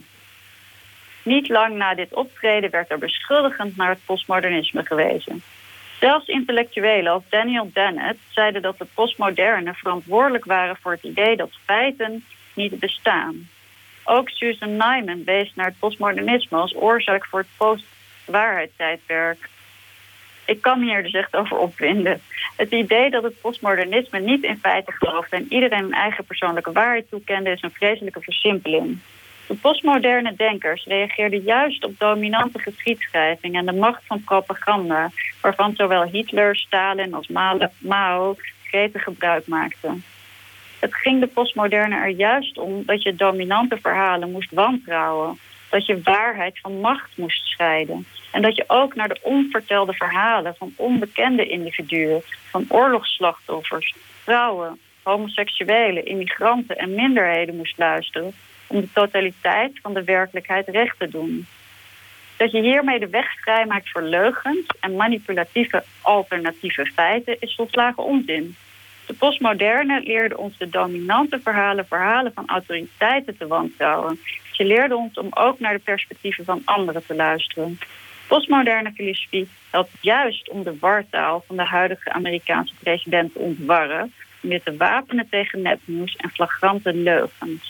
[SPEAKER 9] Niet lang na dit optreden werd er beschuldigend naar het postmodernisme gewezen. Zelfs intellectuelen als Daniel Dennett zeiden dat de postmodernen verantwoordelijk waren... voor het idee dat feiten niet bestaan. Ook Susan Nyman wees naar het postmodernisme als oorzaak voor het post-waarheidstijdperk. Ik kan hier dus echt over opwinden. Het idee dat het postmodernisme niet in feiten gelooft en iedereen een eigen persoonlijke waarheid toekende is een vreselijke versimpeling. De postmoderne denkers reageerden juist op dominante geschiedschrijving en de macht van propaganda, waarvan zowel Hitler, Stalin als Mao gretig gebruik maakten. Het ging de postmoderne er juist om dat je dominante verhalen moest wantrouwen. Dat je waarheid van macht moest scheiden. En dat je ook naar de onvertelde verhalen van onbekende individuen, van oorlogsslachtoffers, vrouwen, homoseksuelen, immigranten en minderheden moest luisteren om de totaliteit van de werkelijkheid recht te doen. Dat je hiermee de weg vrijmaakt voor leugens en manipulatieve alternatieve feiten is volslagen onzin. De postmoderne leerde ons de dominante verhalen, verhalen van autoriteiten te wantrouwen. Ze leerde ons om ook naar de perspectieven van anderen te luisteren. Postmoderne filosofie helpt juist om de wartaal van de huidige Amerikaanse president te ontwarren, om dit te wapenen tegen nepnieuws en flagrante leugens.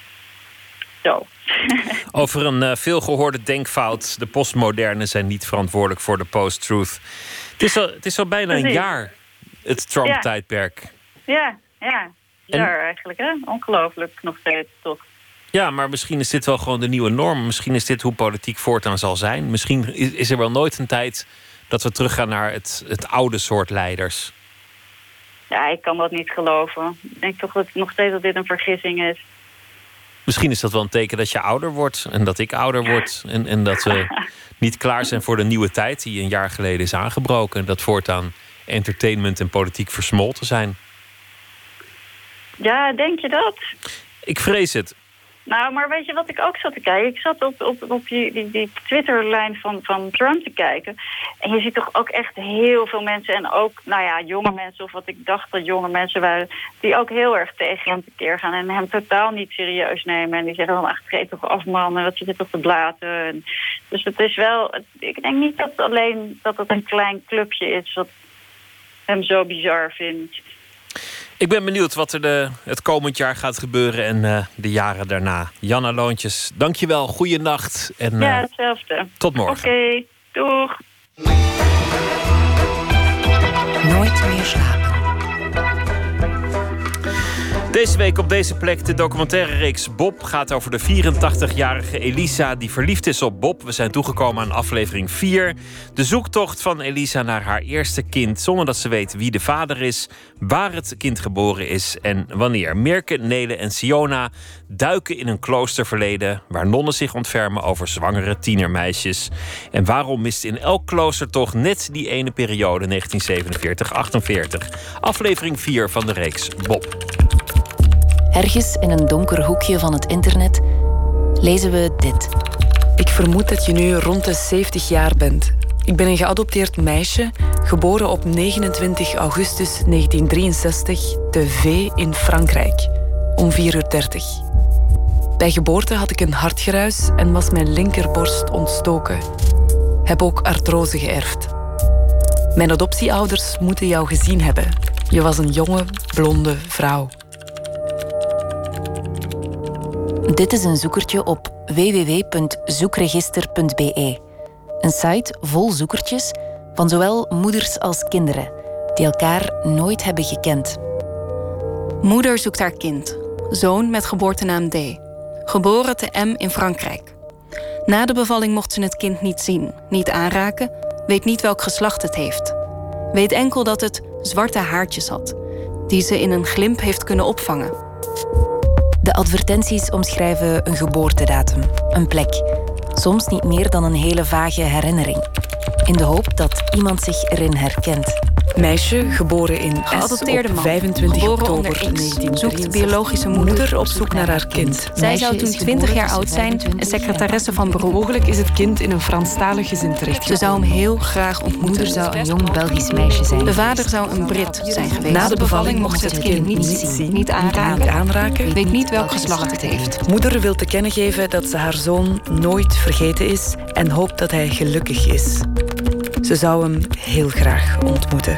[SPEAKER 9] Zo.
[SPEAKER 3] Over een uh, veelgehoorde denkfout. De postmodernen zijn niet verantwoordelijk voor de post-truth. Het is al, het is al bijna een jaar, het Trump-tijdperk.
[SPEAKER 9] Ja, ja. Bizar eigenlijk, hè? Ongelooflijk nog steeds, toch?
[SPEAKER 3] Ja, maar misschien is dit wel gewoon de nieuwe norm. Misschien is dit hoe politiek voortaan zal zijn. Misschien is er wel nooit een tijd dat we teruggaan naar het, het oude soort leiders.
[SPEAKER 9] Ja, ik kan dat niet geloven. Ik denk toch dat nog steeds dat dit een vergissing is.
[SPEAKER 3] Misschien is dat wel een teken dat je ouder wordt en dat ik ouder word. En, en dat we niet klaar zijn voor de nieuwe tijd die een jaar geleden is aangebroken. Dat voortaan entertainment en politiek versmolten zijn.
[SPEAKER 9] Ja, denk je dat?
[SPEAKER 3] Ik vrees het.
[SPEAKER 9] Nou, maar weet je wat ik ook zat te kijken? Ik zat op, op, op die, die, die Twitterlijn van, van Trump te kijken. En je ziet toch ook echt heel veel mensen... en ook, nou ja, jonge mensen, of wat ik dacht dat jonge mensen waren... die ook heel erg tegen hem tekeer gaan... en hem totaal niet serieus nemen. En die zeggen dan, ach, treed toch af, man, en wat zit er toch te blaten. En dus het is wel... Ik denk niet dat alleen dat het een klein clubje is... wat hem zo bizar vindt.
[SPEAKER 3] Ik ben benieuwd wat er de, het komend jaar gaat gebeuren en uh, de jaren daarna. Janna Loontjes, dankjewel. Goeienacht. En,
[SPEAKER 9] ja,
[SPEAKER 3] uh,
[SPEAKER 9] hetzelfde.
[SPEAKER 3] Tot morgen.
[SPEAKER 9] Oké, okay, doeg.
[SPEAKER 2] Nooit meer slapen.
[SPEAKER 3] Deze week op deze plek de documentaire-reeks Bob gaat over de vierentachtigjarige Elisa die verliefd is op Bob. We zijn toegekomen aan aflevering vier. De zoektocht van Elisa naar haar eerste kind, zonder dat ze weet wie de vader is, waar het kind geboren is en wanneer. Mirke, Nele en Siona duiken in een kloosterverleden waar nonnen zich ontfermen over zwangere tienermeisjes. En waarom mist in elk klooster toch net die ene periode, negentien zevenenveertig achtenveertig? Aflevering vier van de reeks Bob.
[SPEAKER 10] Ergens in een donker hoekje van het internet lezen we dit.
[SPEAKER 2] Ik vermoed dat je nu rond de zeventig jaar bent. Ik ben een geadopteerd meisje, geboren op negenentwintig augustus negentien drieënzestig te V in Frankrijk, om vier uur dertig. Bij geboorte had ik een hartgeruis en was mijn linkerborst ontstoken. Heb ook artrose geërfd. Mijn adoptieouders moeten jou gezien hebben. Je was een jonge, blonde vrouw.
[SPEAKER 10] Dit is een zoekertje op w w w punt zoekregister punt b e. Een site vol zoekertjes van zowel moeders als kinderen die elkaar nooit hebben gekend.
[SPEAKER 11] Moeder zoekt haar kind. Zoon met geboortenaam D. Geboren te M in Frankrijk. Na de bevalling mocht ze het kind niet zien, niet aanraken, weet niet welk geslacht het heeft. Weet enkel dat het zwarte haartjes had, die ze in een glimp heeft kunnen opvangen.
[SPEAKER 10] De advertenties omschrijven een geboortedatum, een plek. Soms niet meer dan een hele vage herinnering. In de hoop dat iemand zich erin herkent.
[SPEAKER 2] Meisje, geboren in
[SPEAKER 11] Geadopteerde man,
[SPEAKER 2] vijfentwintig
[SPEAKER 11] geboren
[SPEAKER 2] oktober
[SPEAKER 11] onder X,
[SPEAKER 2] negentien
[SPEAKER 11] zoekt biologische moeder.
[SPEAKER 2] Moeder op zoek naar haar kind.
[SPEAKER 11] Zij zou toen twintig jaar oud zijn en secretaresse van beroep.
[SPEAKER 2] Mogelijk is het kind in een Franstalig gezin
[SPEAKER 11] Ze
[SPEAKER 2] terechtgekomen.
[SPEAKER 11] zou hem heel graag ontmoeten.
[SPEAKER 10] Moeder zou een jong Belgisch meisje zijn.
[SPEAKER 11] De vader zou een Brit zijn geweest.
[SPEAKER 2] Na de bevalling mocht ze het kind niet zien,
[SPEAKER 11] niet aanraken,
[SPEAKER 2] niet aanraken.
[SPEAKER 11] weet niet welk geslacht het heeft.
[SPEAKER 2] Moeder wil te kennen geven dat ze haar zoon nooit vergeten is en hoopt dat hij gelukkig is. Ze zou hem heel graag ontmoeten.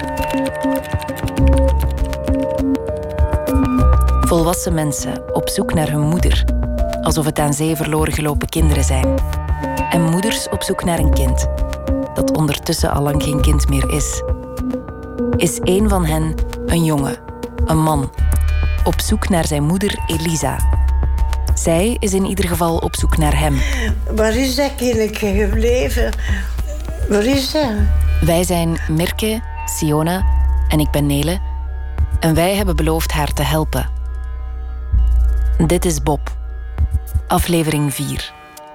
[SPEAKER 10] Volwassen mensen op zoek naar hun moeder. Alsof het aan zee verloren gelopen kinderen zijn. En moeders op zoek naar een kind. Dat ondertussen al lang geen kind meer is. Is één van hen een jongen, een man. Op zoek naar zijn moeder Elisa. Zij is in ieder geval op zoek naar hem.
[SPEAKER 12] Waar is dat kindje gebleven? Waar is dat?
[SPEAKER 10] Wij zijn Mirke, Siona en ik ben Nele. En wij hebben beloofd haar te helpen. Dit is Bob. Aflevering vier.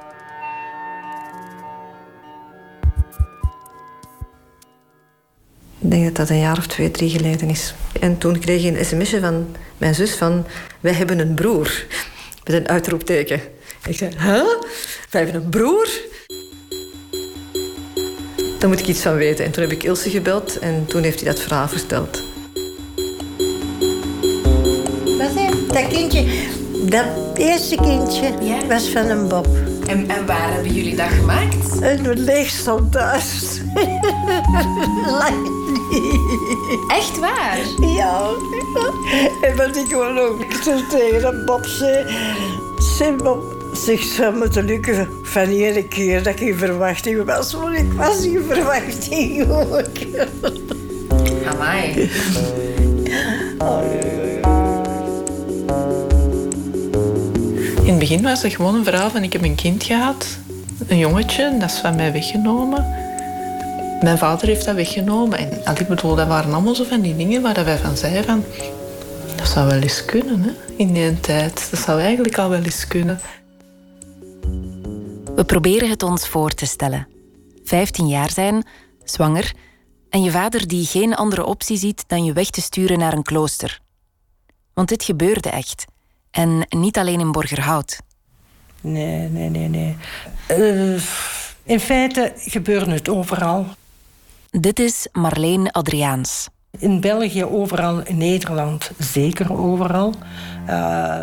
[SPEAKER 13] Ik denk dat dat een jaar of twee, drie geleden is. En toen kreeg ik een sms'je van mijn zus van... wij hebben een broer. Met een uitroepteken. Ik zei, huh? Wij hebben een broer? Daar moet ik iets van weten. En toen heb ik Ilse gebeld en toen heeft hij dat verhaal verteld.
[SPEAKER 12] Wat is dat kindje? Dat eerste kindje
[SPEAKER 14] Ja?
[SPEAKER 12] was van een Bob.
[SPEAKER 14] En, en waar hebben jullie dat gemaakt?
[SPEAKER 12] En het leeg stond thuis.
[SPEAKER 14] Echt waar?
[SPEAKER 12] Ja. En wat ik gewoon ook tegen dat Bob zei... Zeg Bob, zeg, zou moeten lukken van die ene keer dat ik in verwachting was. Want ik was in verwachting ook.
[SPEAKER 14] Amai.
[SPEAKER 15] In het begin was het gewoon een verhaal van ik heb een kind gehad. Een jongetje, dat is van mij weggenomen. Mijn vader heeft dat weggenomen. En al ik bedoel, dat waren allemaal zo van die dingen waar wij van zeiden van... Dat zou wel eens kunnen, hè, in die tijd. Dat zou eigenlijk al wel eens kunnen.
[SPEAKER 10] We proberen het ons voor te stellen. vijftien jaar zijn, zwanger... en je vader die geen andere optie ziet dan je weg te sturen naar een klooster. Want dit gebeurde echt. En niet alleen in Borgerhout.
[SPEAKER 12] Nee, nee, nee, nee. Uh, in feite gebeurde het overal.
[SPEAKER 10] Dit is Marleen Adriaans.
[SPEAKER 12] In België overal, in Nederland zeker overal. Uh...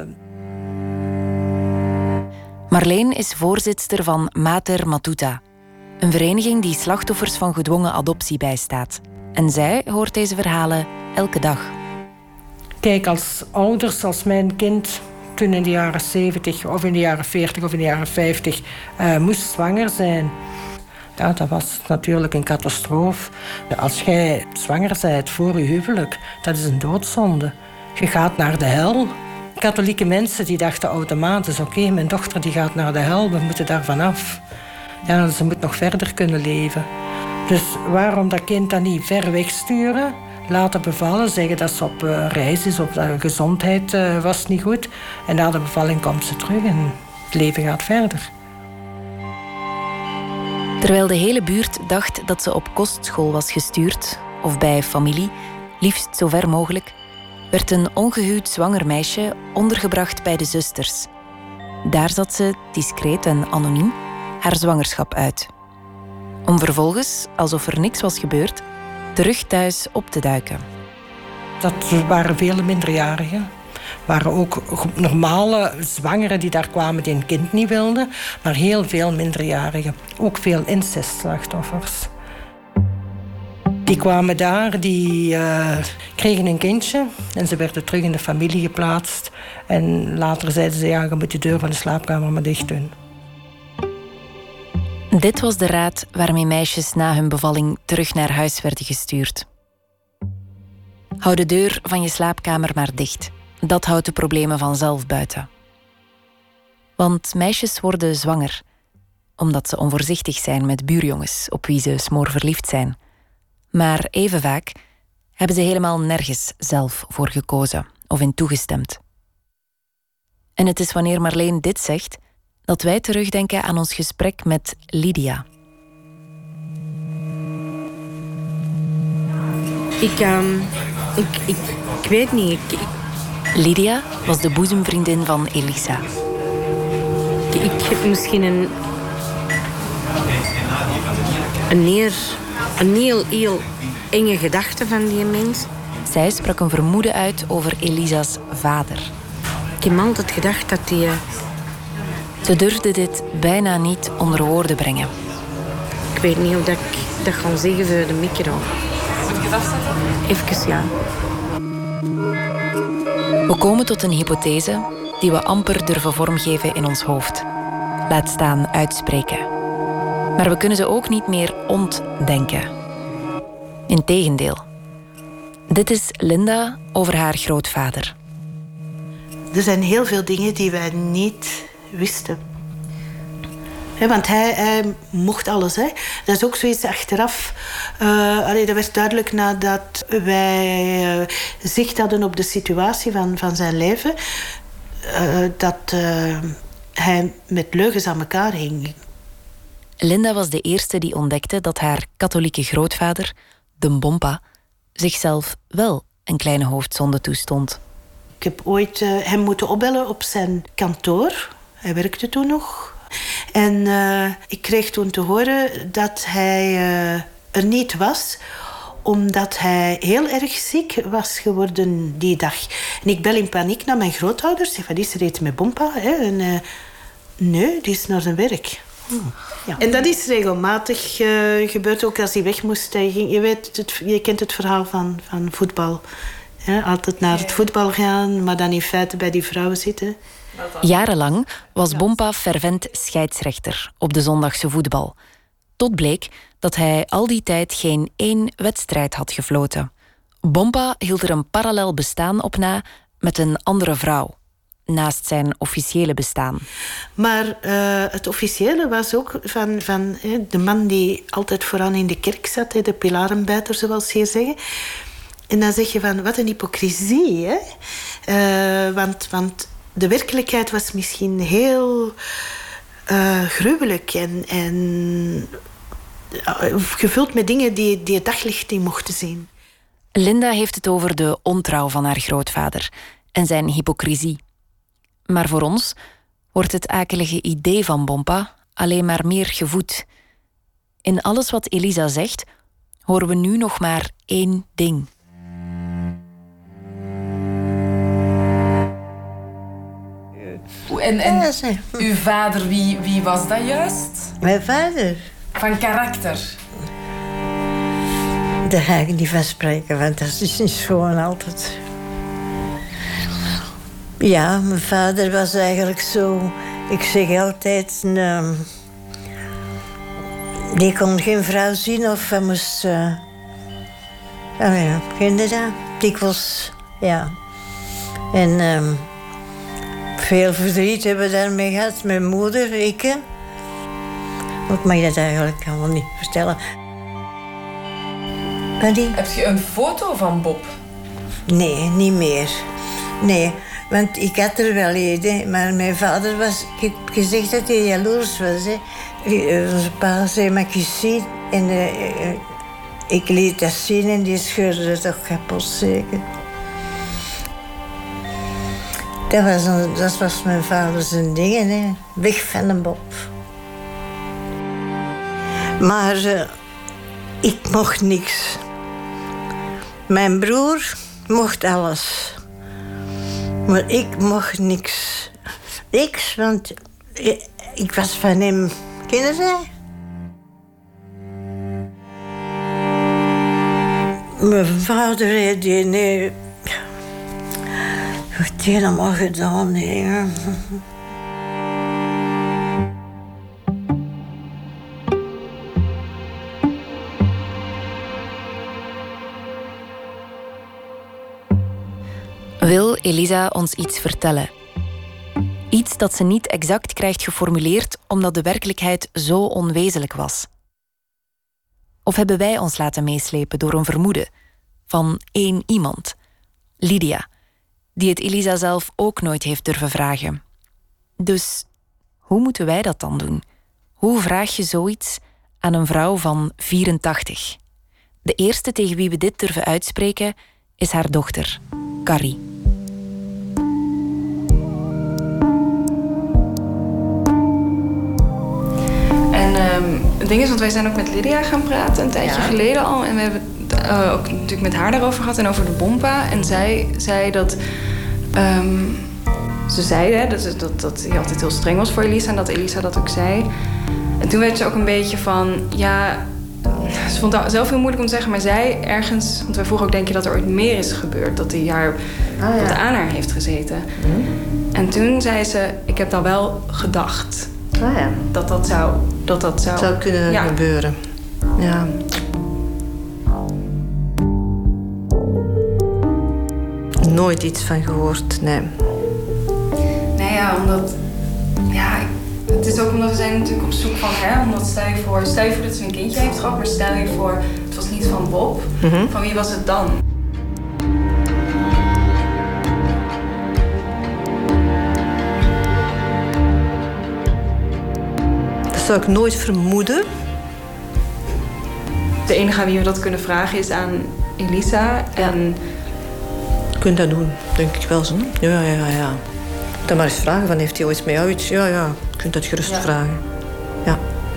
[SPEAKER 10] Marleen is voorzitster van Mater Matuta. Een vereniging die slachtoffers van gedwongen adoptie bijstaat. En zij hoort deze verhalen elke dag.
[SPEAKER 12] Kijk, als ouders, als mijn kind toen in de jaren zeventig of in de jaren veertig of in de jaren vijftig uh, moest zwanger zijn. Ja, dat was natuurlijk een catastrofe. Als jij zwanger bent voor je huwelijk, dat is een doodzonde. Je gaat naar de hel. Katholieke mensen die dachten automatisch... oké, okay, mijn dochter die gaat naar de hel, we moeten daar vanaf. Ja, ze moet nog verder kunnen leven. Dus waarom dat kind dan niet ver wegsturen... laten bevallen, zeggen dat ze op uh, reis is... of dat de gezondheid uh, was niet goed. En na de bevalling komt ze terug en het leven gaat verder.
[SPEAKER 10] Terwijl de hele buurt dacht dat ze op kostschool was gestuurd... of bij familie, liefst zo ver mogelijk... werd een ongehuwd zwanger meisje ondergebracht bij de zusters. Daar zat ze, discreet en anoniem, haar zwangerschap uit. Om vervolgens, alsof er niks was gebeurd, terug thuis op te duiken.
[SPEAKER 12] Dat waren vele minderjarigen. waren ook normale zwangeren die daar kwamen die een kind niet wilden, maar heel veel minderjarigen. Ook veel incestslachtoffers. Die kwamen daar, die uh, kregen een kindje en ze werden terug in de familie geplaatst. En later zeiden ze, ja, je moet de deur van de slaapkamer maar dicht doen.
[SPEAKER 10] Dit was de raad waarmee meisjes na hun bevalling terug naar huis werden gestuurd. Hou de deur van je slaapkamer maar dicht. Dat houdt de problemen vanzelf buiten. Want meisjes worden zwanger, omdat ze onvoorzichtig zijn met buurjongens op wie ze smoorverliefd zijn. Maar even vaak hebben ze helemaal nergens zelf voor gekozen of in toegestemd. En het is wanneer Marleen dit zegt dat wij terugdenken aan ons gesprek met Lydia.
[SPEAKER 16] Ik, um, ik, ik, ik weet niet. Ik, ik...
[SPEAKER 10] Lydia was de boezemvriendin van Elisa.
[SPEAKER 16] Ik, ik heb misschien een... Een heel, een heel, heel enge gedachte van die mens.
[SPEAKER 10] Zij sprak een vermoeden uit over Elisa's vader.
[SPEAKER 16] Ik heb altijd gedacht dat die...
[SPEAKER 10] Ze durfde dit bijna niet onder woorden brengen.
[SPEAKER 16] Ik weet niet hoe dat ik dat ga zeggen voor de micro.
[SPEAKER 10] Even afzetten?
[SPEAKER 16] Even, ja.
[SPEAKER 10] We komen tot een hypothese die we amper durven vormgeven in ons hoofd. Laat staan uitspreken. Maar we kunnen ze ook niet meer ontdenken. Integendeel. Dit is Linda over haar grootvader.
[SPEAKER 17] Er zijn heel veel dingen die wij niet wisten. He, want hij, hij mocht alles. Hè. Dat is ook zoiets achteraf. Uh, allee, dat werd duidelijk nadat wij uh, zicht hadden op de situatie van, van zijn leven. Uh, dat uh, hij met leugens aan elkaar hing.
[SPEAKER 10] Linda was de eerste die ontdekte dat haar katholieke grootvader, de Bompa, zichzelf wel een kleine hoofdzonde toestond.
[SPEAKER 17] Ik heb ooit uh, hem moeten opbellen op zijn kantoor. Hij werkte toen nog. En uh, ik kreeg toen te horen dat hij uh, er niet was, omdat hij heel erg ziek was geworden die dag. En ik bel in paniek naar mijn grootouders. Zeg, wat is er iets met Bompa? Hè? En, uh, nee, die is naar zijn werk. Hmm. Ja. En dat is regelmatig uh, gebeurd, ook als hij weg moest. Hij ging, je, weet het, je kent het verhaal van, van voetbal. Ja, altijd naar het voetbal gaan, maar dan in feite bij die vrouwen zitten.
[SPEAKER 10] Jarenlang was Bompa fervent scheidsrechter op de zondagse voetbal. Tot bleek dat hij al die tijd geen één wedstrijd had gefloten. Bompa hield er een parallel bestaan op na met een andere vrouw, naast zijn officiële bestaan.
[SPEAKER 17] Maar uh, het officiële was ook van, van eh, de man die altijd vooraan in de kerk zat, de pilarenbijter, zoals ze hier zeggen. En dan zeg je van, wat een hypocrisie, hè? Uh, want, want de werkelijkheid was misschien heel uh, gruwelijk en, en uh, gevuld met dingen die, die het daglicht niet mochten zien.
[SPEAKER 10] Linda heeft het over de ontrouw van haar grootvader en zijn hypocrisie. Maar voor ons wordt het akelige idee van Bompa alleen maar meer gevoed. In alles wat Elisa zegt, horen we nu nog maar één ding.
[SPEAKER 18] En, en ja, uw vader, wie, wie was dat juist?
[SPEAKER 19] Mijn vader?
[SPEAKER 18] Van karakter?
[SPEAKER 19] Daar ga ik niet van spreken, want dat is niet gewoon altijd... Ja, mijn vader was eigenlijk zo... Ik zeg altijd... Een, die kon geen vrouw zien of hij moest... Uh, oh ja, ken je dat? Dikwijls, ja. En... Um, Veel verdriet hebben we daarmee gehad. Mijn moeder, ik. Hè. Ik mag dat eigenlijk allemaal niet vertellen.
[SPEAKER 18] Heb je een foto van Bob?
[SPEAKER 19] Nee, niet meer. Nee, want ik had er wel een, maar mijn vader was... Ik heb gezegd dat hij jaloers was. Hè. Onze pa zei, mag je zien? En uh, uh, ik liet dat zien en die scheurde het toch kapot zeker. Dat was, een, dat was mijn vader zijn ding, hè. Weg van een Bob. Maar uh, ik mocht niks. Mijn broer mocht alles. Maar ik mocht niks. Niks, want ik, ik was van hem. Kennen ze? Mijn vader heeft die... Nee, wat heeft hij allemaal gedaan? Nee.
[SPEAKER 10] Wil Elisa ons iets vertellen? Iets dat ze niet exact krijgt geformuleerd omdat de werkelijkheid zo onwezenlijk was. Of hebben wij ons laten meeslepen door een vermoeden van één iemand, Lydia, die het Elisa zelf ook nooit heeft durven vragen. Dus hoe moeten wij dat dan doen? Hoe vraag je zoiets aan een vrouw van vierentachtig? De eerste tegen wie we dit durven uitspreken is haar dochter, Carrie.
[SPEAKER 11] En um, het ding is, want wij zijn ook met Lydia gaan praten een tijdje ja. geleden al. En we hebben het uh, ook natuurlijk met haar daarover gehad en over de bompa. En zij zei dat... Um, ze zei hè, dat, dat, dat hij altijd heel streng was voor Elisa en dat Elisa dat ook zei. En toen werd ze ook een beetje van... ja, ze vond het zelf heel moeilijk om te zeggen, maar zij ergens... want wij vroegen ook, denk je dat er ooit meer is gebeurd? Dat hij haar, oh, ja. dat aan haar heeft gezeten. Mm. En toen zei ze, ik heb dan wel gedacht...
[SPEAKER 13] Oh ja.
[SPEAKER 11] Dat dat zou... Dat dat zou,
[SPEAKER 13] zou kunnen ja. gebeuren. Ja. Nooit iets van gehoord, nee.
[SPEAKER 11] Nee, ja, omdat... Ja, het is ook omdat we zijn natuurlijk op zoek van... Hè, omdat stel je voor... Stel je voor dat ze een kindje heeft gehad, maar stel je voor... Het was niet van Bob. Mm-hmm. Van wie was het dan?
[SPEAKER 13] Dat zou ik nooit vermoeden.
[SPEAKER 11] De enige aan wie we dat kunnen vragen is aan Elisa. En...
[SPEAKER 13] Je kunt dat doen, denk ik wel zo. Ja, ja, ja. Dan maar eens vragen, van, heeft hij ooit met jou iets? Ja, ja, je kunt dat gerust ja. vragen. Ja.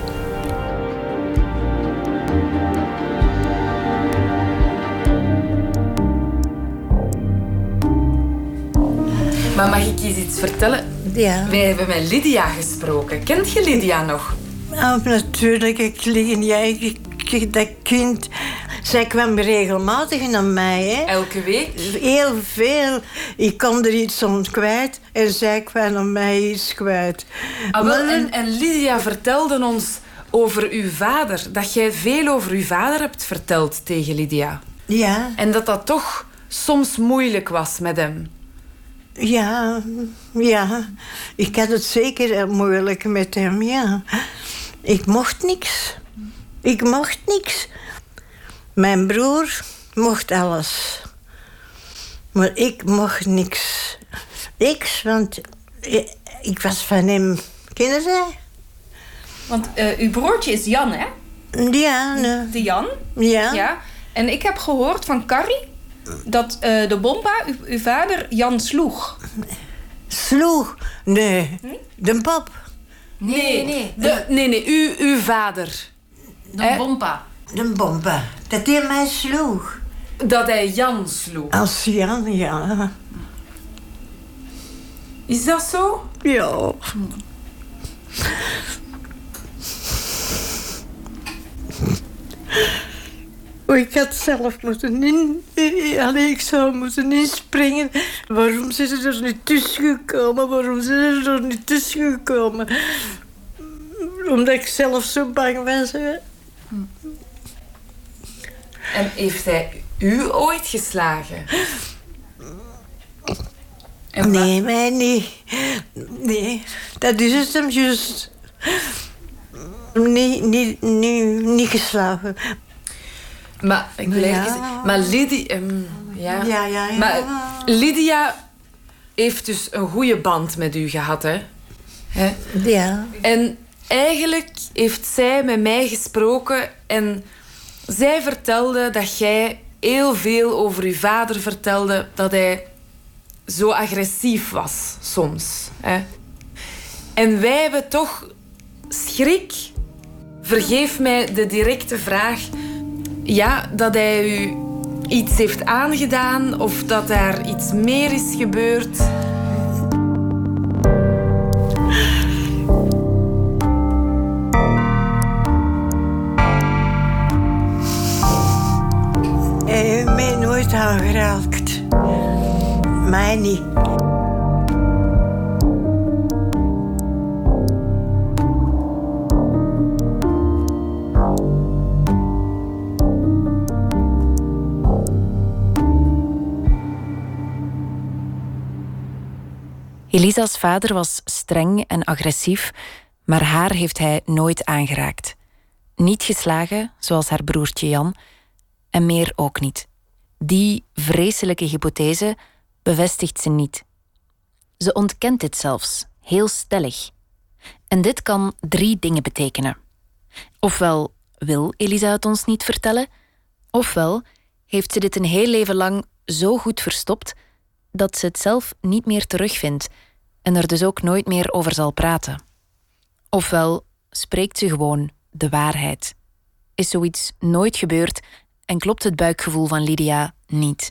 [SPEAKER 18] Maar mag ik je iets vertellen?
[SPEAKER 19] Ja.
[SPEAKER 18] Wij hebben met Lydia gesproken. Kent je Lydia nog?
[SPEAKER 19] Oh, natuurlijk, ik Lydia, ik, ik, dat kind. Zij kwam regelmatig naar mij. Hè.
[SPEAKER 18] Elke week?
[SPEAKER 19] Heel veel. Ik kon er iets om kwijt en zij kwam naar mij iets kwijt.
[SPEAKER 18] Ah, wel, maar... en, en Lydia vertelde ons over uw vader. Dat jij veel over uw vader hebt verteld tegen Lydia.
[SPEAKER 19] Ja.
[SPEAKER 18] En dat dat toch soms moeilijk was met hem.
[SPEAKER 19] Ja, ja. Ik had het zeker moeilijk met hem, ja. Ik mocht niks. Ik mocht niks. Mijn broer mocht alles. Maar ik mocht niks. Niks, want ik was van hem. Kennen ze?
[SPEAKER 11] Want uh, uw broertje is Jan, hè?
[SPEAKER 19] Ja. Nee.
[SPEAKER 11] De Jan?
[SPEAKER 19] Ja.
[SPEAKER 11] Ja. En ik heb gehoord van Carrie... dat uh, de bompa uw, uw vader Jan sloeg.
[SPEAKER 19] Sloeg? Nee. Hm? De pap.
[SPEAKER 18] Nee, nee. De, nee, nee. U, uw vader.
[SPEAKER 14] De eh? bompa.
[SPEAKER 19] De bompa. Dat hij mij sloeg.
[SPEAKER 18] Dat hij Jan sloeg.
[SPEAKER 19] Als Jan, ja.
[SPEAKER 18] Is dat zo?
[SPEAKER 19] Ja. Oh, ik had zelf moeten in... Allee, ik zou moeten inspringen. Waarom zijn ze er niet tussen gekomen? Waarom zijn ze er niet tussen gekomen? Omdat ik zelf zo bang was. Hè.
[SPEAKER 18] En heeft hij u ooit geslagen?
[SPEAKER 19] Nee, mij niet. Nee, dat is het hem juist. Nee, niet, niet, niet geslagen.
[SPEAKER 18] Maar ik blijf
[SPEAKER 19] Ja.
[SPEAKER 18] eens- Maar Lydia... ehm, ja.
[SPEAKER 19] Ja, ja, ja.
[SPEAKER 18] Maar Lydia heeft dus een goede band met u gehad, hè? Hè?
[SPEAKER 19] Ja.
[SPEAKER 18] En eigenlijk heeft zij met mij gesproken en zij vertelde dat jij heel veel over uw vader vertelde, dat hij zo agressief was soms. Hè? En wij hebben toch schrik. Vergeef mij de directe vraag. Ja, dat hij u iets heeft aangedaan of dat er iets meer is gebeurd.
[SPEAKER 19] Hij heeft mij nooit aangeraakt. Mij niet.
[SPEAKER 10] Elisa's vader was streng en agressief, maar haar heeft hij nooit aangeraakt. Niet geslagen, zoals haar broertje Jan, en meer ook niet. Die vreselijke hypothese bevestigt ze niet. Ze ontkent dit zelfs, heel stellig. En dit kan drie dingen betekenen. Ofwel wil Elisa het ons niet vertellen, ofwel heeft ze dit een heel leven lang zo goed verstopt dat ze het zelf niet meer terugvindt en er dus ook nooit meer over zal praten. Ofwel spreekt ze gewoon de waarheid. Is zoiets nooit gebeurd en klopt het buikgevoel van Lydia niet.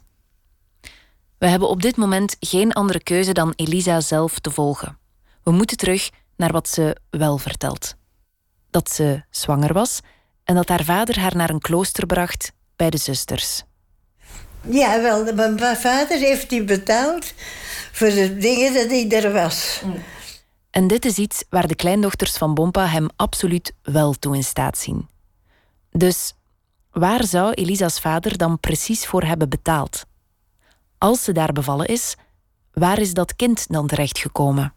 [SPEAKER 10] We hebben op dit moment geen andere keuze dan Elisa zelf te volgen. We moeten terug naar wat ze wel vertelt. Dat ze zwanger was en dat haar vader haar naar een klooster bracht bij de zusters.
[SPEAKER 19] Ja, wel, mijn vader heeft die betaald voor de dingen dat ik er was.
[SPEAKER 10] En dit is iets waar de kleindochters van Bompa hem absoluut wel toe in staat zien. Dus waar zou Elisa's vader dan precies voor hebben betaald? Als ze daar bevallen is, waar is dat kind dan terechtgekomen?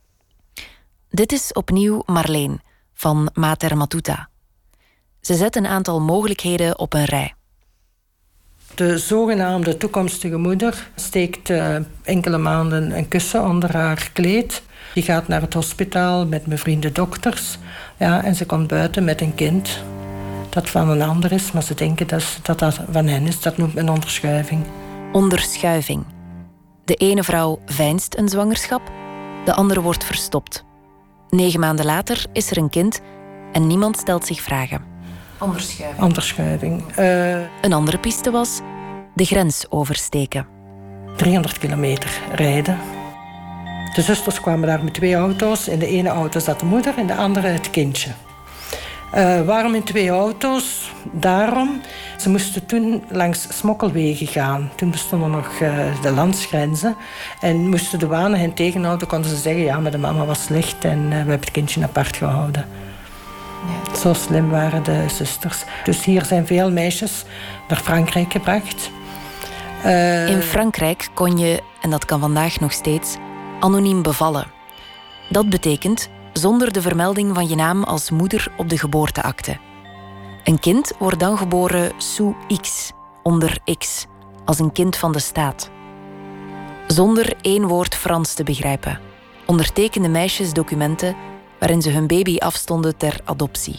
[SPEAKER 10] Dit is opnieuw Marleen van Mater Matuta. Ze zet een aantal mogelijkheden op een rij.
[SPEAKER 12] De zogenaamde toekomstige moeder steekt uh, enkele maanden een kussen onder haar kleed. Die gaat naar het hospitaal met bevriende dokters. Ja, en ze komt buiten met een kind dat van een ander is, maar ze denken dat dat, dat van hen is. Dat noemt men onderschuiving.
[SPEAKER 10] Onderschuiving. De ene vrouw veinst een zwangerschap, de andere wordt verstopt. Negen maanden later is er een kind en niemand stelt zich vragen.
[SPEAKER 18] Onderschuiving.
[SPEAKER 12] Onderschuiving. Uh,
[SPEAKER 10] een andere piste was de grens oversteken.
[SPEAKER 12] driehonderd kilometer rijden. De zusters kwamen daar met twee auto's. In de ene auto zat de moeder, in de andere het kindje. Uh, waarom in twee auto's? Daarom, ze moesten toen langs smokkelwegen gaan. Toen bestonden nog uh, de landsgrenzen. En moesten de douane hen tegenhouden, konden ze zeggen... ja, maar de mama was slecht en uh, we hebben het kindje apart gehouden. Ja. Zo slim waren de zusters. Dus hier zijn veel meisjes naar Frankrijk gebracht.
[SPEAKER 10] Uh, in Frankrijk kon je, en dat kan vandaag nog steeds, anoniem bevallen. Dat betekent zonder de vermelding van je naam als moeder op de geboorteakte. Een kind wordt dan geboren sous X, onder X, als een kind van de staat. Zonder één woord Frans te begrijpen. Ondertekende meisjes documenten waarin ze hun baby afstonden ter adoptie.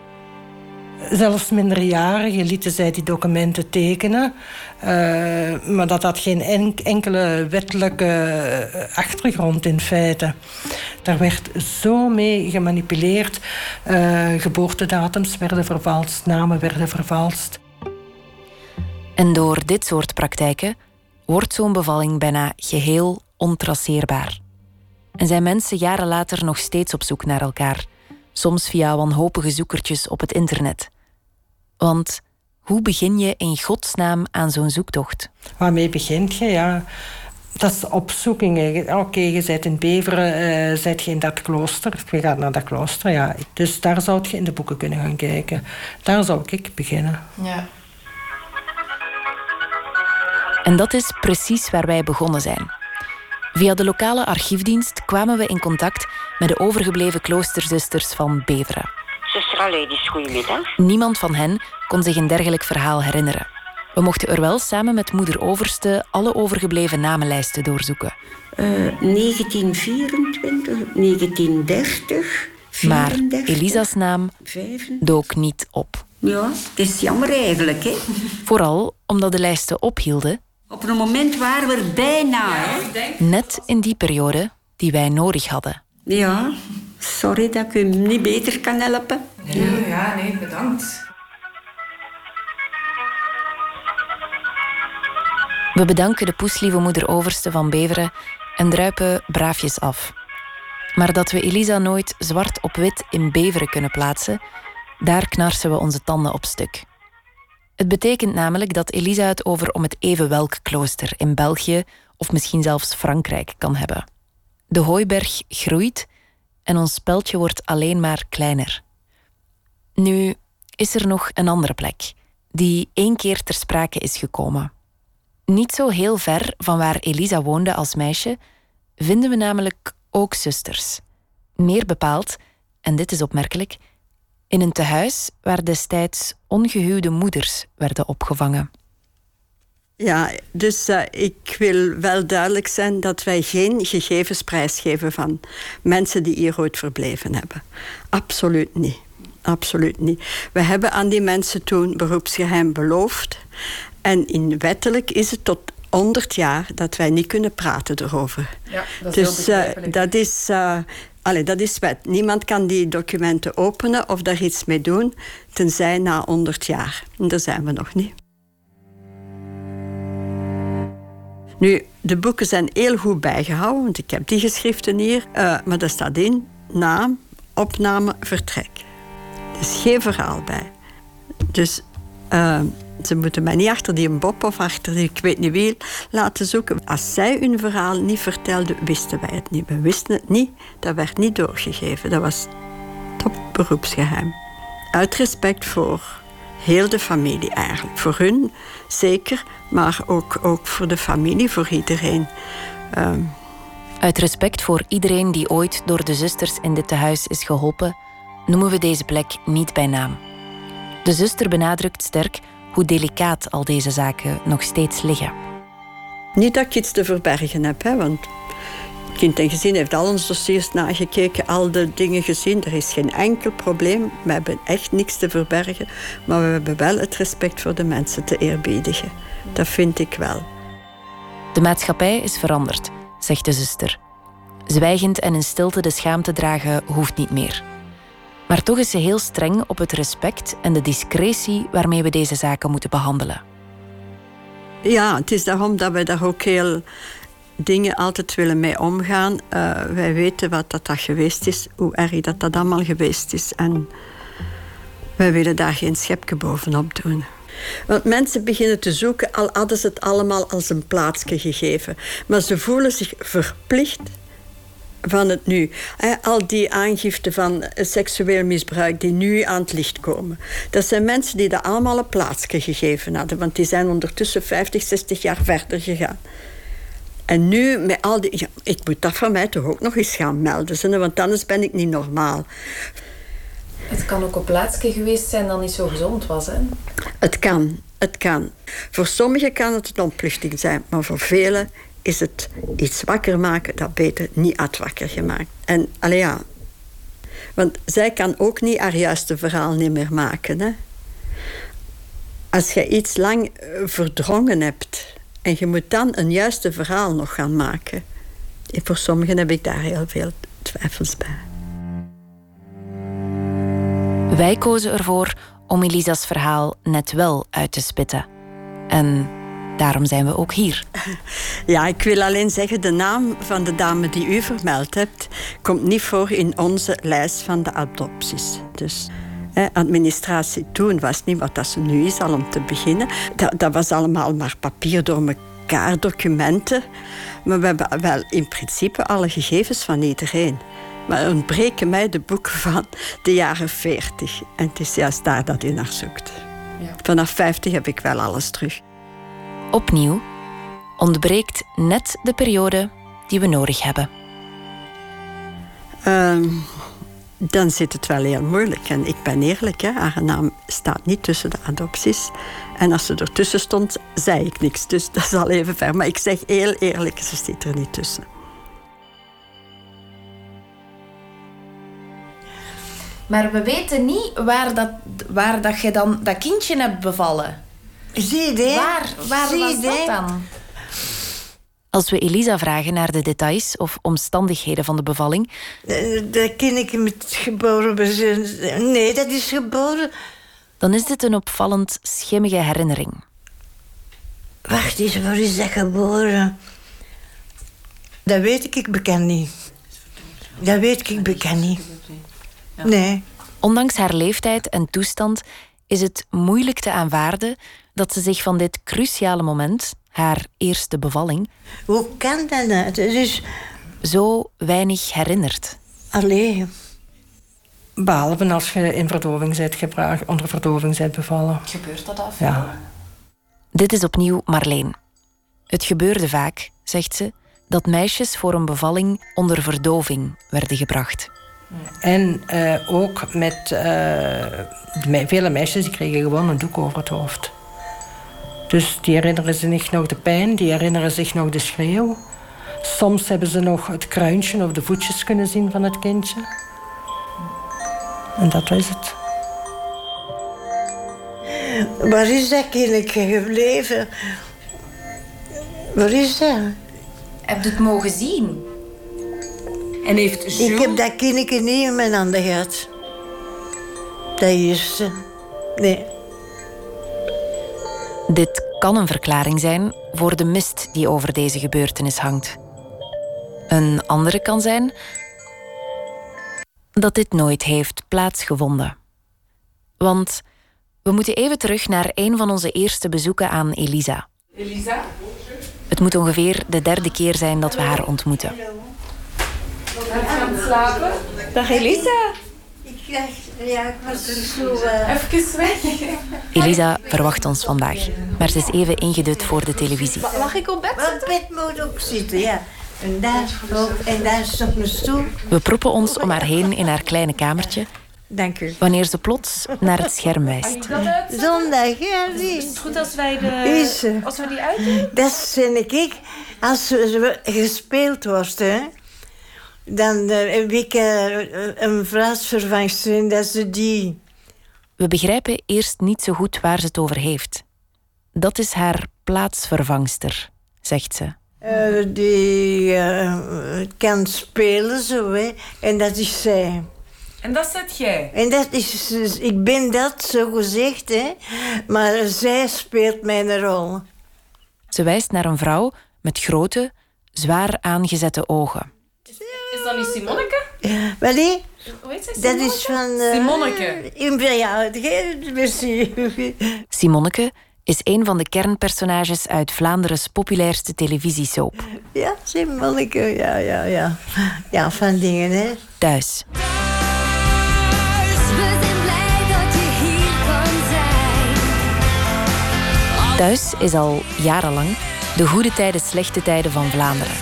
[SPEAKER 12] Zelfs minderjarigen lieten zij die documenten tekenen. Uh, maar dat had geen enkele wettelijke achtergrond in feite. Daar werd zo mee gemanipuleerd. Uh, geboortedatums werden vervalst, namen werden vervalst.
[SPEAKER 10] En door dit soort praktijken wordt zo'n bevalling bijna geheel ontraceerbaar. En zijn mensen jaren later nog steeds op zoek naar elkaar. Soms via wanhopige zoekertjes op het internet. Want hoe begin je in godsnaam aan zo'n zoektocht?
[SPEAKER 12] Waarmee begint je? Ja, dat is opzoekingen. Oké, okay, je bent in Beveren, uh, zit je in dat klooster. Je gaat naar dat klooster, ja. Dus daar zou je in de boeken kunnen gaan kijken. Daar zou ik beginnen.
[SPEAKER 18] Ja.
[SPEAKER 10] En dat is precies waar wij begonnen zijn. Via de lokale archiefdienst kwamen we in contact met de overgebleven kloosterzusters van Beveren.
[SPEAKER 20] Zuster Aleidis, goedemiddag.
[SPEAKER 10] Niemand van hen kon zich een dergelijk verhaal herinneren. We mochten er wel samen met moeder Overste alle overgebleven namenlijsten doorzoeken.
[SPEAKER 20] Uh, negentien vierentwintig, negentien dertig, vierendertig,
[SPEAKER 10] maar Elisa's naam dook niet op.
[SPEAKER 20] Ja, het is jammer eigenlijk, hè.
[SPEAKER 10] Vooral omdat de lijsten ophielden.
[SPEAKER 20] Op een moment waren we er bijna, hè.
[SPEAKER 10] Net in die periode die wij nodig hadden.
[SPEAKER 20] Ja, sorry dat ik u niet beter kan helpen.
[SPEAKER 18] Nee, ja, nee, bedankt.
[SPEAKER 10] We bedanken de poeslieve moeder Overste van Beveren en druipen braafjes af. Maar dat we Elisa nooit zwart op wit in Beveren kunnen plaatsen, daar knarsen we onze tanden op stuk. Het betekent namelijk dat Elisa het over om het even welk klooster in België of misschien zelfs Frankrijk kan hebben. De hooiberg groeit en ons speldje wordt alleen maar kleiner. Nu is er nog een andere plek, die één keer ter sprake is gekomen. Niet zo heel ver van waar Elisa woonde als meisje, vinden we namelijk ook zusters. Meer bepaald, en dit is opmerkelijk, in een tehuis waar destijds ongehuwde moeders werden opgevangen.
[SPEAKER 21] Ja, dus uh, ik wil wel duidelijk zijn dat wij geen gegevens prijsgeven van mensen die hier ooit verbleven hebben. Absoluut niet. Absoluut niet. We hebben aan die mensen toen beroepsgeheim beloofd. En in wettelijk is het tot honderd jaar dat wij niet kunnen praten erover.
[SPEAKER 18] Ja, dat is
[SPEAKER 21] dus
[SPEAKER 18] heel
[SPEAKER 21] uh, dat is... Uh, Allee, dat is wet. Niemand kan die documenten openen of daar iets mee doen, tenzij na honderd jaar. En daar zijn we nog niet. Nu, de boeken zijn heel goed bijgehouden, want ik heb die geschriften hier. Uh, maar daar staat in, naam, opname, vertrek. Er is geen verhaal bij. Dus uh, ze moeten mij niet achter die Bob of achter die ik weet niet wie laten zoeken. Als zij hun verhaal niet vertelden, wisten wij het niet. We wisten het niet, dat werd niet doorgegeven. Dat was top beroepsgeheim. Uit respect voor heel de familie eigenlijk. Voor hun zeker, maar ook, ook voor de familie, voor iedereen. Um...
[SPEAKER 10] Uit respect voor iedereen die ooit door de zusters in dit tehuis is geholpen, noemen we deze plek niet bij naam. De zuster benadrukt sterk hoe delicaat al deze zaken nog steeds liggen.
[SPEAKER 21] Niet dat ik iets te verbergen heb, hè, want Kind en Gezin heeft al onze dossiers nagekeken, al de dingen gezien. Er is geen enkel probleem. We hebben echt niks te verbergen, maar we hebben wel het respect voor de mensen te eerbiedigen. Dat vind ik wel.
[SPEAKER 10] De maatschappij is veranderd, zegt de zuster. Zwijgend en in stilte de schaamte dragen hoeft niet meer. Maar toch is ze heel streng op het respect en de discretie waarmee we deze zaken moeten behandelen.
[SPEAKER 21] Ja, het is daarom dat we daar ook heel dingen altijd willen mee omgaan. Uh, wij weten wat dat, dat geweest is, hoe erg dat dat allemaal geweest is. En wij willen daar geen schepje bovenop doen. Want mensen beginnen te zoeken, al hadden ze het allemaal als een plaatsje gegeven. Maar ze voelen zich verplicht van het nu. Al die aangiften van seksueel misbruik die nu aan het licht komen. Dat zijn mensen die dat allemaal een plaatsje gegeven hadden. Want die zijn ondertussen vijftig, zestig jaar verder gegaan. En nu met al die... Ja, ik moet dat van mij toch ook nog eens gaan melden. Want anders ben ik niet normaal.
[SPEAKER 18] Het kan ook een plaatsje geweest zijn dat niet zo gezond was, hè?
[SPEAKER 21] Het kan, het kan. Voor sommigen kan het een opluchting zijn. Maar voor velen is het iets wakker maken dat beter niet had wakker gemaakt. En, allee ja... Want zij kan ook niet haar juiste verhaal niet meer maken, hè. Als je iets lang verdrongen hebt en je moet dan een juiste verhaal nog gaan maken. En voor sommigen heb ik daar heel veel twijfels bij.
[SPEAKER 10] Wij kozen ervoor om Elisa's verhaal net wel uit te spitten. En daarom zijn we ook hier.
[SPEAKER 21] Ja, ik wil alleen zeggen, de naam van de dame die u vermeld hebt komt niet voor in onze lijst van de adopties. Dus eh, administratie toen was niet wat dat ze nu is, al om te beginnen. Dat, dat was allemaal maar papier door elkaar, documenten. Maar we hebben wel in principe alle gegevens van iedereen. Maar er ontbreken mij de boeken van de jaren veertig. En het is juist daar dat u naar zoekt. Ja. Vanaf vijftig heb ik wel alles terug.
[SPEAKER 10] Opnieuw ontbreekt net de periode die we nodig hebben.
[SPEAKER 21] Um, dan zit het wel heel moeilijk. En ik ben eerlijk, hè. Haar naam staat niet tussen de adopties. En als ze ertussen stond, zei ik niks. Dus dat is al even ver. Maar ik zeg heel eerlijk, ze zit er niet tussen.
[SPEAKER 14] Maar we weten niet waar, dat, waar dat je dan dat kindje hebt bevallen.
[SPEAKER 19] Zie je?
[SPEAKER 14] Waar, waar
[SPEAKER 19] Zie
[SPEAKER 14] was dat
[SPEAKER 19] je?
[SPEAKER 14] dan?
[SPEAKER 10] Als we Elisa vragen naar de details of omstandigheden van de bevalling...
[SPEAKER 19] Dat ken ik met geboren... Nee, dat is geboren...
[SPEAKER 10] Dan is dit een opvallend schimmige herinnering.
[SPEAKER 19] Wacht eens, waar is dat geboren? Dat weet ik, ik bekend niet. Dat weet ik, bekend niet. Nee.
[SPEAKER 10] Ondanks haar leeftijd en toestand is het moeilijk te aanvaarden dat ze zich van dit cruciale moment, haar eerste bevalling...
[SPEAKER 19] Hoe kan dat nou? Het is...
[SPEAKER 10] zo weinig herinnert.
[SPEAKER 19] Allee.
[SPEAKER 12] Behalve als je in verdoving bent gebracht, onder verdoving bent bevallen.
[SPEAKER 14] Gebeurt dat af?
[SPEAKER 12] Ja.
[SPEAKER 10] Dit is opnieuw Marleen. Het gebeurde vaak, zegt ze, dat meisjes voor een bevalling onder verdoving werden gebracht.
[SPEAKER 12] En uh, ook met uh, me- vele meisjes die kregen gewoon een doek over het hoofd. Dus die herinneren zich nog de pijn, die herinneren zich nog de schreeuw. Soms hebben ze nog het kruintje of de voetjes kunnen zien van het kindje. En dat was het.
[SPEAKER 19] Waar is dat kindje gebleven? Waar is dat?
[SPEAKER 14] Heb je het mogen zien? En heeft Jules...
[SPEAKER 19] Ik heb dat kindje niet in mijn handen gehad. Dat eerste. Nee.
[SPEAKER 10] Dit kan een verklaring zijn voor de mist die over deze gebeurtenis hangt. Een andere kan zijn dat dit nooit heeft plaatsgevonden. Want we moeten even terug naar een van onze eerste bezoeken aan Elisa.
[SPEAKER 18] Elisa?
[SPEAKER 10] Het moet ongeveer de derde keer zijn dat we haar ontmoeten.
[SPEAKER 18] Ben je aan het slapen?
[SPEAKER 14] Dag Elisa.
[SPEAKER 19] Ik dacht, ja, ik was er zo... Uh...
[SPEAKER 18] Even weg.
[SPEAKER 10] Elisa verwacht ons vandaag, maar ze is even ingedut voor de televisie.
[SPEAKER 14] Mag ik op bed
[SPEAKER 19] zitten? Op bed moet ook zitten, ja. En daar, ook, en daar is nog een stoel.
[SPEAKER 10] We proppen ons om haar heen in haar kleine kamertje.
[SPEAKER 19] Dank u.
[SPEAKER 10] Wanneer ze plots naar het scherm wijst.
[SPEAKER 19] Zondag, ja, wie?
[SPEAKER 14] Is het goed als wij de... Als we die uitdoen?
[SPEAKER 19] Dat vind ik. Als er gespeeld wordt, hè, dan uh, heb ik uh, een plaatsvervangster en dat is die.
[SPEAKER 10] We begrijpen eerst niet zo goed waar ze het over heeft. Dat is haar plaatsvervangster, zegt ze.
[SPEAKER 19] Uh, die uh, kan spelen zo, hè. En dat is zij.
[SPEAKER 18] En dat zet jij?
[SPEAKER 19] En dat is, ik ben dat, zo gezegd, hè. Maar zij speelt mijn rol.
[SPEAKER 10] Ze wijst naar een vrouw met grote, zwaar aangezette ogen.
[SPEAKER 18] Is dat niet Simonneke?
[SPEAKER 19] Wat die?
[SPEAKER 18] Hoe heet zij?
[SPEAKER 19] Dat is van... Uh,
[SPEAKER 18] Simonneke.
[SPEAKER 19] Ja, merci.
[SPEAKER 10] Simonneke is een van de kernpersonages uit Vlaanderen's populairste televisiesoap.
[SPEAKER 19] Ja, Simonneke, ja, ja, ja. Ja, van dingen, hè.
[SPEAKER 10] Thuis. Thuis is al jarenlang de goede tijden, slechte tijden van Vlaanderen.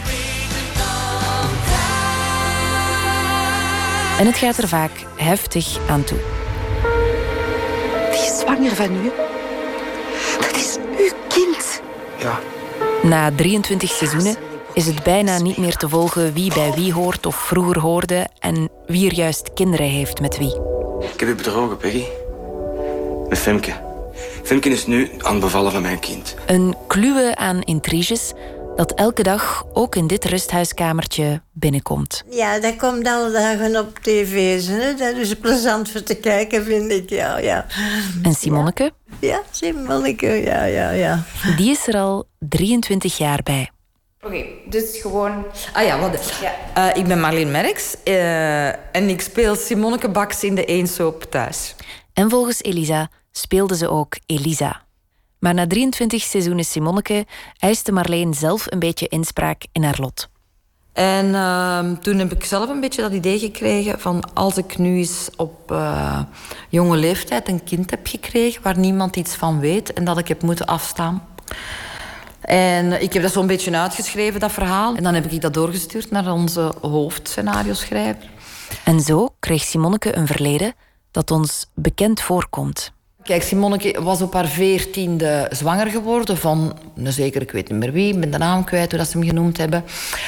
[SPEAKER 10] En het gaat er vaak heftig aan toe.
[SPEAKER 5] Die is zwanger van u. Dat is uw kind.
[SPEAKER 22] Ja.
[SPEAKER 10] Na drieëntwintig seizoenen is het bijna niet meer te volgen wie bij wie hoort of vroeger hoorde en wie er juist kinderen heeft met wie.
[SPEAKER 22] Ik heb u bedrogen, Peggy. Met Femke. Femke is nu aan het bevallen van mijn kind.
[SPEAKER 10] Een kluwe aan intriges dat elke dag ook in dit rusthuiskamertje binnenkomt.
[SPEAKER 19] Ja, dat komt alle dagen op tv. Hè? Dat is plezant voor te kijken, vind ik. Ja, ja.
[SPEAKER 10] En Simonneke?
[SPEAKER 19] Ja, Simonneke, ja, ja, ja.
[SPEAKER 10] Die is er al drieëntwintig jaar bij.
[SPEAKER 14] Oké, okay, dus gewoon...
[SPEAKER 23] Ah ja, wat? Ja. Uh, ik ben Marleen Merks uh, en ik speel Simonneke Baks in de één-soap Thuis.
[SPEAKER 10] En volgens Elisa speelde ze ook Elisa. Maar na drieëntwintig seizoenen Simonneke eiste Marleen zelf een beetje inspraak in haar lot.
[SPEAKER 23] En uh, toen heb ik zelf een beetje dat idee gekregen van als ik nu eens op uh, jonge leeftijd een kind heb gekregen waar niemand iets van weet en dat ik heb moeten afstaan, En ik heb dat zo'n beetje uitgeschreven, dat verhaal. En dan heb ik dat doorgestuurd naar onze hoofdscenario-schrijver.
[SPEAKER 10] En zo kreeg Simonneke een verleden dat ons bekend voorkomt.
[SPEAKER 23] Kijk, Simonneke was op haar veertiende zwanger geworden van een zeker, ik weet niet meer wie, ik ben de naam kwijt hoe dat ze hem genoemd hebben.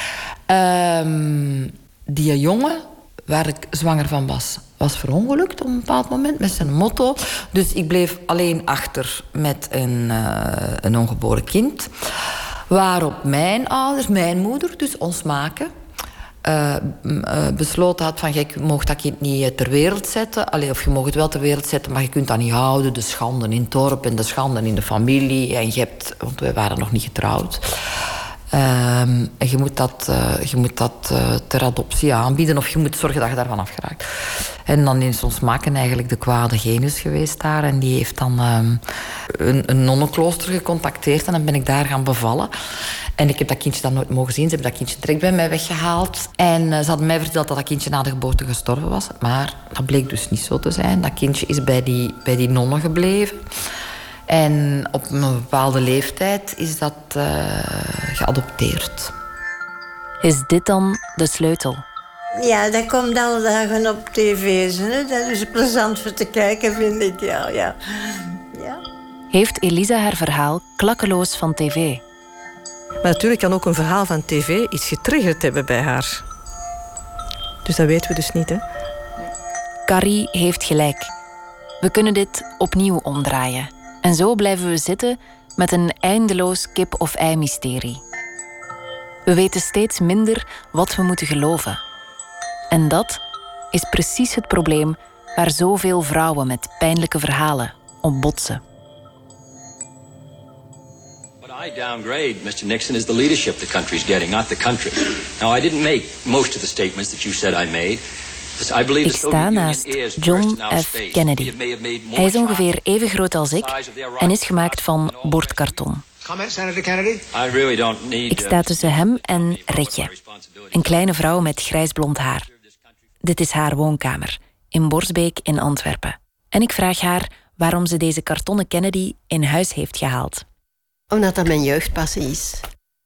[SPEAKER 23] Um, die jongen waar ik zwanger van was, was verongelukt op een bepaald moment met zijn motto. Dus ik bleef alleen achter met een, uh, een ongeboren kind. Waarop mijn ouders, mijn moeder, dus ons maken, uh, uh, besloten had van, je mag dat kind niet ter wereld zetten. Allee, of je mag het wel ter wereld zetten, maar je kunt dat niet houden. De schande in het dorp en de schande in de familie. En je hebt, want wij waren nog niet getrouwd. Um, en je moet dat, uh, je moet dat uh, ter adoptie aanbieden of je moet zorgen dat je daarvan afgeraakt. En dan is ons maken eigenlijk de kwade genius geweest daar. En die heeft dan um, een, een nonnenklooster gecontacteerd en dan ben ik daar gaan bevallen. En ik heb dat kindje dan nooit mogen zien. Ze hebben dat kindje direct bij mij weggehaald. En uh, ze hadden mij verteld dat dat kindje na de geboorte gestorven was. Maar dat bleek dus niet zo te zijn. Dat kindje is bij die, bij die nonnen gebleven. En op een bepaalde leeftijd is dat uh, geadopteerd.
[SPEAKER 10] Is dit dan de sleutel?
[SPEAKER 19] Ja, dat komt alle dagen op tv's. Hè? Dat is plezant voor te kijken, vind ik. Ja, ja. Ja.
[SPEAKER 10] Heeft Elisa haar verhaal klakkeloos van tv?
[SPEAKER 13] Maar natuurlijk kan ook een verhaal van tv iets getriggerd hebben bij haar. Dus dat weten we dus niet, hè?
[SPEAKER 10] Carrie heeft gelijk. We kunnen dit opnieuw omdraaien. En zo blijven we zitten met een eindeloos kip-of-ei-mysterie. We weten steeds minder wat we moeten geloven. En dat is precies het probleem waar zoveel vrouwen met pijnlijke verhalen op botsen.
[SPEAKER 4] What I downgrade, mister Nixon, is the leadership the country's getting, not the country. Now, I didn't make most of the statements that you said I made.
[SPEAKER 10] Ik sta naast John F. Kennedy. Hij is ongeveer even groot als ik en is gemaakt van bordkarton. Ik sta tussen hem en Ritje, een kleine vrouw met grijsblond haar. Dit is haar woonkamer, in Borsbeek in Antwerpen. En ik vraag haar waarom ze deze kartonnen Kennedy in huis heeft gehaald.
[SPEAKER 21] Omdat dat mijn jeugdpassie is.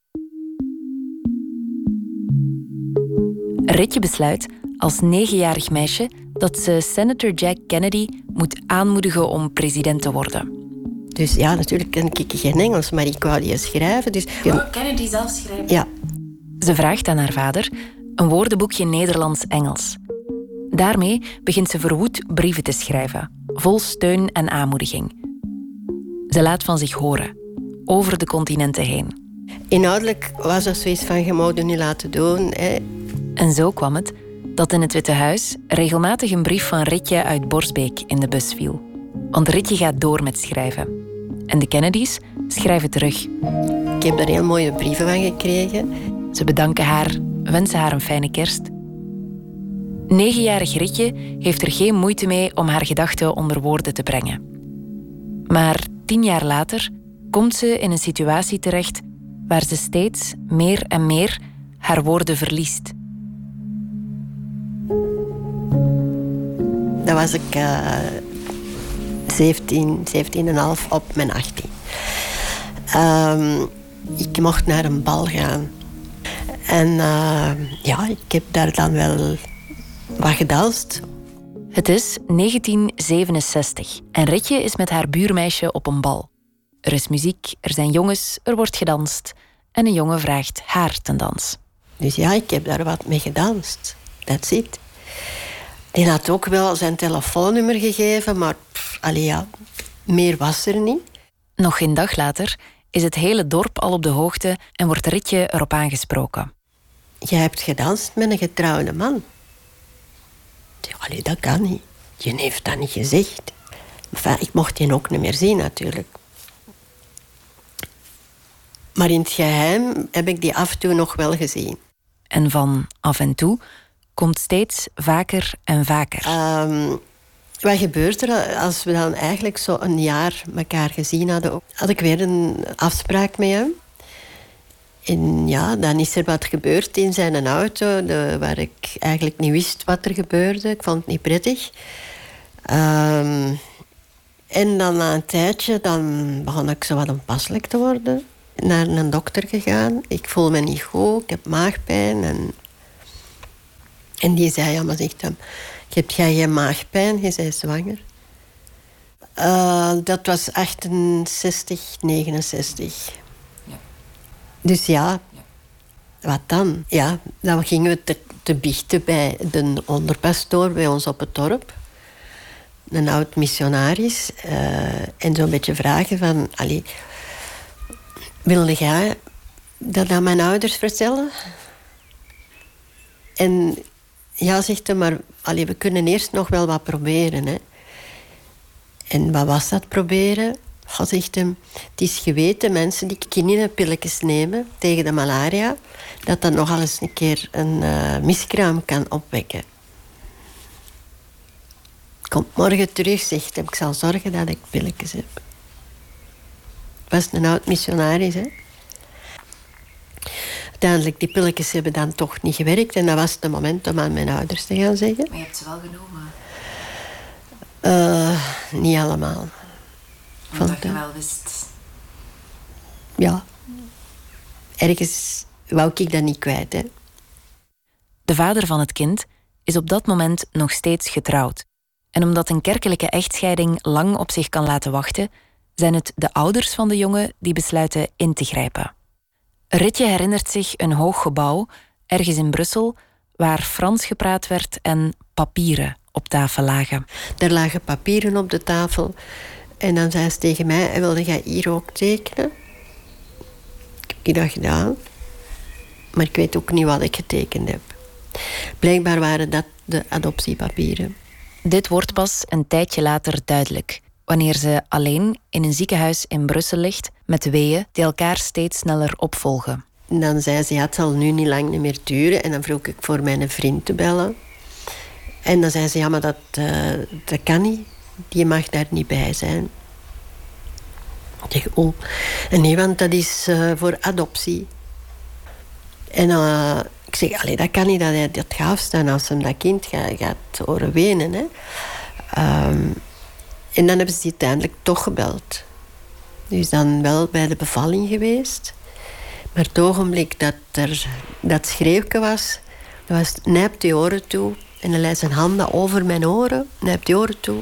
[SPEAKER 10] Ritje besluit als negenjarig meisje dat ze senator Jack Kennedy moet aanmoedigen om president te worden.
[SPEAKER 21] Dus ja, natuurlijk ken ik geen Engels, maar ik wou die schrijven. Dus...
[SPEAKER 14] Oh, Kennedy zelf schrijven?
[SPEAKER 21] Ja.
[SPEAKER 10] Ze vraagt aan haar vader een woordenboekje Nederlands-Engels. Daarmee begint ze verwoed brieven te schrijven, vol steun en aanmoediging. Ze laat van zich horen, over de continenten heen.
[SPEAKER 21] Inhoudelijk was dat zoiets van, je moet het niet laten doen. Hè.
[SPEAKER 10] En zo kwam het dat in het Witte Huis regelmatig een brief van Ritje uit Borsbeek in de bus viel. Want Ritje gaat door met schrijven. En de Kennedys schrijven terug.
[SPEAKER 21] Ik heb daar heel mooie brieven van gekregen.
[SPEAKER 10] Ze bedanken haar, wensen haar een fijne kerst. Negenjarig Ritje heeft er geen moeite mee om haar gedachten onder woorden te brengen. Maar tien jaar later komt ze in een situatie terecht waar ze steeds meer en meer haar woorden verliest.
[SPEAKER 21] Dan was ik uh, zeventien, zeventien en een half op mijn achttien. Um, ik mocht naar een bal gaan. En uh, ja, ik heb daar dan wel wat gedanst.
[SPEAKER 10] Het is negentien zevenenzestig en Ritje is met haar buurmeisje op een bal. Er is muziek, er zijn jongens, er wordt gedanst. En een jongen vraagt haar ten dans.
[SPEAKER 21] Dus ja, ik heb daar wat mee gedanst. That's it. Die had ook wel zijn telefoonnummer gegeven, maar pff, allee ja, meer was er niet.
[SPEAKER 10] Nog geen dag later is het hele dorp al op de hoogte en wordt Ritje erop aangesproken.
[SPEAKER 21] Je hebt gedanst met een getrouwde man. Allee, dat kan niet. Je heeft dat niet gezegd. Enfin, ik mocht die ook niet meer zien, natuurlijk. Maar in het geheim heb ik die af en toe nog wel gezien.
[SPEAKER 10] En van af en toe komt steeds vaker en vaker.
[SPEAKER 21] Um, wat gebeurt er als we dan eigenlijk zo een jaar elkaar gezien hadden? Had ik weer een afspraak met hem. En ja, dan is er wat gebeurd in zijn auto, de, waar ik eigenlijk niet wist wat er gebeurde. Ik vond het niet prettig. Um, en dan na een tijdje, dan begon ik zo wat onpasselijk te worden. naar een dokter gegaan. Ik voel me niet goed, ik heb maagpijn. En, en die zei, ja, maar zegt hem, je hebt jij geen maagpijn, je bent zwanger. Uh, dat was achtenzestig, negenenzestig. Ja. Dus ja, ja, wat dan? Ja, dan gingen we te, te biechten bij de onderpastoor bij ons op het dorp. Een oud missionaris. Uh, en zo'n beetje vragen van... Allee, wilde jij dat aan mijn ouders vertellen? En ja, zegt hij, maar allee, we kunnen eerst nog wel wat proberen, hè. En wat was dat proberen? Hij zegt hem, het is geweten, mensen die kininepilletjes nemen tegen de malaria, dat dat nogal eens een keer een uh, miskraam kan opwekken. Komt morgen terug, zegt hem, ik zal zorgen dat ik pilletjes heb. Het was een oud missionaris, hè. Uiteindelijk, die pilletjes hebben dan toch niet gewerkt en dat was het moment om aan mijn ouders te gaan zeggen.
[SPEAKER 10] Maar je hebt ze wel genomen?
[SPEAKER 21] Uh, niet allemaal.
[SPEAKER 10] Omdat je wel wist.
[SPEAKER 21] Ja. Ergens wou ik dat niet kwijt, hè.
[SPEAKER 10] De vader van het kind is op dat moment nog steeds getrouwd. En omdat een kerkelijke echtscheiding lang op zich kan laten wachten, zijn het de ouders van de jongen die besluiten in te grijpen. Ritje herinnert zich een hoog gebouw, ergens in Brussel, waar Frans gepraat werd en papieren op tafel lagen.
[SPEAKER 21] Er lagen papieren op de tafel. En dan zei ze tegen mij, wilde jij hier ook tekenen? Ik heb dat gedaan. Maar ik weet ook niet wat ik getekend heb. Blijkbaar waren dat de adoptiepapieren.
[SPEAKER 10] Dit wordt pas een tijdje later duidelijk, wanneer ze alleen in een ziekenhuis in Brussel ligt met weeën die elkaar steeds sneller opvolgen.
[SPEAKER 21] En dan zei ze, ja, het zal nu niet lang meer duren. En dan vroeg ik voor mijn vriend te bellen. En dan zei ze, ja, maar dat, uh, dat kan niet. Die mag daar niet bij zijn. Ik zeg, oh. En nee, want dat is uh, voor adoptie. En uh, ik zeg, allee, dat kan niet dat hij dat gaat afstaan als hem dat kind gaat, gaat horen wenen. Hè. Um, en dan hebben ze die uiteindelijk toch gebeld. Dus dan wel bij de bevalling geweest. Maar het ogenblik dat er dat schreeuwke was, dat was nijpt die oren toe. En hij lei zijn handen over mijn oren, nijpt die oren toe.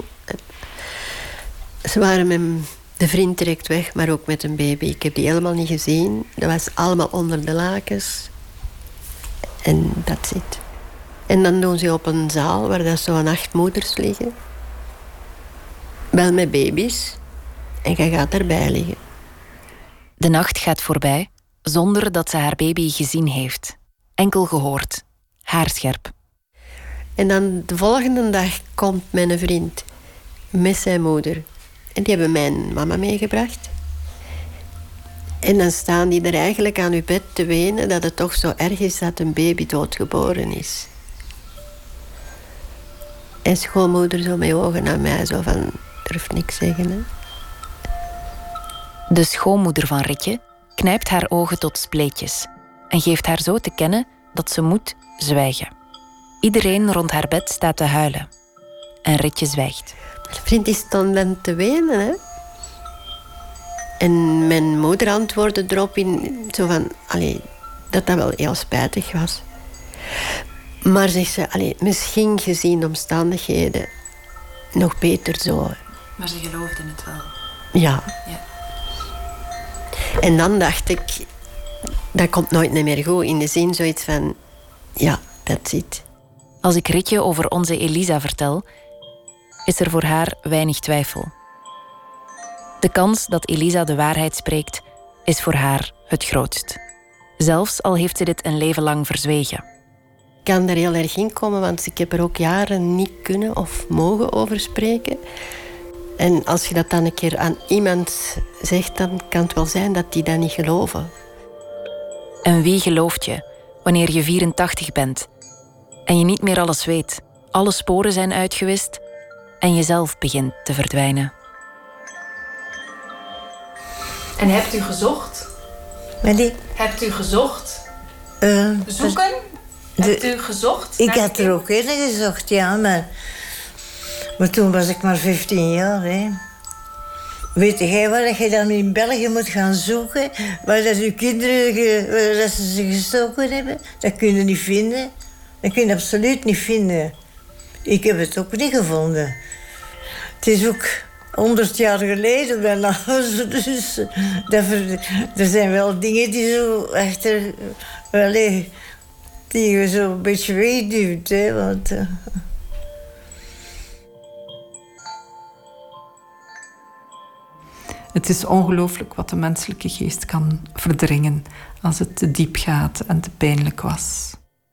[SPEAKER 21] Ze waren met de vriend direct weg, maar ook met een baby. Ik heb die helemaal niet gezien. Dat was allemaal onder de lakens. En dat zit. En dan doen ze op een zaal waar dat zo'n acht moeders liggen. Wel met baby's. En jij gaat erbij liggen.
[SPEAKER 10] De nacht gaat voorbij zonder dat ze haar baby gezien heeft. Enkel gehoord. Haarscherp.
[SPEAKER 21] En dan de volgende dag komt mijn vriend met zijn moeder. En die hebben mijn mama meegebracht. En dan staan die er eigenlijk aan uw bed te wenen dat het toch zo erg is dat een baby doodgeboren is. En schoonmoeder zo met ogen naar mij, zo van, durf niks zeggen, hè.
[SPEAKER 10] De schoonmoeder van Ritje knijpt haar ogen tot spleetjes en geeft haar zo te kennen dat ze moet zwijgen. Iedereen rond haar bed staat te huilen. En Ritje zwijgt.
[SPEAKER 21] Mijn vriend is dan te wenen, hè. En mijn moeder antwoordde erop in zo van, allee, dat dat wel heel spijtig was. Maar zegt ze, allee, misschien gezien omstandigheden nog beter zo.
[SPEAKER 10] Maar ze geloofden het wel.
[SPEAKER 21] Ja. ja. En dan dacht ik, dat komt nooit meer goed. In de zin zoiets van, ja, dat zit.
[SPEAKER 10] Als ik Ritje over onze Elisa vertel, is er voor haar weinig twijfel. De kans dat Elisa de waarheid spreekt, is voor haar het grootst. Zelfs al heeft ze dit een leven lang verzwegen.
[SPEAKER 21] Ik kan er heel erg in komen, want ik heb er ook jaren niet kunnen of mogen over spreken. En als je dat dan een keer aan iemand zegt, dan kan het wel zijn dat die dat niet geloven.
[SPEAKER 10] En wie gelooft je wanneer je vierentachtig bent en je niet meer alles weet, alle sporen zijn uitgewist en jezelf begint te verdwijnen?
[SPEAKER 18] En hebt u gezocht?
[SPEAKER 19] Die...
[SPEAKER 18] Hebt u gezocht?
[SPEAKER 19] Uh,
[SPEAKER 18] Zoeken?
[SPEAKER 19] De...
[SPEAKER 18] Hebt u gezocht?
[SPEAKER 19] Ik had er ook in gezocht, ja, maar... Maar toen was ik maar vijftien jaar, hè. Weet jij waar je dan in België moet gaan zoeken? Waar dat je kinderen ge, waar dat ze ze gestoken hebben? Dat kun je niet vinden. Dat kun je absoluut niet vinden. Ik heb het ook niet gevonden. Het is ook honderd jaar geleden bijna. Dus dat ver, er zijn wel dingen die zo achter... Allee, die je zo een beetje wegduwt, hè. Want... Uh,
[SPEAKER 6] Het is ongelooflijk wat de menselijke geest kan verdringen als het te diep gaat en te pijnlijk was.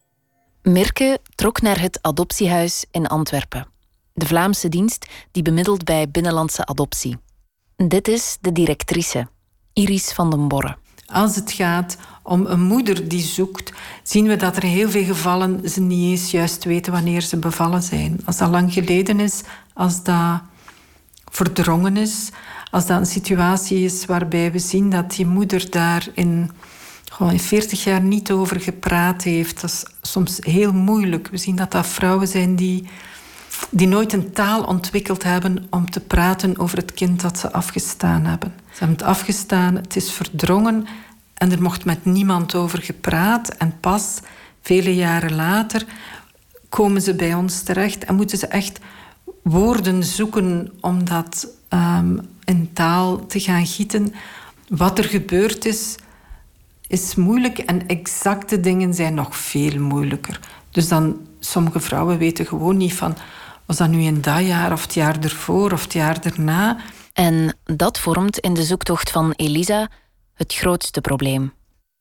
[SPEAKER 10] Mirke trok naar het adoptiehuis in Antwerpen. De Vlaamse dienst die bemiddelt bij binnenlandse adoptie. Dit is de directrice, Iris van den Borre.
[SPEAKER 6] Als het gaat om een moeder die zoekt, zien we dat er in heel veel gevallen ze niet eens juist weten wanneer ze bevallen zijn. Als dat lang geleden is, als dat verdrongen is, als dat een situatie is waarbij we zien dat die moeder daar in, gewoon in veertig jaar niet over gepraat heeft. Dat is soms heel moeilijk. We zien dat dat vrouwen zijn die, die nooit een taal ontwikkeld hebben om te praten over het kind dat ze afgestaan hebben. Ze hebben het afgestaan, het is verdrongen en er mocht met niemand over gepraat. En pas vele jaren later komen ze bij ons terecht en moeten ze echt woorden zoeken om dat um, in taal te gaan gieten. Wat er gebeurd is, is moeilijk en exacte dingen zijn nog veel moeilijker. Dus dan, sommige vrouwen weten gewoon niet van, was dat nu in dat jaar of het jaar ervoor of het jaar erna?
[SPEAKER 10] En dat vormt in de zoektocht van Elisa het grootste probleem.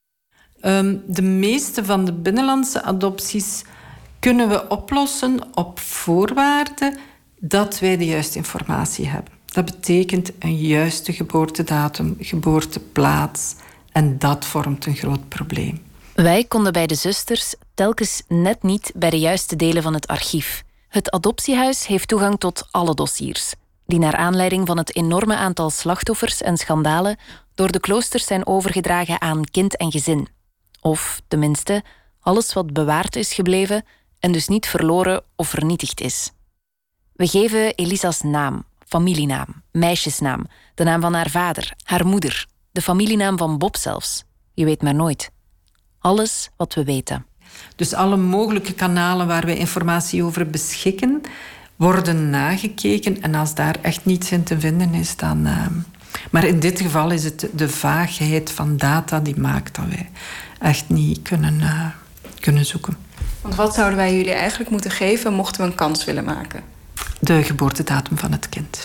[SPEAKER 6] Um, de meeste van de binnenlandse adopties kunnen we oplossen op voorwaarde dat wij de juiste informatie hebben. Dat betekent een juiste geboortedatum, geboorteplaats. En dat vormt een groot probleem.
[SPEAKER 10] Wij konden bij de zusters telkens net niet bij de juiste delen van het archief. Het adoptiehuis heeft toegang tot alle dossiers, die naar aanleiding van het enorme aantal slachtoffers en schandalen door de kloosters zijn overgedragen aan kind en gezin. Of tenminste, alles wat bewaard is gebleven en dus niet verloren of vernietigd is. We geven Elisa's naam, familienaam, meisjesnaam, de naam van haar vader, haar moeder, de familienaam van Bob zelfs. Je weet maar nooit. Alles wat we weten.
[SPEAKER 6] Dus alle mogelijke kanalen waar we informatie over beschikken, worden nagekeken. En als daar echt niets in te vinden is, dan... Uh... Maar in dit geval is het de vaagheid van data die maakt dat wij echt niet kunnen, uh, kunnen zoeken.
[SPEAKER 11] Want wat zouden wij jullie eigenlijk moeten geven mochten we een kans willen maken?
[SPEAKER 6] De geboortedatum van het kind.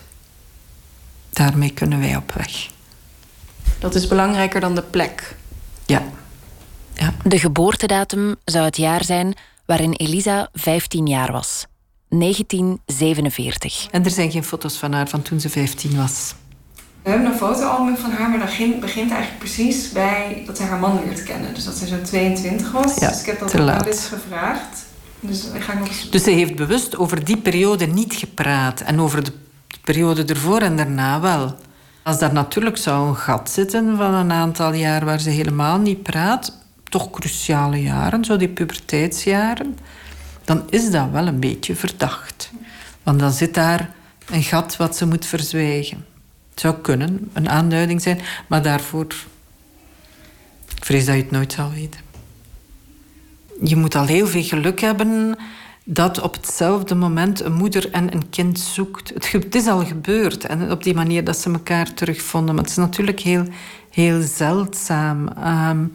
[SPEAKER 6] Daarmee kunnen wij op weg.
[SPEAKER 11] Dat is belangrijker dan de plek?
[SPEAKER 6] Ja. ja.
[SPEAKER 10] De geboortedatum zou het jaar zijn waarin Elisa vijftien jaar was. negentien zevenenveertig.
[SPEAKER 6] En er zijn geen foto's van haar van toen ze vijftien was.
[SPEAKER 11] We hebben een fotoalbum van haar, maar dat begint eigenlijk precies bij dat zij haar man leert kennen. Dus dat zij zo tweeëntwintig was.
[SPEAKER 6] Ja,
[SPEAKER 11] dus ik heb dat
[SPEAKER 6] te
[SPEAKER 11] ook
[SPEAKER 6] laat.
[SPEAKER 11] wel eens gevraagd. Dus, ga ik nog eens...
[SPEAKER 6] dus ze heeft bewust over die periode niet gepraat. En over de periode ervoor en daarna wel. Als daar natuurlijk zou een gat zitten van een aantal jaar waar ze helemaal niet praat, toch cruciale jaren, zo die puberteitsjaren, dan is dat wel een beetje verdacht. Want dan zit daar een gat wat ze moet verzwijgen. Het zou kunnen, een aanduiding zijn, maar daarvoor... Ik vrees dat je het nooit zal weten. Je moet al heel veel geluk hebben dat op hetzelfde moment een moeder en een kind zoekt. Het, het is al gebeurd en op die manier dat ze elkaar terugvonden. Maar het is natuurlijk heel, heel zeldzaam. Um,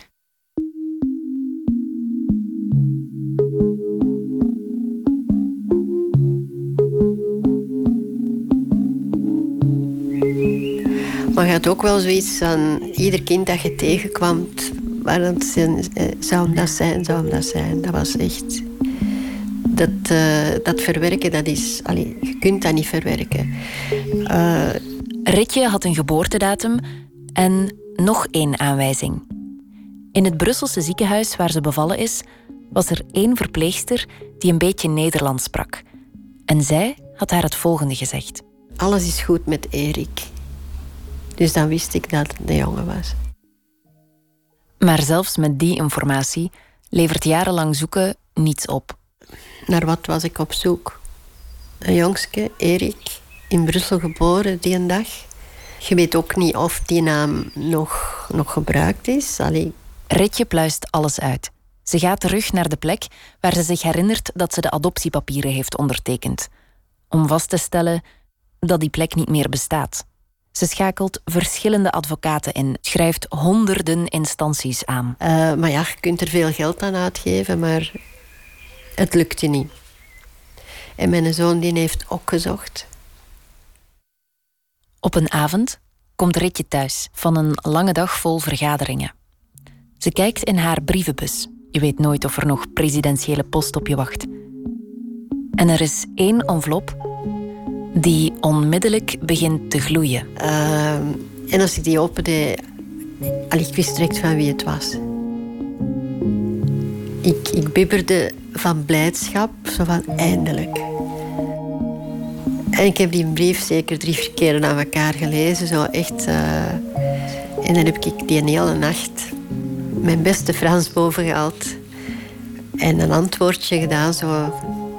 [SPEAKER 16] Maar je had ook wel zoiets van ieder kind dat je tegenkwam, waar dat zijn, zou hem dat zijn, zou hem dat zijn. Dat was echt... Dat, uh, dat verwerken, dat is... Allee, je kunt dat niet verwerken. Uh...
[SPEAKER 10] Ritje had een geboortedatum en nog één aanwijzing. In het Brusselse ziekenhuis waar ze bevallen is, was er één verpleegster die een beetje Nederlands sprak. En zij had haar het volgende gezegd.
[SPEAKER 16] Alles is goed met Erik. Dus dan wist ik dat het een jongen was.
[SPEAKER 10] Maar zelfs met die informatie levert jarenlang zoeken niets op.
[SPEAKER 16] Naar wat was ik op zoek? Een jongske, Erik, in Brussel geboren die een dag. Je weet ook niet of die naam nog, nog gebruikt is. Allee.
[SPEAKER 10] Ritje pluist alles uit. Ze gaat terug naar de plek waar ze zich herinnert dat ze de adoptiepapieren heeft ondertekend. Om vast te stellen dat die plek niet meer bestaat. Ze schakelt verschillende advocaten in, schrijft honderden instanties aan.
[SPEAKER 16] Uh, maar ja, je kunt er veel geld aan uitgeven, maar het lukte niet. En mijn zoon die heeft ook gezocht.
[SPEAKER 10] Op een avond komt Ritje thuis van een lange dag vol vergaderingen. Ze kijkt in haar brievenbus. Je weet nooit of er nog presidentiële post op je wacht. En er is één envelop die onmiddellijk begint te gloeien.
[SPEAKER 16] Uh, en als ik die opende, allee, ik wist direct van wie het was. Ik, ik bibberde van blijdschap, zo van eindelijk. En ik heb die brief zeker drie, vier keren aan elkaar gelezen. Zo echt, uh, en dan heb ik die een hele nacht mijn beste Frans boven gehaald. En een antwoordje gedaan, zo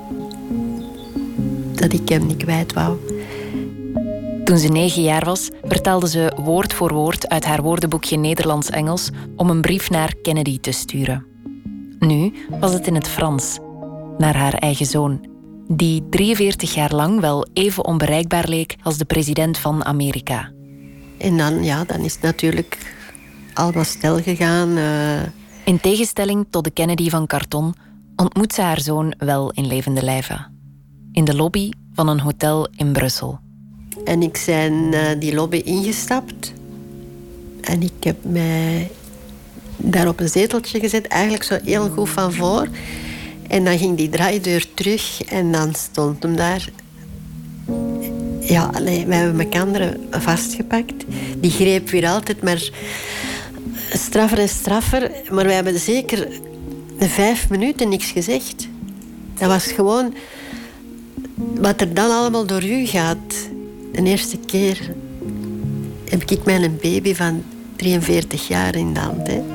[SPEAKER 16] dat ik hem niet kwijt wou.
[SPEAKER 10] Toen ze negen jaar was, vertaalde ze woord voor woord uit haar woordenboekje Nederlands-Engels om een brief naar Kennedy te sturen. Nu was het in het Frans, naar haar eigen zoon, die drieënveertig jaar lang wel even onbereikbaar leek als de president van Amerika.
[SPEAKER 16] En dan, ja, dan is het natuurlijk allemaal snel gegaan. Uh...
[SPEAKER 10] In tegenstelling tot de Kennedy van karton ontmoet ze haar zoon wel in levende lijve. In de lobby van een hotel in Brussel.
[SPEAKER 16] En ik ben uh, die lobby ingestapt. En ik heb mij daar op een zeteltje gezet, eigenlijk zo heel goed van voor. En dan ging die draaideur terug en dan stond hem daar. Ja, allee, wij hebben elkaar vastgepakt. Die greep weer altijd maar straffer en straffer. Maar wij hebben zeker vijf minuten niks gezegd. Dat was gewoon wat er dan allemaal door u gaat. De eerste keer heb ik mijn baby van drieënveertig jaar in de hand. Hè.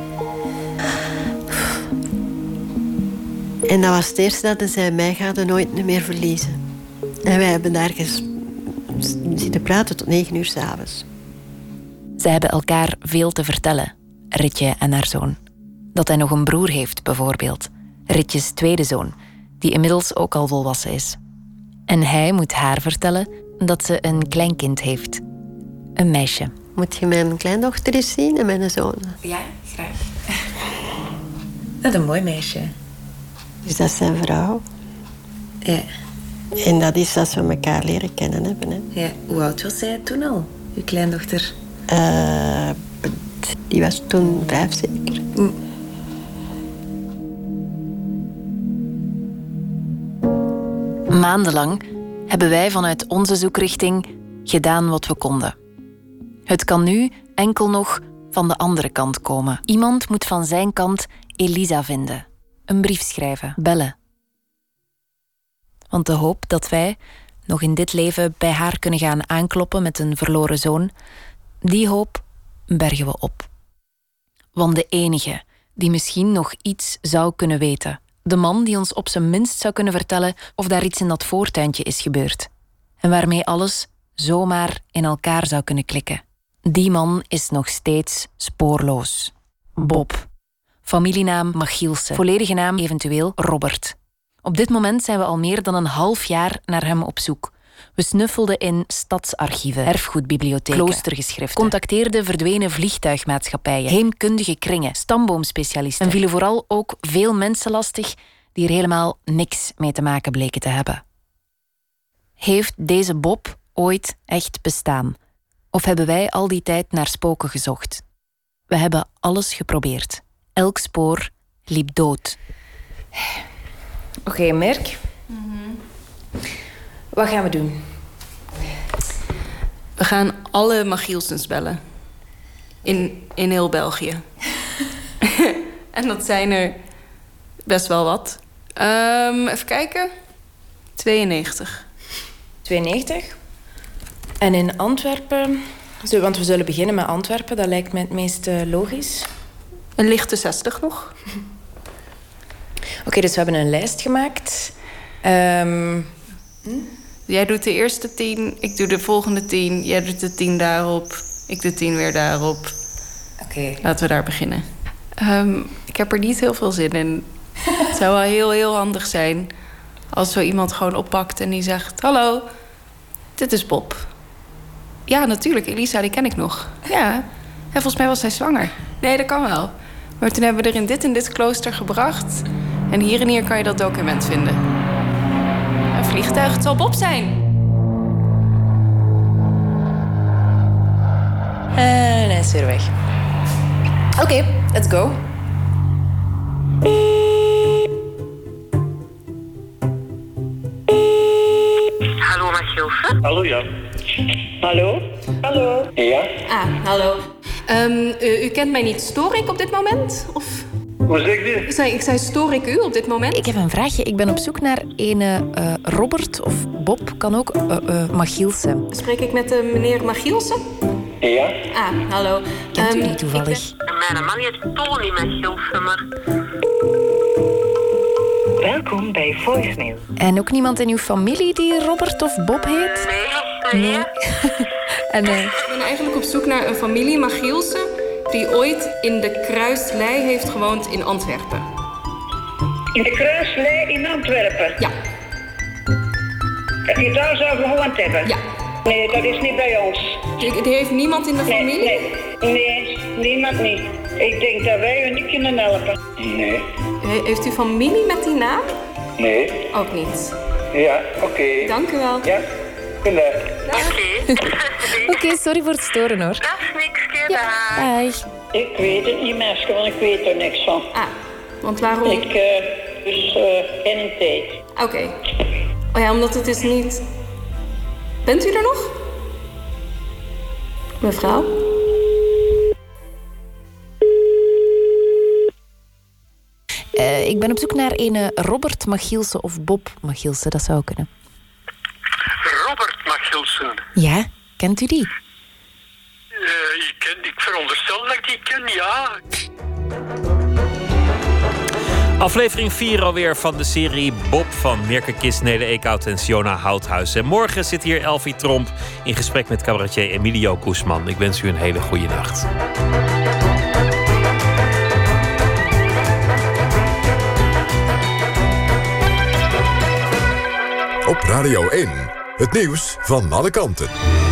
[SPEAKER 16] En dat was het eerste dat hij zei, mij gaat er nooit meer verliezen. En wij hebben daar ges- zitten praten tot negen uur 's avonds.
[SPEAKER 10] Ze hebben elkaar veel te vertellen, Ritje en haar zoon. Dat hij nog een broer heeft, bijvoorbeeld. Ritjes tweede zoon, die inmiddels ook al volwassen is. En hij moet haar vertellen dat ze een kleinkind heeft. Een meisje.
[SPEAKER 16] Moet je mijn kleindochter eens zien en mijn zoon?
[SPEAKER 10] Ja, graag. Dat is een mooi meisje.
[SPEAKER 16] Dus dat is zijn vrouw.
[SPEAKER 10] Ja.
[SPEAKER 16] En dat is als we elkaar leren kennen hebben. Hè.
[SPEAKER 10] Ja. Hoe oud was zij toen al, uw kleindochter?
[SPEAKER 16] Uh, die was toen vijf zeker. Mm.
[SPEAKER 10] Maandenlang hebben wij vanuit onze zoekrichting gedaan wat we konden. Het kan nu enkel nog van de andere kant komen. Iemand moet van zijn kant Elisa vinden. Een brief schrijven, bellen. Want de hoop dat wij nog in dit leven bij haar kunnen gaan aankloppen met een verloren zoon, die hoop bergen we op. Want de enige die misschien nog iets zou kunnen weten, de man die ons op zijn minst zou kunnen vertellen of daar iets in dat voortuintje is gebeurd en waarmee alles zomaar in elkaar zou kunnen klikken. Die man is nog steeds spoorloos. Bob. Familienaam Machielsen. Volledige naam eventueel Robert. Op dit moment zijn we al meer dan een half jaar naar hem op zoek. We snuffelden in stadsarchieven, erfgoedbibliotheken, kloostergeschriften, contacteerden verdwenen vliegtuigmaatschappijen, heemkundige kringen, stamboomspecialisten en vielen vooral ook veel mensen lastig die er helemaal niks mee te maken bleken te hebben. Heeft deze Bob ooit echt bestaan? Of hebben wij al die tijd naar spoken gezocht? We hebben alles geprobeerd. Elk spoor liep dood. Oké, okay, Merk. Mm-hmm. Wat gaan we doen?
[SPEAKER 18] We gaan alle Machielsens bellen. In, in heel België. En dat zijn er best wel wat. Um, even kijken. tweeënnegentig.
[SPEAKER 10] tweeënnegentig? En in Antwerpen... Want we zullen beginnen met Antwerpen. Dat lijkt me het meest uh, logisch.
[SPEAKER 18] Een lichte zestig nog.
[SPEAKER 10] Oké, okay, dus we hebben een lijst gemaakt. Um, hm?
[SPEAKER 11] Jij doet de eerste tien, ik doe de volgende tien. Jij doet de tien daarop, ik de tien weer daarop.
[SPEAKER 23] Oké. Okay.
[SPEAKER 11] Laten we daar beginnen. Um, ik heb er niet heel veel zin in. Het zou wel heel, heel handig zijn als zo iemand gewoon oppakt en die zegt... Hallo, dit is Bob. Ja, natuurlijk, Elisa, die ken ik nog. Ja, en volgens mij was zij zwanger. Nee, dat kan wel. Maar toen hebben we er in dit en dit klooster gebracht. En hier en hier kan je dat document vinden. Een vliegtuig, het zal Bob zijn.
[SPEAKER 23] En hij is weer weg. Oké, okay, let's go.
[SPEAKER 1] Hallo, Machielse.
[SPEAKER 7] Hallo, ja.
[SPEAKER 1] Hallo? Hallo?
[SPEAKER 7] Ja?
[SPEAKER 11] Ah, hallo. Um, u, u kent mij niet. Stoor ik op dit moment? Of...
[SPEAKER 7] Hoe zeg je?
[SPEAKER 11] Ik zei, ik zei, stoor ik u op dit moment?
[SPEAKER 10] Ik heb een vraagje. Ik ben op zoek naar een uh, Robert of Bob, kan ook, uh, uh, Machielse.
[SPEAKER 11] Spreek ik met uh, meneer Machielse?
[SPEAKER 7] Ja.
[SPEAKER 11] Ah, hallo.
[SPEAKER 10] Kent
[SPEAKER 11] um,
[SPEAKER 10] u die toevallig?
[SPEAKER 1] Ben... Mijn man heet Tony Machielse, maar... Welkom bij voicemail.
[SPEAKER 10] En ook niemand in uw familie die Robert of Bob heet?
[SPEAKER 1] Nee.
[SPEAKER 10] Nee. en, uh...
[SPEAKER 11] Ik ben eigenlijk op zoek naar een familie Machielse... die ooit in de Kruislei heeft gewoond in Antwerpen.
[SPEAKER 1] In de Kruislei in Antwerpen?
[SPEAKER 11] Ja.
[SPEAKER 1] Dat je daar zou gewoond hebben?
[SPEAKER 11] Ja.
[SPEAKER 1] Nee, dat is niet bij ons.
[SPEAKER 11] Die, die heeft niemand in de
[SPEAKER 1] nee,
[SPEAKER 11] familie?
[SPEAKER 1] Nee, nee, niemand niet. Ik denk dat wij u niet kunnen helpen.
[SPEAKER 7] Nee.
[SPEAKER 11] He, heeft u familie met die naam?
[SPEAKER 7] Nee.
[SPEAKER 11] Ook niet.
[SPEAKER 7] Ja, oké. Okay.
[SPEAKER 11] Dank u wel.
[SPEAKER 7] Ja, goedendag.
[SPEAKER 1] Oké.
[SPEAKER 10] Oké, okay, sorry voor het storen hoor.
[SPEAKER 1] Dat is niks,
[SPEAKER 10] ja. Dag.
[SPEAKER 1] Ik weet het niet, meisje, want ik weet er niks van.
[SPEAKER 11] Ah, want waarom?
[SPEAKER 1] Ik, uh, dus, uh, geen tijd.
[SPEAKER 11] Oké. Okay. Oh ja, omdat het is niet... Bent u er nog? Mevrouw?
[SPEAKER 10] Uh, ik ben op zoek naar een Robert Machielse of Bob Machielse, dat zou kunnen.
[SPEAKER 7] Robert Machielse?
[SPEAKER 10] Ja, kent u die?
[SPEAKER 7] Uh, ik, ken, ik veronderstel dat ik die ken, ja.
[SPEAKER 3] Aflevering vier alweer van de serie Bob van Mirke Kist, Nele Eekhout en Siona Houthuis. En morgen zit hier Elfie Tromp in gesprek met cabaretier Emilio Koesman. Ik wens u een hele goede nacht.
[SPEAKER 8] Op Radio één, het nieuws van alle kanten.